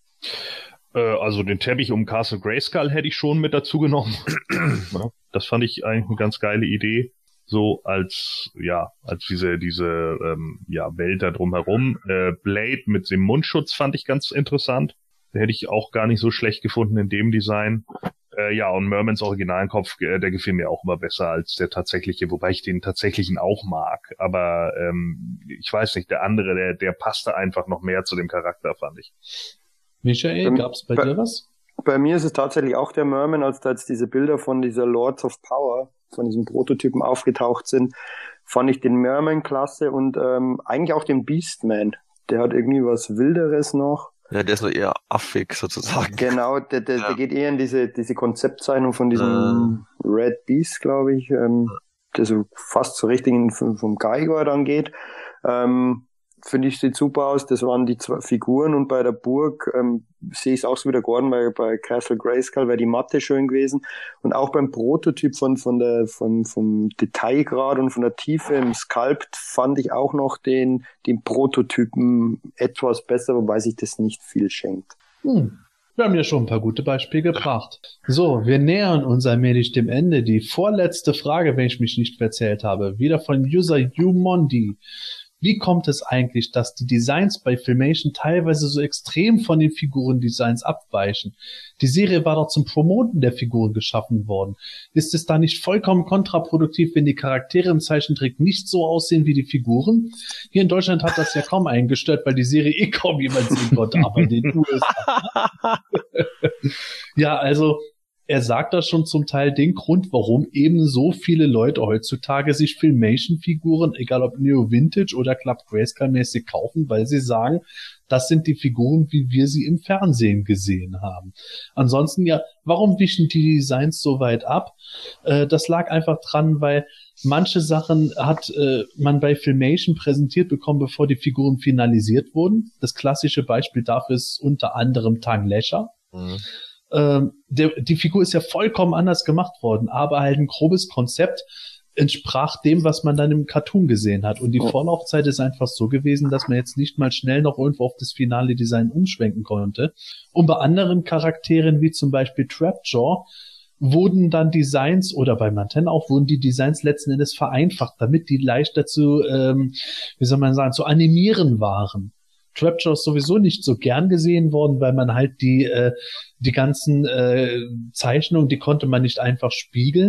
Äh, also den Teppich um Castle Grayskull hätte ich schon mit dazu genommen. Ja, das fand ich eigentlich eine ganz geile Idee. So als, ja, als diese, diese, ähm, ja, Welt da drumherum. Äh, Blade mit dem Mundschutz fand ich ganz interessant. Den hätte ich auch gar nicht so schlecht gefunden in dem Design. Äh, ja, und Mermans Originalkopf, äh, der gefiel mir auch immer besser als der tatsächliche, wobei ich den tatsächlichen auch mag. Aber ähm, ich weiß nicht, der andere, der, der passte einfach noch mehr zu dem Charakter, fand ich. Michael, gab's bei, bei dir was? Bei mir ist es tatsächlich auch der Merman, als da jetzt diese Bilder von dieser Lords of Power, von diesen Prototypen aufgetaucht sind, fand ich den Merman klasse und ähm, eigentlich auch den Beastman. Der hat irgendwie was Wilderes noch. Ja, der ist nur eher affig sozusagen. Genau, der, der, ja. der geht eher in diese diese Konzeptzeichnung von diesem ähm. Red Beast, glaube ich, ähm, der so fast so richtig in, vom Geiger dann geht. Ähm, Finde ich, sieht super aus. Das waren die zwei Figuren und bei der Burg ähm, sehe ich es auch so wie der Gordon, weil bei Castle Grayskull wäre die Matte schön gewesen. Und auch beim Prototyp von von der von vom Detailgrad und von der Tiefe im Sculpt fand ich auch noch den den Prototypen etwas besser, wobei sich das nicht viel schenkt. Hm. Wir haben ja schon ein paar gute Beispiele gebracht. So, wir nähern uns allmählich dem Ende. Die vorletzte Frage, wenn ich mich nicht verzählt habe, wieder von User Umondi. Wie kommt es eigentlich, dass die Designs bei Filmation teilweise so extrem von den Figurendesigns abweichen? Die Serie war doch zum Promoten der Figuren geschaffen worden. Ist es da nicht vollkommen kontraproduktiv, wenn die Charaktere im Zeichentrick nicht so aussehen wie die Figuren? Hier in Deutschland hat das ja kaum eingestört, weil die Serie eh kaum jemand sehen konnte, aber in den U S A. Ja, also er sagt da schon zum Teil den Grund, warum eben so viele Leute heutzutage sich Filmation-Figuren, egal ob Neo Vintage oder Club Grayskull-mäßig kaufen, weil sie sagen, das sind die Figuren, wie wir sie im Fernsehen gesehen haben. Ansonsten ja, warum wischen die Designs so weit ab? Äh, das lag einfach dran, weil manche Sachen hat äh, man bei Filmation präsentiert bekommen, bevor die Figuren finalisiert wurden. Das klassische Beispiel dafür ist unter anderem Tang Lesher. Mhm. Ähm, der, die Figur ist ja vollkommen anders gemacht worden, aber halt ein grobes Konzept entsprach dem, was man dann im Cartoon gesehen hat. Und die oh. Vorlaufzeit ist einfach so gewesen, dass man jetzt nicht mal schnell noch irgendwo auf das finale Design umschwenken konnte. Und bei anderen Charakteren, wie zum Beispiel Trapjaw, wurden dann Designs, oder bei Manten auch, wurden die Designs letzten Endes vereinfacht, damit die leichter zu, ähm, wie soll man sagen, zu animieren waren. Trapjaw ist sowieso nicht so gern gesehen worden, weil man halt die äh, die ganzen äh, Zeichnungen, die konnte man nicht einfach spiegeln.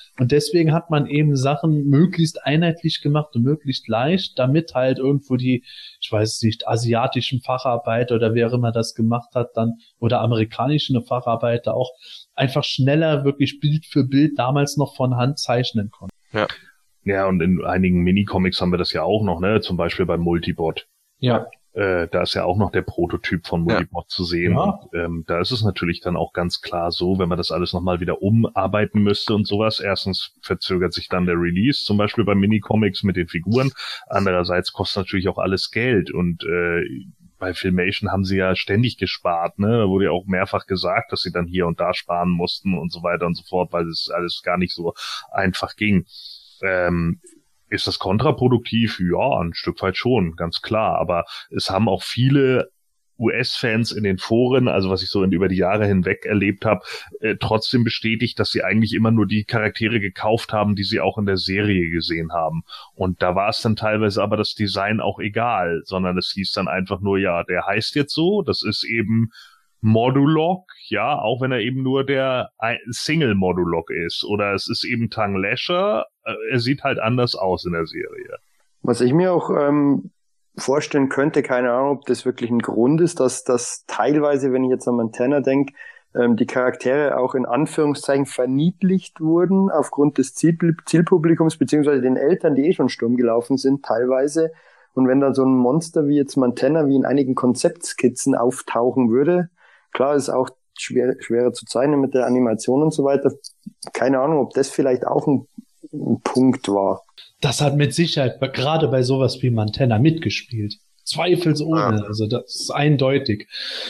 Und deswegen hat man eben Sachen möglichst einheitlich gemacht und möglichst leicht, damit halt irgendwo die, ich weiß nicht, asiatischen Facharbeiter oder wer auch immer das gemacht hat dann, oder amerikanischen Facharbeiter auch einfach schneller wirklich Bild für Bild damals noch von Hand zeichnen konnten. Ja. Ja, und in einigen Minicomics haben wir das ja auch noch, ne? Zum Beispiel beim Multibot. Ja. Äh, da ist ja auch noch der Prototyp von Multibot ja. zu sehen. Ja. Und, ähm, da ist es natürlich dann auch ganz klar so, wenn man das alles nochmal wieder umarbeiten müsste und sowas. Erstens verzögert sich dann der Release, zum Beispiel bei Minicomics mit den Figuren. Andererseits kostet natürlich auch alles Geld. Und äh, bei Filmation haben sie ja ständig gespart, ne? Da wurde ja auch mehrfach gesagt, dass sie dann hier und da sparen mussten und so weiter und so fort, weil es alles gar nicht so einfach ging. Ähm, ist das kontraproduktiv? Ja, ein Stück weit schon, ganz klar. Aber es haben auch viele U S-Fans in den Foren, also was ich so in, über die Jahre hinweg erlebt habe, äh, trotzdem bestätigt, dass sie eigentlich immer nur die Charaktere gekauft haben, die sie auch in der Serie gesehen haben. Und da war es dann teilweise aber das Design auch egal, sondern es hieß dann einfach nur, ja, der heißt jetzt so, das ist eben Modulok, ja, auch wenn er eben nur der Single-Modulok ist. Oder es ist eben Tang Lasher, er sieht halt anders aus in der Serie. Was ich mir auch ähm, vorstellen könnte, keine Ahnung, ob das wirklich ein Grund ist, dass dass teilweise, wenn ich jetzt an Montana denke, ähm, die Charaktere auch in Anführungszeichen verniedlicht wurden aufgrund des Ziel- Zielpublikums, beziehungsweise den Eltern, die eh schon Sturm gelaufen sind, teilweise. Und wenn dann so ein Monster wie jetzt Montana, wie in einigen Konzeptskizzen auftauchen würde, klar, ist auch schwer, schwerer zu zeichnen mit der Animation und so weiter. Keine Ahnung, ob das vielleicht auch ein, ein Punkt war. Das hat mit Sicherheit gerade bei sowas wie Montana mitgespielt. Zweifelsohne, Ja. also das ist eindeutig.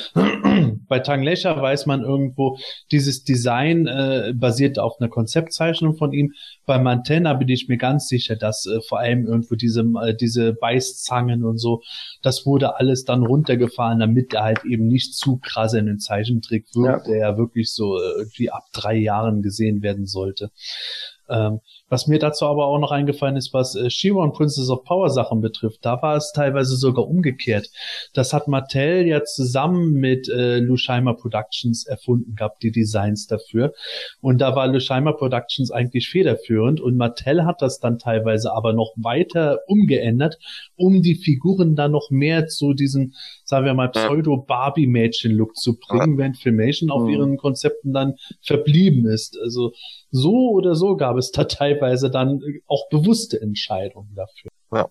Bei Tang Lasher weiß man irgendwo, dieses Design äh, basiert auf einer Konzeptzeichnung von ihm. Bei Montana bin ich mir ganz sicher, dass äh, vor allem irgendwo diese äh, diese Beißzangen und so, das wurde alles dann runtergefahren, damit er halt eben nicht zu krass in den Zeichentrick wirkt, ja. der ja wirklich so äh, irgendwie ab drei Jahren gesehen werden sollte. Ähm, was mir dazu aber auch noch eingefallen ist, was äh, She-Ra und Princess of Power Sachen betrifft, da war es teilweise sogar umgekehrt. Das hat Mattel ja zusammen mit äh, Lushima Productions erfunden gehabt, die Designs dafür. Und da war Lushima Productions eigentlich federführend und Mattel hat das dann teilweise aber noch weiter umgeändert, um die Figuren dann noch mehr zu diesem, sagen wir mal, Pseudo-Barbie-Mädchen-Look zu bringen, während Filmation auf ihren Konzepten dann verblieben ist. Also so oder so gab es da teilweise dann auch bewusste Entscheidungen dafür. Ja.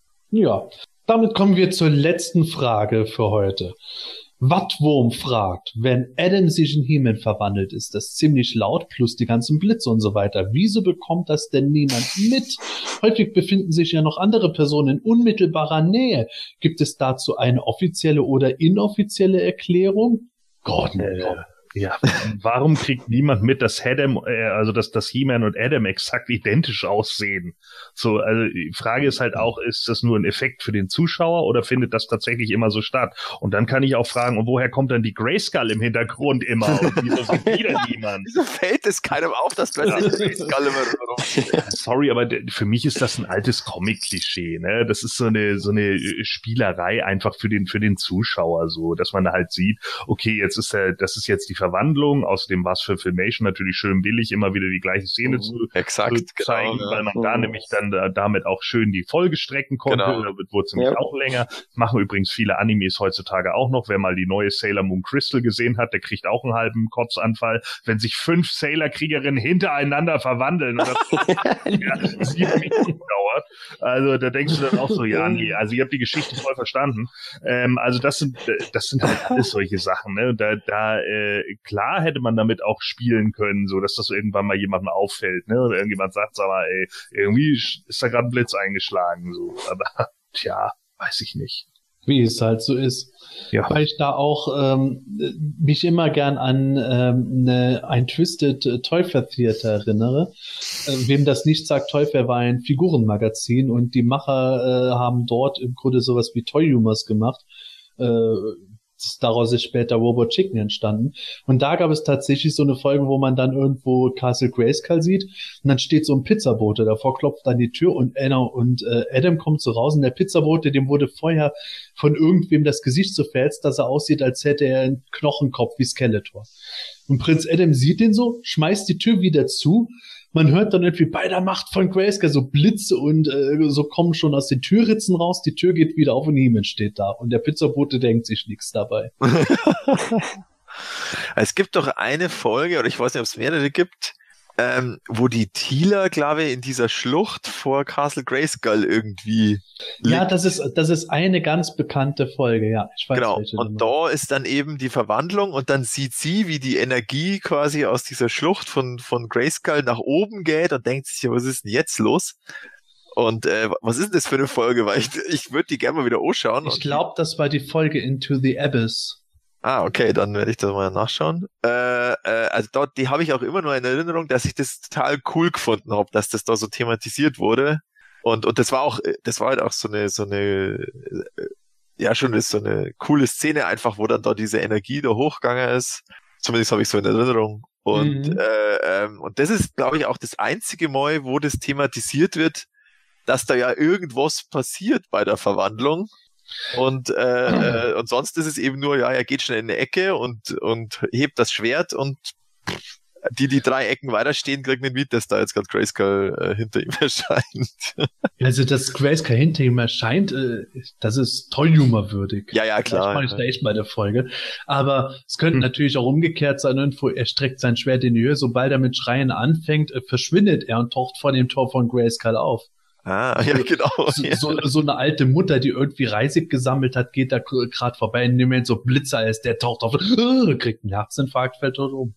Ja, damit kommen wir zur letzten Frage für heute. Wattwurm fragt, wenn Adam sich in He-Man verwandelt, ist das ziemlich laut, plus die ganzen Blitze und so weiter. Wieso bekommt das denn niemand mit? Häufig befinden sich ja noch andere Personen in unmittelbarer Nähe. Gibt es dazu eine offizielle oder inoffizielle Erklärung? Gordon, äh. Ja, warum kriegt niemand mit, dass Adam, äh, also dass, dass He-Man und Adam exakt identisch aussehen? So, also die Frage ist halt auch, ist das nur ein Effekt für den Zuschauer oder findet das tatsächlich immer so statt? Und dann kann ich auch fragen, und woher kommt dann die Grayskull im Hintergrund immer? Und wieso sieht wieder niemand? Wieso fällt es keinem auf, dass plötzlich Grayskull immer rum? Sorry, aber für mich ist das ein altes Comic-Klischee, ne? Das ist so eine, so eine Spielerei einfach für den, für den Zuschauer, so, dass man halt sieht, okay, jetzt ist der, das ist jetzt die Verwandlung, außerdem war es für Filmation natürlich schön billig, immer wieder die gleiche Szene mhm, zu, exakt, zu zeigen, genau, weil man ja. da nämlich dann da, damit auch schön die Folge strecken konnte, genau. da wurde es nämlich ja. auch länger. Machen übrigens viele Animes heutzutage auch noch, wer mal die neue Sailor Moon Crystal gesehen hat, der kriegt auch einen halben Kotzanfall, wenn sich fünf Sailor-Kriegerinnen hintereinander verwandeln und das ja, sieben Minuten dauert. Also da denkst du dann auch so, ja, nee, also ihr habt die Geschichte voll verstanden. Ähm, also das sind das sind halt alles solche Sachen, ne? Da, da äh, klar hätte man damit auch spielen können, so dass das irgendwann mal jemandem auffällt, ne? Oder irgendjemand sagt, sag mal, ey, irgendwie ist da gerade ein Blitz eingeschlagen, so. Aber tja, weiß ich nicht. Wie es halt so ist. Ja. Weil ich da auch ähm, mich immer gern an ähm, ne, ein Twisted Toyfair Theater erinnere. Äh, wem das nicht sagt, Toyfair war ein Figurenmagazin und die Macher äh, haben dort im Grunde sowas wie Toy Humors gemacht. Äh, Daraus ist später Robot Chicken entstanden. Und da gab es tatsächlich so eine Folge, wo man dann irgendwo Castle Grayskull sieht und dann steht so ein Pizzabote davor, klopft an die Tür und, Anna und äh, Adam kommt so raus und der Pizzabote, dem wurde vorher von irgendwem das Gesicht so verletzt, dass er aussieht, als hätte er einen Knochenkopf wie Skeletor. Und Prinz Adam sieht den so, schmeißt die Tür wieder zu man hört dann irgendwie bei der Macht von Grayskull so Blitze und äh, so kommen schon aus den Türritzen raus, die Tür geht wieder auf und niemand steht da. Und der Pizzabote denkt sich nichts dabei. Es gibt doch eine Folge, oder ich weiß nicht, ob es mehrere gibt, ähm, wo die Teela, glaube ich, in dieser Schlucht vor Castle Grayskull irgendwie liegt. Ja, das ist, das ist eine ganz bekannte Folge, ja. Ich weiß, genau, welche und Nummer. da ist dann eben die Verwandlung und dann sieht sie, wie die Energie quasi aus dieser Schlucht von, von Grayskull nach oben geht und denkt sich, was ist denn jetzt los? Und äh, was ist denn das für eine Folge? Weil ich, ich würde die gerne mal wieder anschauen. Ich glaube, das war die Folge Into the Abyss. Ah, okay, dann werde ich das mal nachschauen. Äh, äh, also dort, die habe ich auch immer nur in Erinnerung, dass ich das total cool gefunden habe, dass das da so thematisiert wurde. Und und das war auch, das war halt auch so eine so eine ja schon so eine coole Szene einfach, wo dann da diese Energie da hochgegangen ist. Zumindest habe ich so in Erinnerung. Und Mhm. äh, ähm, und das ist, glaube ich, auch das einzige Mal, wo das thematisiert wird, dass da ja irgendwas passiert bei der Verwandlung. Und äh, äh, und sonst ist es eben nur, ja, er geht schnell in eine Ecke und und hebt das Schwert und die, die drei Ecken weiterstehen, kriegen nicht mit, dass da jetzt gerade Grayskull äh, hinter ihm erscheint. Also, dass Grayskull hinter ihm erscheint, äh, das ist toll humorwürdig. Ja, ja, klar. Das mache ich ja. da echt bei der Folge. Aber es könnte Hm. natürlich auch umgekehrt sein, irgendwo, er streckt sein Schwert in die Höhe, sobald er mit Schreien anfängt, äh, verschwindet er und taucht vor dem Tor von Grayskull auf. Ah, ja, genau. So, ja. so, so eine alte Mutter, die irgendwie Reisig gesammelt hat, geht da gerade vorbei, in dem Moment so Blitzer ist, der taucht auf, äh, kriegt einen Herzinfarkt, fällt dort um.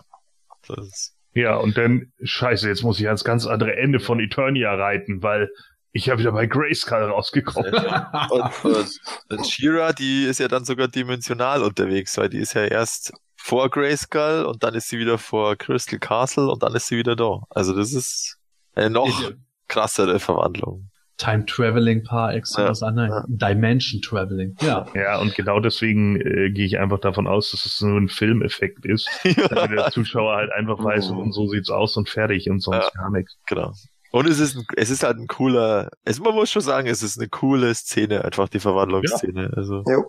Das ist, Ja, und dann, scheiße, jetzt muss ich ans ganz andere Ende von Eternia reiten, weil ich ja wieder bei Grayskull rausgekommen. und, und, und She-Ra, die ist ja dann sogar dimensional unterwegs, weil die ist ja erst vor Grayskull und dann ist sie wieder vor Crystal Castle und dann ist sie wieder da. Also das ist eine noch krassere Verwandlung. Time Traveling par excellence, Ja, ah, nein, ja. Dimension Traveling, ja. Ja, und genau deswegen äh, gehe ich einfach davon aus, dass es nur ein Filmeffekt ist, damit der Zuschauer halt einfach weiß, und so sieht's aus und fertig und sonst Ja. gar nichts. Genau. Und es ist ein, es ist halt ein cooler, es, man muss schon sagen, es ist eine coole Szene, einfach die Verwandlungsszene. Also Jo.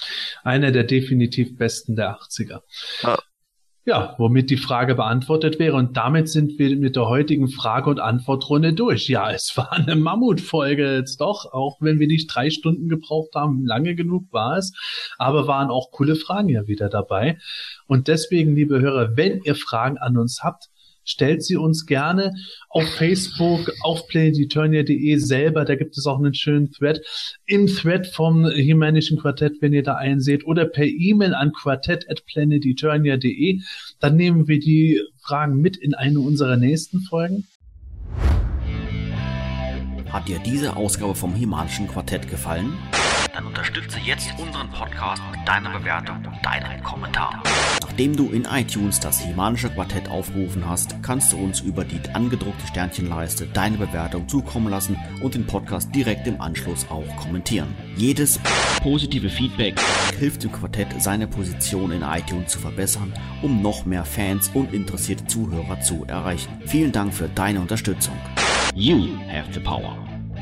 Einer der definitiv besten der achtziger. Ja. Ja, womit die Frage beantwortet wäre. Und damit sind wir mit der heutigen Frage- und Antwortrunde durch. Ja, es war eine Mammutfolge jetzt doch, auch wenn wir nicht drei Stunden gebraucht haben. Lange genug war es. Aber waren auch coole Fragen ja wieder dabei. Und deswegen, liebe Hörer, wenn ihr Fragen an uns habt, stellt sie uns gerne auf Facebook, auf planet eternia punkt de selber, da gibt es auch einen schönen Thread, im Thread vom He-Manischen Quartett, wenn ihr da einseht, oder per E-Mail an quartett at planet eternia punkt de. Dann nehmen wir die Fragen mit in eine unserer nächsten Folgen. Hat dir diese Ausgabe vom He-Manischen Quartett gefallen? Dann unterstütze jetzt unseren Podcast mit deiner Bewertung und deinem Kommentar. Nachdem du in iTunes das He-Manische Quartett aufgerufen hast, kannst du uns über die angedruckte Sternchenleiste deine Bewertung zukommen lassen und den Podcast direkt im Anschluss auch kommentieren. Jedes positive Feedback hilft dem Quartett, seine Position in iTunes zu verbessern, um noch mehr Fans und interessierte Zuhörer zu erreichen. Vielen Dank für deine Unterstützung. You have the power.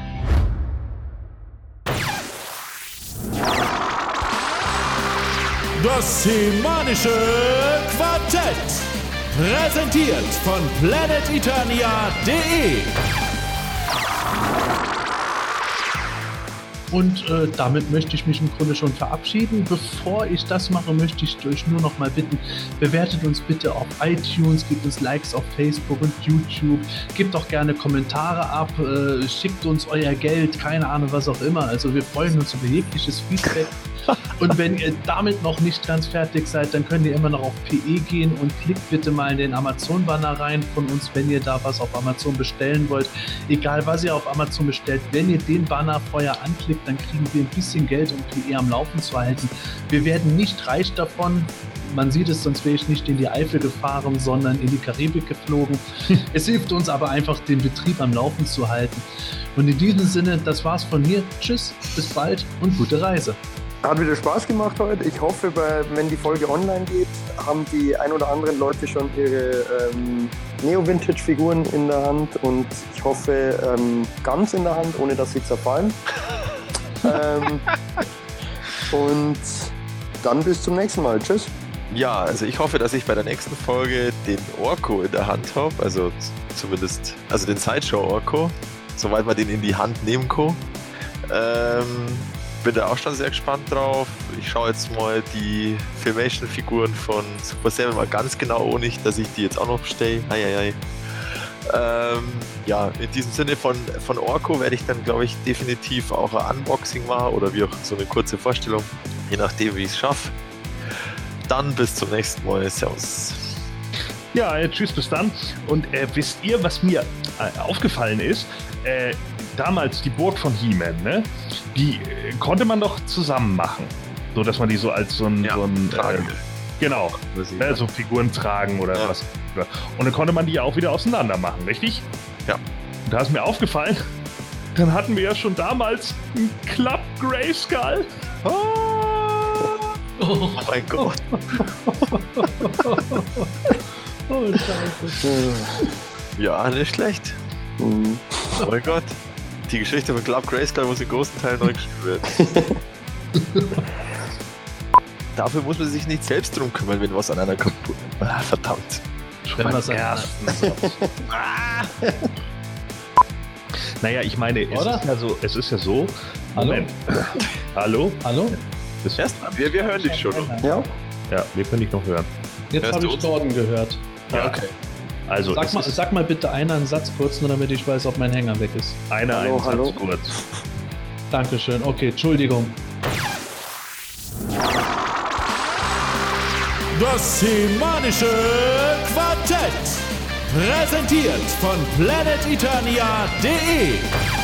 Das He-Manische Quartett. Präsentiert von planet eternia punkt de. Und äh, damit möchte ich mich im Grunde schon verabschieden. Bevor ich das mache, möchte ich euch nur noch mal bitten, bewertet uns bitte auf iTunes, gebt uns Likes auf Facebook und YouTube, gebt auch gerne Kommentare ab, äh, schickt uns euer Geld, keine Ahnung, was auch immer. Also wir freuen uns über jegliches Feedback. Und wenn ihr damit noch nicht ganz fertig seid, dann könnt ihr immer noch auf P E gehen und klickt bitte mal in den Amazon-Banner rein von uns, wenn ihr da was auf Amazon bestellen wollt. Egal, was ihr auf Amazon bestellt, wenn ihr den Banner vorher anklickt, dann kriegen wir ein bisschen Geld, um P E am Laufen zu halten. Wir werden nicht reich davon. Man sieht es, sonst wäre ich nicht in die Eifel gefahren, sondern in die Karibik geflogen. Es hilft uns aber einfach, den Betrieb am Laufen zu halten. Und in diesem Sinne, das war's von mir. Tschüss, bis bald und gute Reise. Hat wieder Spaß gemacht heute. Ich hoffe, bei, wenn die Folge online geht, haben die ein oder anderen Leute schon ihre ähm, Neo-Vintage-Figuren in der Hand und ich hoffe ähm, ganz in der Hand, ohne dass sie zerfallen. ähm, und dann bis zum nächsten Mal. Tschüss. Ja, also ich hoffe, dass ich bei der nächsten Folge den Orko in der Hand habe, also z- zumindest, also den Sideshow-Orko, soweit man den in die Hand nehmen kann. Ähm, bin da auch schon sehr gespannt drauf. Ich schaue jetzt mal die Filmation-Figuren von Super Seven mal ganz genau an, nicht, dass ich die jetzt auch noch bestelle. Eieiei. Ähm, ja, in diesem Sinne von, von Orko werde ich dann, glaube ich, definitiv auch ein Unboxing machen oder wie auch so eine kurze Vorstellung, je nachdem, wie ich es schaffe. Dann bis zum nächsten Mal. Servus. Ja, äh, tschüss, bis dann. Und äh, wisst ihr, was mir äh, aufgefallen ist? Äh, damals die Burg von He-Man, ne? Die äh, konnte man doch zusammen machen. So, dass man die so als so ein... Ja, so ein tragen. Äh, genau. Ne, so Figuren tragen oder Ja. was. Und dann konnte man die ja auch wieder auseinander machen, richtig? Ja. Und da ist mir aufgefallen, dann hatten wir ja schon damals einen Club Grayskull. Oh. Oh mein Gott. Oh, Scheiße. Ja, nicht schlecht. Mhm. Oh mein Gott. Die Geschichte von Club Grayskull muss in großen Teilen neu geschrieben werden. Dafür muss man sich nicht selbst drum kümmern, wenn was an einer kaputt. Ah, verdammt. Wenn Beim man's an- ersten Satz. Naja, ich meine, es Oder? ist ja so, es ist ja so. Hallo? Moment. Hallo? Hallo? Bist du- Erst, wir, wir hören dich schon. Ja, Ja, wir können dich noch hören. Jetzt Hörst habe du ich uns? Gordon gehört. Ja, okay. Also, Sag es mal, ist sag mal bitte einer einen Satz kurz, nur damit ich weiß, ob mein Hänger weg ist. einer Hallo, ein hallo. Satz kurz. Dankeschön. Okay, Entschuldigung. Das Semanische Quartett. Präsentiert von planet eternia punkt de.